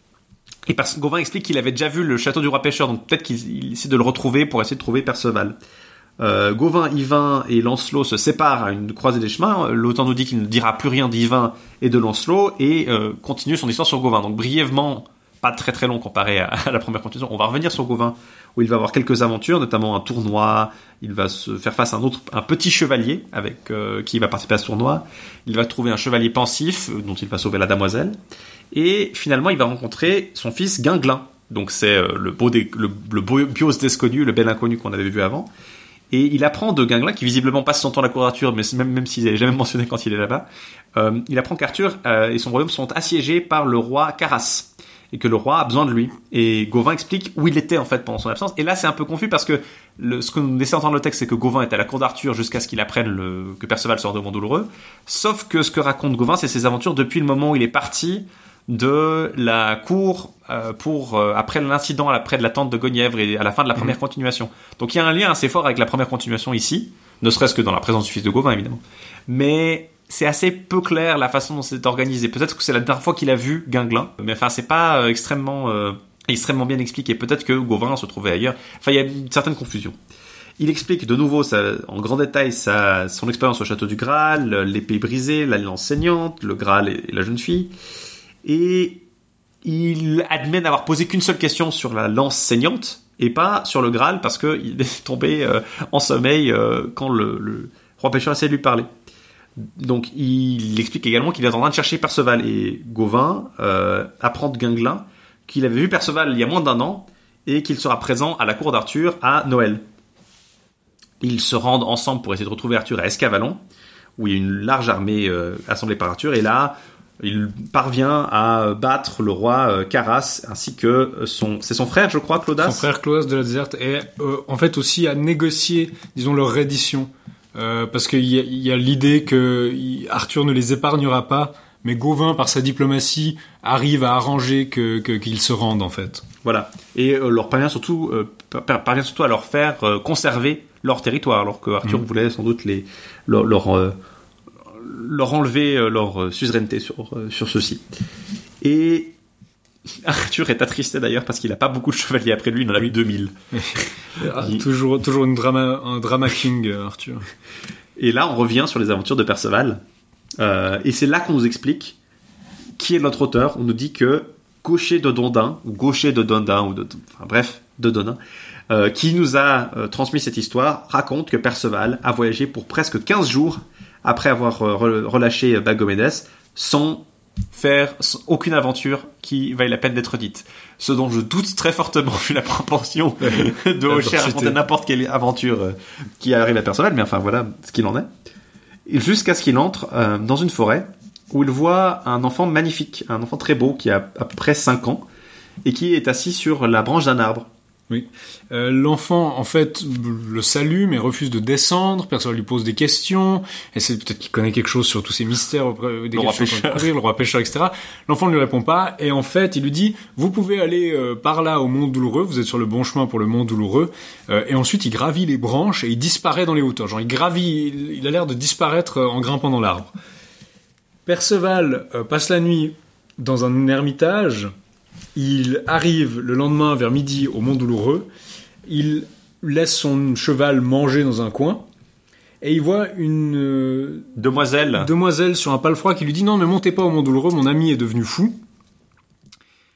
et Perce- Gauvin explique qu'il avait déjà vu le château du roi pêcheur, donc peut-être qu'il essaie de le retrouver pour essayer de trouver Perceval. Euh, Gauvin, Yvain et Lancelot se séparent à une croisée des chemins. L'auteur nous dit qu'il ne dira plus rien d'Yvain et de Lancelot et euh, continue son histoire sur Gauvin. Donc brièvement, pas très très long comparé à, à la première continuation, on va revenir sur Gauvin où il va avoir quelques aventures, notamment un tournoi. Il va se faire face à un autre, un petit chevalier avec euh, qui va participer à ce tournoi. Il va trouver un chevalier pensif euh, dont il va sauver la damoiselle et finalement il va rencontrer son fils Guinglin. Donc c'est euh, le beau dé, le, le beau bios desconnu, le bel inconnu qu'on avait vu avant. Et il apprend de Guinglin, qui visiblement passe son temps à la cour d'Arthur, mais même, même s'il n'est jamais mentionné quand il est là-bas, euh, il apprend qu'Arthur euh, et son royaume sont assiégés par le roi Caras, et que le roi a besoin de lui. Et Gauvin explique où il était en fait pendant son absence. Et là c'est un peu confus parce que le, ce que nous laisse entendre le texte, c'est que Gauvin est à la cour d'Arthur jusqu'à ce qu'il apprenne le, que Perceval sort de Mont Douloureux. Sauf que ce que raconte Gauvin, c'est ses aventures depuis le moment où il est parti de la cour euh, pour euh, après l'incident près de la tente de Guenièvre et à la fin de la première mmh. continuation. Donc il y a un lien assez fort avec la première continuation ici, ne serait-ce que dans la présence du fils de Gauvin évidemment. Mais c'est assez peu clair la façon dont c'est organisé. Peut-être que c'est la dernière fois qu'il a vu Guinglin, mais enfin c'est pas euh, extrêmement euh, extrêmement bien expliqué. Peut-être que Gauvin se trouvait ailleurs. Enfin il y a une certaine confusion. Il explique de nouveau ça, en grand détail sa, son expérience au château du Graal, l'épée brisée, la lance saignante, le Graal et, et la jeune fille. Et il admet n'avoir posé qu'une seule question sur la lance saignante, et pas sur le Graal parce que il est tombé euh, en sommeil euh, quand le, le roi pêcheur essaie de lui parler. Donc il explique également qu'il est en train de chercher Perceval, et Gauvin euh, apprend de Guinglin qu'il avait vu Perceval il y a moins d'un an et qu'il sera présent à la cour d'Arthur à Noël. Ils se rendent ensemble pour essayer de retrouver Arthur à Escavalon, où il y a une large armée euh, assemblée par Arthur, et là il parvient à battre le roi euh, Caras ainsi que son c'est son frère, je crois, Clodas. Son frère Clodas de la Déserte, et euh, en fait aussi à négocier, disons, leur reddition. Euh, parce qu'il y a, il y a l'idée que Arthur ne les épargnera pas, mais Gauvin, par sa diplomatie, arrive à arranger que, que, qu'ils se rendent, en fait. Voilà. Et euh, leur parvient surtout, euh, parvient surtout à leur faire euh, conserver leur territoire, alors que Arthur mmh. voulait sans doute les, leur, leur, euh, leur enlever euh, leur suzeraineté sur, euh, sur ceux-ci. Et Arthur est attristé d'ailleurs parce qu'il n'a pas beaucoup de chevaliers après lui, il en a eu deux mille. il... toujours, toujours une drama, un drama king, Arthur. Et là, on revient sur les aventures de Perceval. Euh, et c'est là qu'on nous explique qui est notre auteur. On nous dit que Gaucher de Dondin, ou Gaucher de Dondin, ou de, enfin bref, de Dondin, euh, qui nous a euh, transmis cette histoire, raconte que Perceval a voyagé pour presque quinze jours après avoir euh, relâché Bagomédès sans faire aucune aventure qui vaille la peine d'être dite. Ce dont je doute très fortement vu la proportion de Gaucher à raconter n'importe quelle aventure euh, qui arrive à Perceval, mais enfin voilà ce qu'il en est. Et jusqu'à ce qu'il entre euh, dans une forêt où il voit un enfant magnifique, un enfant très beau qui a à peu près cinq ans et qui est assis sur la branche d'un arbre. Oui. Euh, l'enfant, en fait, le salue, mais refuse de descendre. Perceval lui pose des questions. Et c'est peut-être qu'il connaît quelque chose sur tous ces mystères, euh, des le, roi courir, le roi pêcheur, et cetera. L'enfant ne lui répond pas. Et en fait, il lui dit, vous pouvez aller euh, par là au mont Douloureux. Vous êtes sur le bon chemin pour le mont Douloureux. Euh, et ensuite, il gravit les branches et il disparaît dans les hauteurs. Genre, il gravit, il, il a l'air de disparaître en grimpant dans l'arbre. Perceval euh, passe la nuit dans un ermitage. Il arrive le lendemain vers midi au mont Douloureux, il laisse son cheval manger dans un coin, et il voit une euh, demoiselle. demoiselle sur un palefroid qui lui dit « Non, ne montez pas au mont Douloureux, mon ami est devenu fou. Euh, »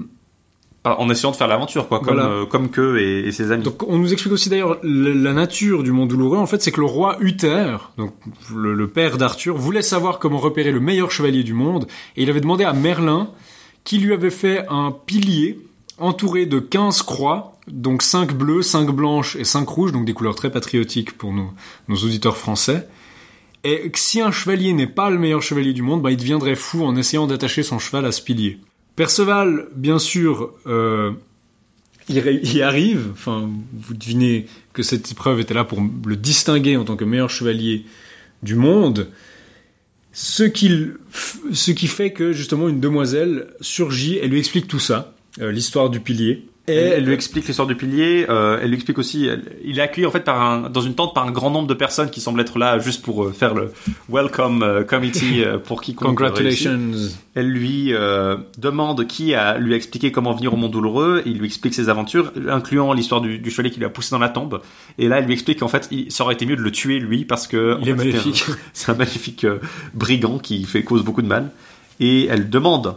En essayant de faire l'aventure, quoi, comme, voilà. euh, comme que et, et ses amis. Donc on nous explique aussi d'ailleurs la, la nature du mont Douloureux. En fait, c'est que le roi Uther, donc le, le père d'Arthur, voulait savoir comment repérer le meilleur chevalier du monde, et il avait demandé à Merlin qui lui avait fait un pilier entouré de quinze croix, donc cinq bleues, cinq blanches et cinq rouges, donc des couleurs très patriotiques pour nos, nos auditeurs français. Et si un chevalier n'est pas le meilleur chevalier du monde, bah, il deviendrait fou en essayant d'attacher son cheval à ce pilier. Perceval, bien sûr, euh, y, y arrive, enfin, vous devinez que cette épreuve était là pour le distinguer en tant que meilleur chevalier du monde. Ce qui, ce qui fait que, justement, une demoiselle surgit, elle lui explique tout ça, euh, l'histoire du pilier. Et elle, elle lui explique l'histoire du pilier, euh, elle lui explique aussi, elle, il est accueilli en fait par un, dans une tente par un grand nombre de personnes qui semblent être là juste pour euh, faire le welcome euh, committee euh, pour quiconque. Congratulations. Réussit. Elle lui euh, demande qui a lui a expliqué comment venir au Mont Douloureux, il lui explique ses aventures, incluant l'histoire du, du chevalier qui lui a poussé dans la tombe. Et là, elle lui explique qu'en fait, il, ça aurait été mieux de le tuer lui parce que il est fait, maléfique. C'est un, c'est un maléfique euh, brigand qui fait cause beaucoup de mal. Et elle demande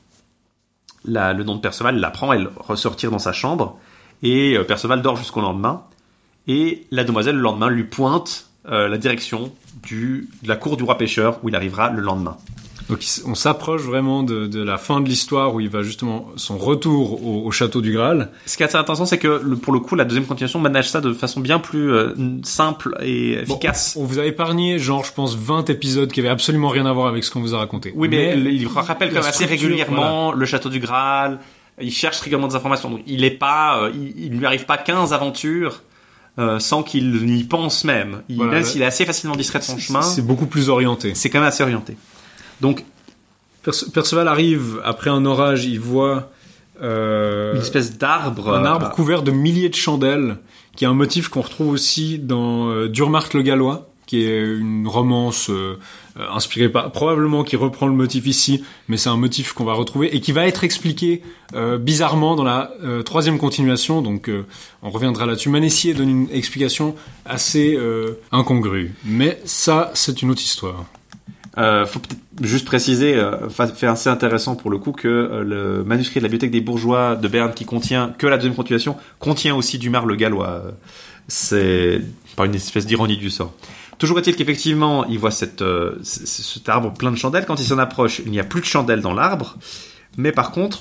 La, le nom de Perceval, l'apprend, elle ressortir dans sa chambre, et euh, Perceval dort jusqu'au lendemain, et la demoiselle, le lendemain, lui pointe euh, la direction du, de la cour du roi pêcheur, où il arrivera le lendemain. Donc on s'approche vraiment de, de la fin de l'histoire, où il va justement son retour au, au château du Graal. Ce qui est assez intéressant, c'est que le, pour le coup, la deuxième continuation manage ça de façon bien plus euh, simple et efficace. Bon, on vous a épargné, genre, je pense, vingt épisodes qui avaient absolument rien à voir avec ce qu'on vous a raconté. Oui, mais, mais il rappelle quand même assez structure, régulièrement voilà. le château du Graal. Il cherche régulièrement des informations. Donc, il est pas, euh, il, il lui arrive pas quinze aventures euh, sans qu'il n'y pense même. Il, voilà, même là, s'il est assez facilement distrait de son chemin, c'est beaucoup plus orienté. C'est quand même assez orienté. Donc Perce- Perceval arrive après un orage, il voit euh, une espèce d'arbre, un arbre euh, couvert de milliers de chandelles, qui est un motif qu'on retrouve aussi dans euh, Durmarque le Gallois, qui est une romance euh, inspirée par, probablement qui reprend le motif ici, mais c'est un motif qu'on va retrouver et qui va être expliqué euh, bizarrement dans la euh, troisième continuation, donc euh, on reviendra là-dessus. Manessier donne une explication assez euh, incongrue, mais ça c'est une autre histoire. Euh, faut peut-être juste préciser, euh, fait assez intéressant pour le coup, que euh, le manuscrit de la Bibliothèque des Bourgeois de Berne, qui contient que la deuxième continuation, contient aussi Dumas le Gallois. C'est pas une espèce d'ironie du sort. Toujours est-il qu'effectivement, il voit cette, euh, cet arbre plein de chandelles. Quand il s'en approche, il n'y a plus de chandelles dans l'arbre, mais par contre,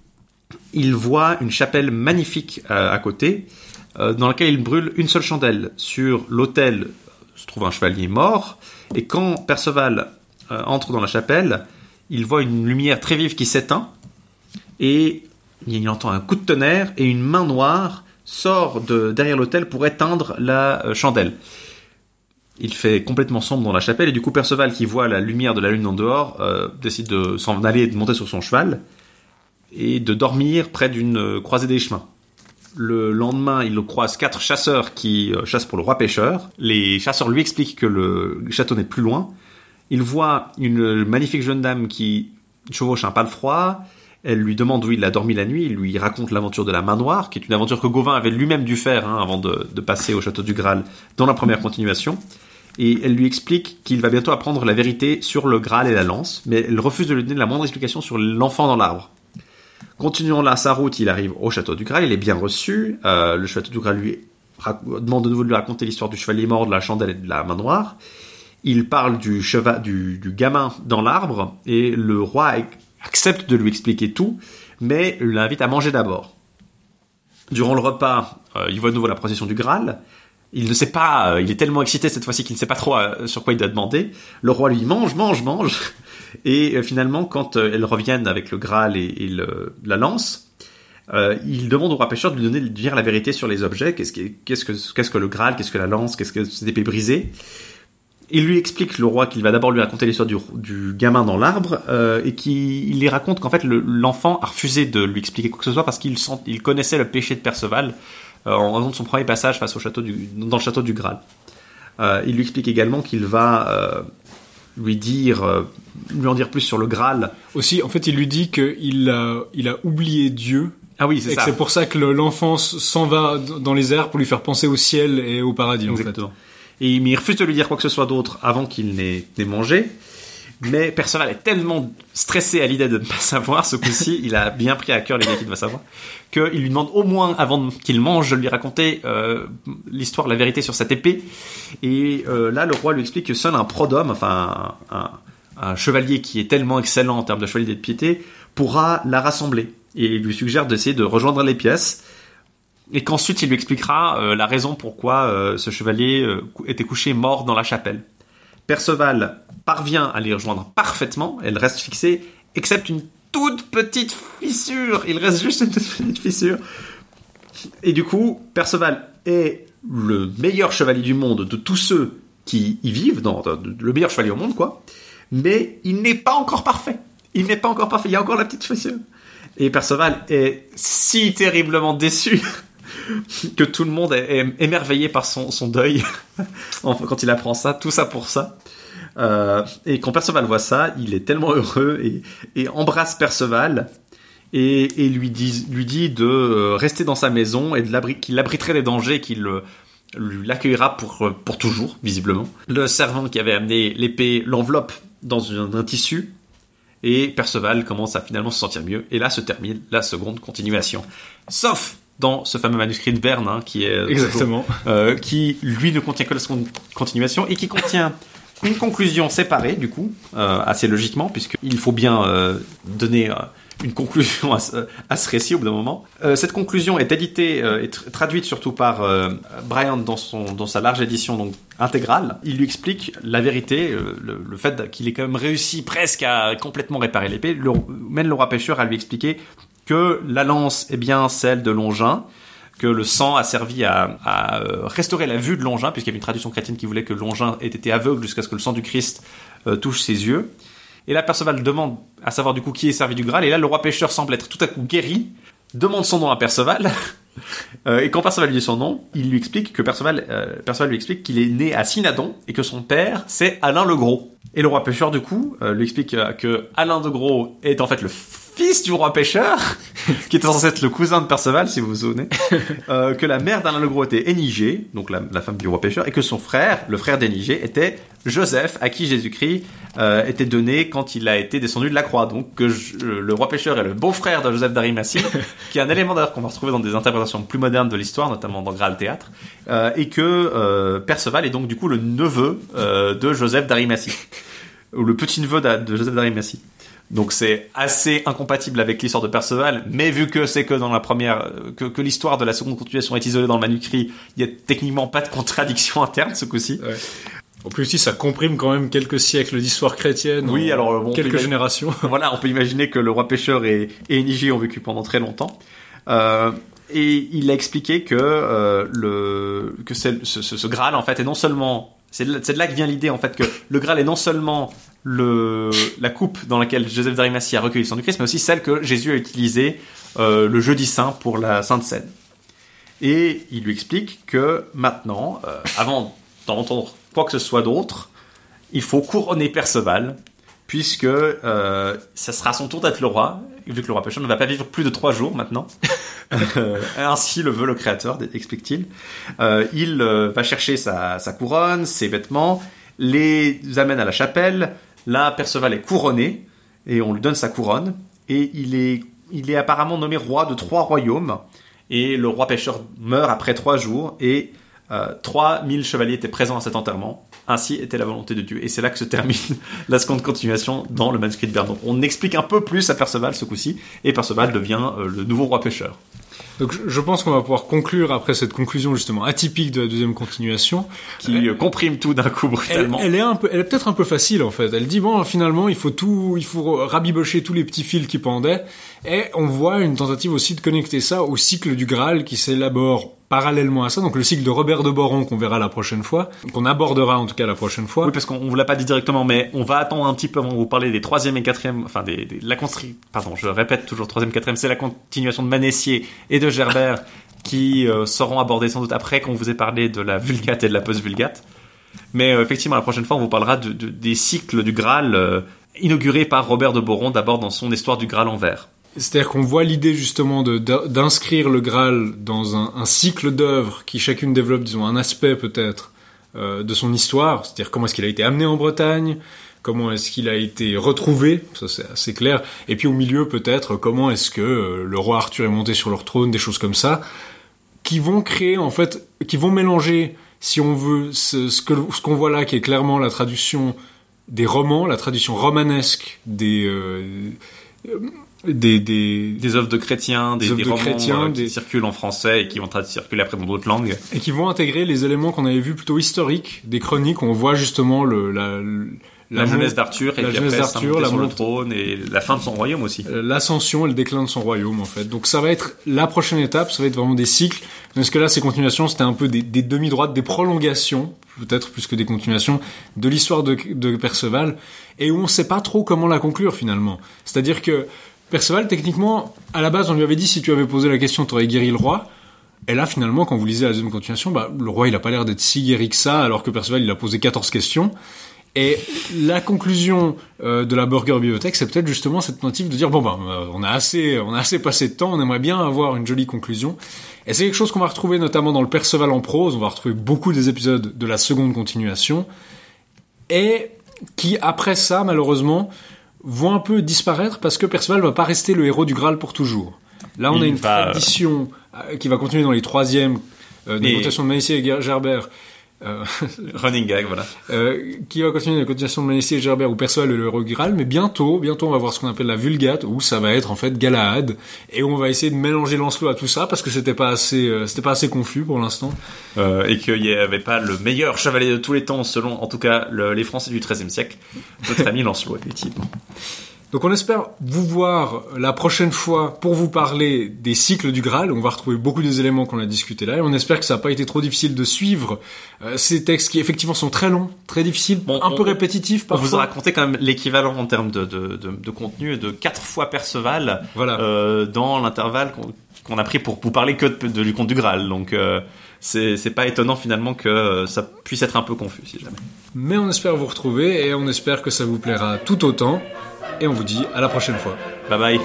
il voit une chapelle magnifique euh, à côté, euh, dans laquelle il brûle une seule chandelle. Sur l'autel se trouve un chevalier mort, et quand Perceval euh, entre dans la chapelle, il voit une lumière très vive qui s'éteint, et il entend un coup de tonnerre, et une main noire sort de derrière l'autel pour éteindre la euh, chandelle. Il fait complètement sombre dans la chapelle, et du coup Perceval, qui voit la lumière de la lune en dehors, euh, décide de s'en aller et de monter sur son cheval, et de dormir près d'une euh, croisée des chemins. Le lendemain, il croise quatre chasseurs qui euh, chassent pour le roi pêcheur. Les chasseurs lui expliquent que le château n'est plus loin. Il voit une magnifique jeune dame qui chevauche un palefroid. Elle lui demande où il a dormi la nuit. Il lui raconte l'aventure de la main noire, qui est une aventure que Gauvin avait lui-même dû faire hein, avant de, de passer au château du Graal dans la première continuation. Et elle lui explique qu'il va bientôt apprendre la vérité sur le Graal et la lance, mais elle refuse de lui donner la moindre explication sur l'enfant dans l'arbre. Continuons là sa route, il arrive au château du Graal, il est bien reçu. Euh, le château du Graal lui rac- demande de nouveau de lui raconter l'histoire du chevalier mort, de la chandelle et de la main noire. Il parle du, cheva- du, du gamin dans l'arbre, et le roi accepte de lui expliquer tout, mais l'invite à manger d'abord. Durant le repas, euh, il voit de nouveau la procession du Graal. Il ne sait pas, euh, il est tellement excité cette fois-ci qu'il ne sait pas trop euh, sur quoi il doit demander. Le roi lui dit mange, mange, mange. Et euh, finalement, quand euh, elles reviennent avec le Graal et, et le, la lance, euh, il demande au roi pêcheur de lui donner, de dire la vérité sur les objets. Qu'est-ce que, qu'est-ce que, qu'est-ce que le Graal, qu'est-ce que la lance, qu'est-ce que cette épée brisée. Il lui explique, le roi, qu'il va d'abord lui raconter l'histoire du, du gamin dans l'arbre, euh, et qu'il lui raconte qu'en fait le, l'enfant a refusé de lui expliquer quoi que ce soit parce qu'il sent, il connaissait le péché de Perceval euh, en raison de son premier passage face au château du, dans le château du Graal. Euh, il lui explique également qu'il va euh, lui dire, euh, lui en dire plus sur le Graal. Aussi, en fait, il lui dit qu'il a, il a oublié Dieu. Ah oui, c'est et ça. Que c'est pour ça que le, l'enfant s'en va dans les airs pour lui faire penser au ciel et au paradis. Exactement. En fait. Et mais il refuse de lui dire quoi que ce soit d'autre avant qu'il n'ait, n'ait mangé. Mais Perceval est tellement stressé à l'idée de ne pas savoir, ce coup-ci, il a bien pris à cœur l'idée qu'il va savoir, qu'il lui demande au moins, avant qu'il mange, de lui raconter euh, l'histoire, la vérité sur cette épée. Et euh, là, le roi lui explique que seul un prodome, enfin un, un, un chevalier qui est tellement excellent en termes de chevalier de piété, pourra la rassembler. Et il lui suggère d'essayer de rejoindre les pièces. Et qu'ensuite il lui expliquera euh, la raison pourquoi euh, ce chevalier euh, était couché mort dans la chapelle. Perceval parvient à les rejoindre parfaitement, elle reste fixée, excepte une toute petite fissure, il reste juste une toute petite fissure. Et du coup, Perceval est le meilleur chevalier du monde de tous ceux qui y vivent, dans, le meilleur chevalier au monde, quoi, mais il n'est pas encore parfait. Il n'est pas encore parfait, il y a encore la petite fissure. Et Perceval est si terriblement déçu que tout le monde est émerveillé par son, son deuil enfin, quand il apprend ça, tout ça pour ça. Euh, et quand Perceval voit ça, il est tellement heureux et, et embrasse Perceval et, et lui, dit, lui dit de rester dans sa maison et de l'abri, qu'il l'abriterait des dangers, qu'il l'accueillera pour, pour toujours, visiblement. Le servant qui avait amené l'épée l'enveloppe dans un, un tissu, et Perceval commence à finalement se sentir mieux. Et là se termine la seconde continuation. Sauf dans ce fameux manuscrit de Berne, hein, qui est exactement, toujours, euh, qui lui ne contient que la seconde continuation et qui contient une conclusion séparée, du coup, euh, assez logiquement, puisqu'il faut bien euh, donner euh, une conclusion à ce, à ce récit au bout d'un moment. Euh, cette conclusion est éditée euh, et tra- traduite surtout par euh, Brian dans son dans sa large édition donc intégrale. Il lui explique la vérité, euh, le, le fait qu'il ait quand même réussi presque à complètement réparer l'épée. Le, mène le roi pêcheur à lui expliquer que la lance est bien celle de Longin, que le sang a servi à, à restaurer la vue de Longin, puisqu'il y avait une tradition chrétienne qui voulait que Longin ait été aveugle jusqu'à ce que le sang du Christ euh, touche ses yeux. Et là, Perceval demande à savoir du coup qui est servi du Graal, et là, le roi pêcheur semble être tout à coup guéri, demande son nom à Perceval, euh, et quand Perceval lui dit son nom, il lui explique que Perceval, euh, Perceval lui explique qu'il est né à Synadon, et que son père, c'est Alain le Gros. Et le roi pêcheur, du coup, euh, lui explique euh, que Alain de Gros est en fait le fils du roi pêcheur, qui était censé être le cousin de Perceval, si vous vous souvenez, euh, que la mère d'Alain le Gros était Énigée, donc la, la femme du roi pêcheur, et que son frère, le frère d'Énigée, était Joseph, à qui Jésus-Christ euh, était donné quand il a été descendu de la croix. Donc que je, le roi pêcheur est le beau-frère de Joseph d'Arimathie, qui est un élément d'ailleurs qu'on va retrouver dans des interprétations plus modernes de l'histoire, notamment dans Graal Théâtre, euh, et que euh, Perceval est donc du coup le neveu euh, de Joseph d'Arimathie, ou le petit-neveu de, de Joseph d'Arimathie. Donc c'est assez incompatible avec l'histoire de Perceval, mais vu que c'est que dans la première, que, que l'histoire de la seconde continuation est isolée dans le manuscrit, il y a techniquement pas de contradiction interne ce coup-ci. Ouais. En plus aussi, ça comprime quand même quelques siècles d'histoire chrétienne. Oui, alors bon, quelques peut générations. Voilà, on peut imaginer que le roi pêcheur et, et Énigée ont vécu pendant très longtemps. Euh, et il a expliqué que euh, le que c'est, ce, ce, ce Graal en fait est non seulement c'est de, c'est de là que vient l'idée en fait que le Graal est non seulement le la coupe dans laquelle Joseph d'Arimathie a recueilli le sang du Christ, mais aussi celle que Jésus a utilisée euh, le jeudi saint pour la Sainte Seine. Et il lui explique que maintenant, euh, avant d'entendre quoi que ce soit d'autre, il faut couronner Perceval, puisque euh, ça sera son tour d'être le roi, vu que le roi pêcheur ne va pas vivre plus de trois jours maintenant. euh, ainsi le veut le Créateur, explique-t-il. Euh, il euh, va chercher sa, sa couronne, ses vêtements, les amène à la chapelle. Là, Perceval est couronné, et on lui donne sa couronne, et il est, il est apparemment nommé roi de trois royaumes, et le roi pêcheur meurt après trois jours, et Euh, trois mille chevaliers étaient présents à cet enterrement. Ainsi était la volonté de Dieu. Et c'est là que se termine la seconde continuation dans le manuscrit de Vernon. On explique un peu plus à Perceval ce coup-ci, et Perceval devient euh, le nouveau roi pêcheur. Donc je pense qu'on va pouvoir conclure après cette conclusion justement atypique de la deuxième continuation, qui euh, comprime tout d'un coup brutalement. Elle, elle est un peu, elle est peut-être un peu facile en fait. Elle dit bon, finalement il faut tout, il faut rabibocher tous les petits fils qui pendaient, et on voit une tentative aussi de connecter ça au cycle du Graal qui s'élabore parallèlement à ça, donc le cycle de Robert de Boron qu'on verra la prochaine fois, qu'on abordera en tout cas la prochaine fois. Oui, parce qu'on vous l'a pas dit directement, mais on va attendre un petit peu avant de vous parler des troisième et quatrième, enfin des, des la constru... pardon, je répète toujours troisième, quatrième, c'est la continuation de Manessier et de Gerbert qui euh, seront abordés sans doute après qu'on vous ait parlé de la Vulgate et de la post-Vulgate. Mais euh, effectivement, la prochaine fois, on vous parlera de, de, des cycles du Graal euh, inaugurés par Robert de Boron, d'abord dans son Histoire du Graal en vers. C'est-à-dire qu'on voit l'idée justement de, d'inscrire le Graal dans un, un cycle d'œuvres qui chacune développe, disons, un aspect peut-être euh, de son histoire, c'est-à-dire comment est-ce qu'il a été amené en Bretagne, comment est-ce qu'il a été retrouvé, ça c'est assez clair, et puis au milieu peut-être comment est-ce que euh, le roi Arthur est monté sur leur trône, des choses comme ça, qui vont créer en fait, qui vont mélanger, si on veut, ce, ce, que, ce qu'on voit là, qui est clairement la traduction des romans, la traduction romanesque des... Euh, Des, des, des œuvres de chrétiens, des, des, des romans chrétiens, euh, qui des... circulent en français et qui vont circuler après dans d'autres langues. Et qui vont intégrer les éléments qu'on avait vus plutôt historiques, des chroniques, où on voit justement le, la, la, la jeunesse d'Arthur, et la puis jeunesse après d'Arthur, la sur mont... le trône, et la fin de son royaume aussi. L'ascension et le déclin de son royaume, en fait. Donc ça va être la prochaine étape, ça va être vraiment des cycles. Parce que là, ces continuations, c'était un peu des, des demi-droites, des prolongations, peut-être plus que des continuations, de l'histoire de, de Perceval, et où on sait pas trop comment la conclure, finalement. C'est-à-dire que Perceval, techniquement, à la base, on lui avait dit si tu avais posé la question, t'aurais guéri le roi. Et là, finalement, quand vous lisez la deuxième continuation, bah, le roi, il a pas l'air d'être si guéri que ça, alors que Perceval, il a posé quatorze questions. Et la conclusion euh, de la Burger Bibliothèque, c'est peut-être justement cette tentative de dire bon ben, bah, on a assez, on a assez passé de temps, on aimerait bien avoir une jolie conclusion. Et c'est quelque chose qu'on va retrouver notamment dans le Perceval en prose. On va retrouver beaucoup des épisodes de la seconde continuation, et qui après ça, malheureusement, vont un peu disparaître parce que Perceval va pas rester le héros du Graal pour toujours. Là, on Il a une va... tradition euh, qui va continuer dans les troisièmes, euh, des Et... continuations de Manessier et Gerbert. Euh, Running gag, voilà. Euh, qui va continuer la continuation de Manessier et Gerbert où Perceval est le héros du Graal, mais bientôt, bientôt on va voir ce qu'on appelle la Vulgate, où ça va être en fait Galahad, et où on va essayer de mélanger Lancelot à tout ça parce que c'était pas assez, euh, c'était pas assez confus pour l'instant. Euh, et qu'il y avait pas le meilleur chevalier de tous les temps, selon en tout cas le, les Français du treizième siècle, notre ami Lancelot, effectivement. Donc on espère vous voir la prochaine fois pour vous parler des cycles du Graal. On va retrouver beaucoup des éléments qu'on a discutés là, et on espère que ça n'a pas été trop difficile de suivre euh, ces textes qui effectivement sont très longs, très difficiles, bon, un on, peu répétitifs parfois. On vous a raconté quand même l'équivalent en termes de, de, de, de contenu de quatre fois Perceval, voilà. euh, dans l'intervalle qu'on, qu'on a pris pour vous parler que de, de, du conte du Graal. Donc euh, c'est, c'est pas étonnant finalement que ça puisse être un peu confus si jamais. Mais on espère vous retrouver, et on espère que ça vous plaira tout autant. et on vous dit à la prochaine fois. Bye bye.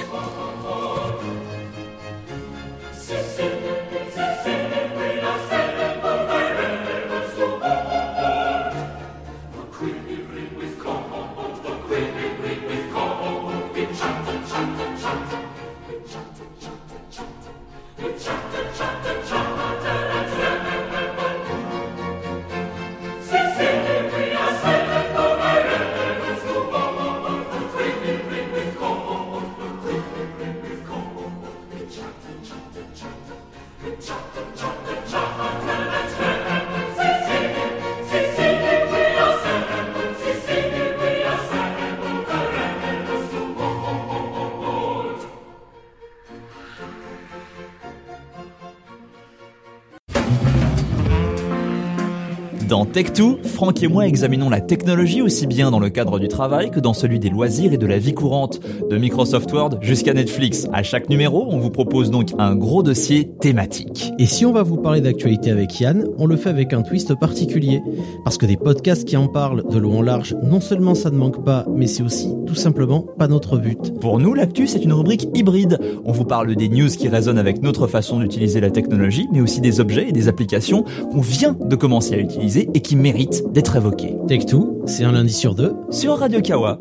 Dans Tech deux, Franck et moi examinons la technologie aussi bien dans le cadre du travail que dans celui des loisirs et de la vie courante, de Microsoft Word jusqu'à Netflix. À chaque numéro, on vous propose donc un gros dossier thématique. Et si on va vous parler d'actualité avec Yann, on le fait avec un twist particulier. Parce que des podcasts qui en parlent de long en large, non seulement ça ne manque pas, mais c'est aussi tout simplement pas notre but. Pour nous, l'actu, c'est une rubrique hybride. On vous parle des news qui résonnent avec notre façon d'utiliser la technologie, mais aussi des objets et des applications qu'on vient de commencer à utiliser et qui méritent d'être évoqués. Tech deux, c'est un lundi sur deux sur Radio Kawa.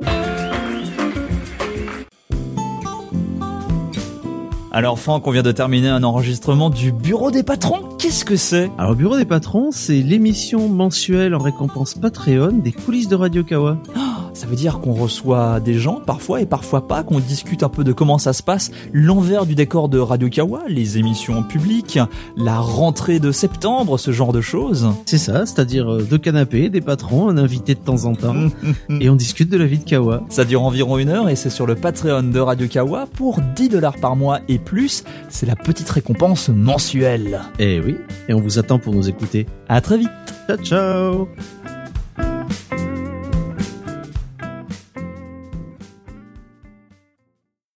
Alors Franck, on vient de terminer un enregistrement du Bureau des Patrons. Qu'est-ce que c'est ? Alors Bureau des Patrons, c'est l'émission mensuelle en récompense Patreon des coulisses de Radio Kawa. Oh, ça veut dire qu'on reçoit des gens parfois et parfois pas, qu'on discute un peu de comment ça se passe, l'envers du décor de Radio Kawa, les émissions publiques, la rentrée de septembre, ce genre de choses. C'est ça, c'est-à-dire deux canapés, des patrons, un invité de temps en temps, et on discute de la vie de Kawa. Ça dure environ une heure et c'est sur le Patreon de Radio Kawa pour dix dollars par mois et plus. C'est la petite récompense mensuelle. Eh oui, et on vous attend pour nous écouter. À très vite. Ciao, ciao.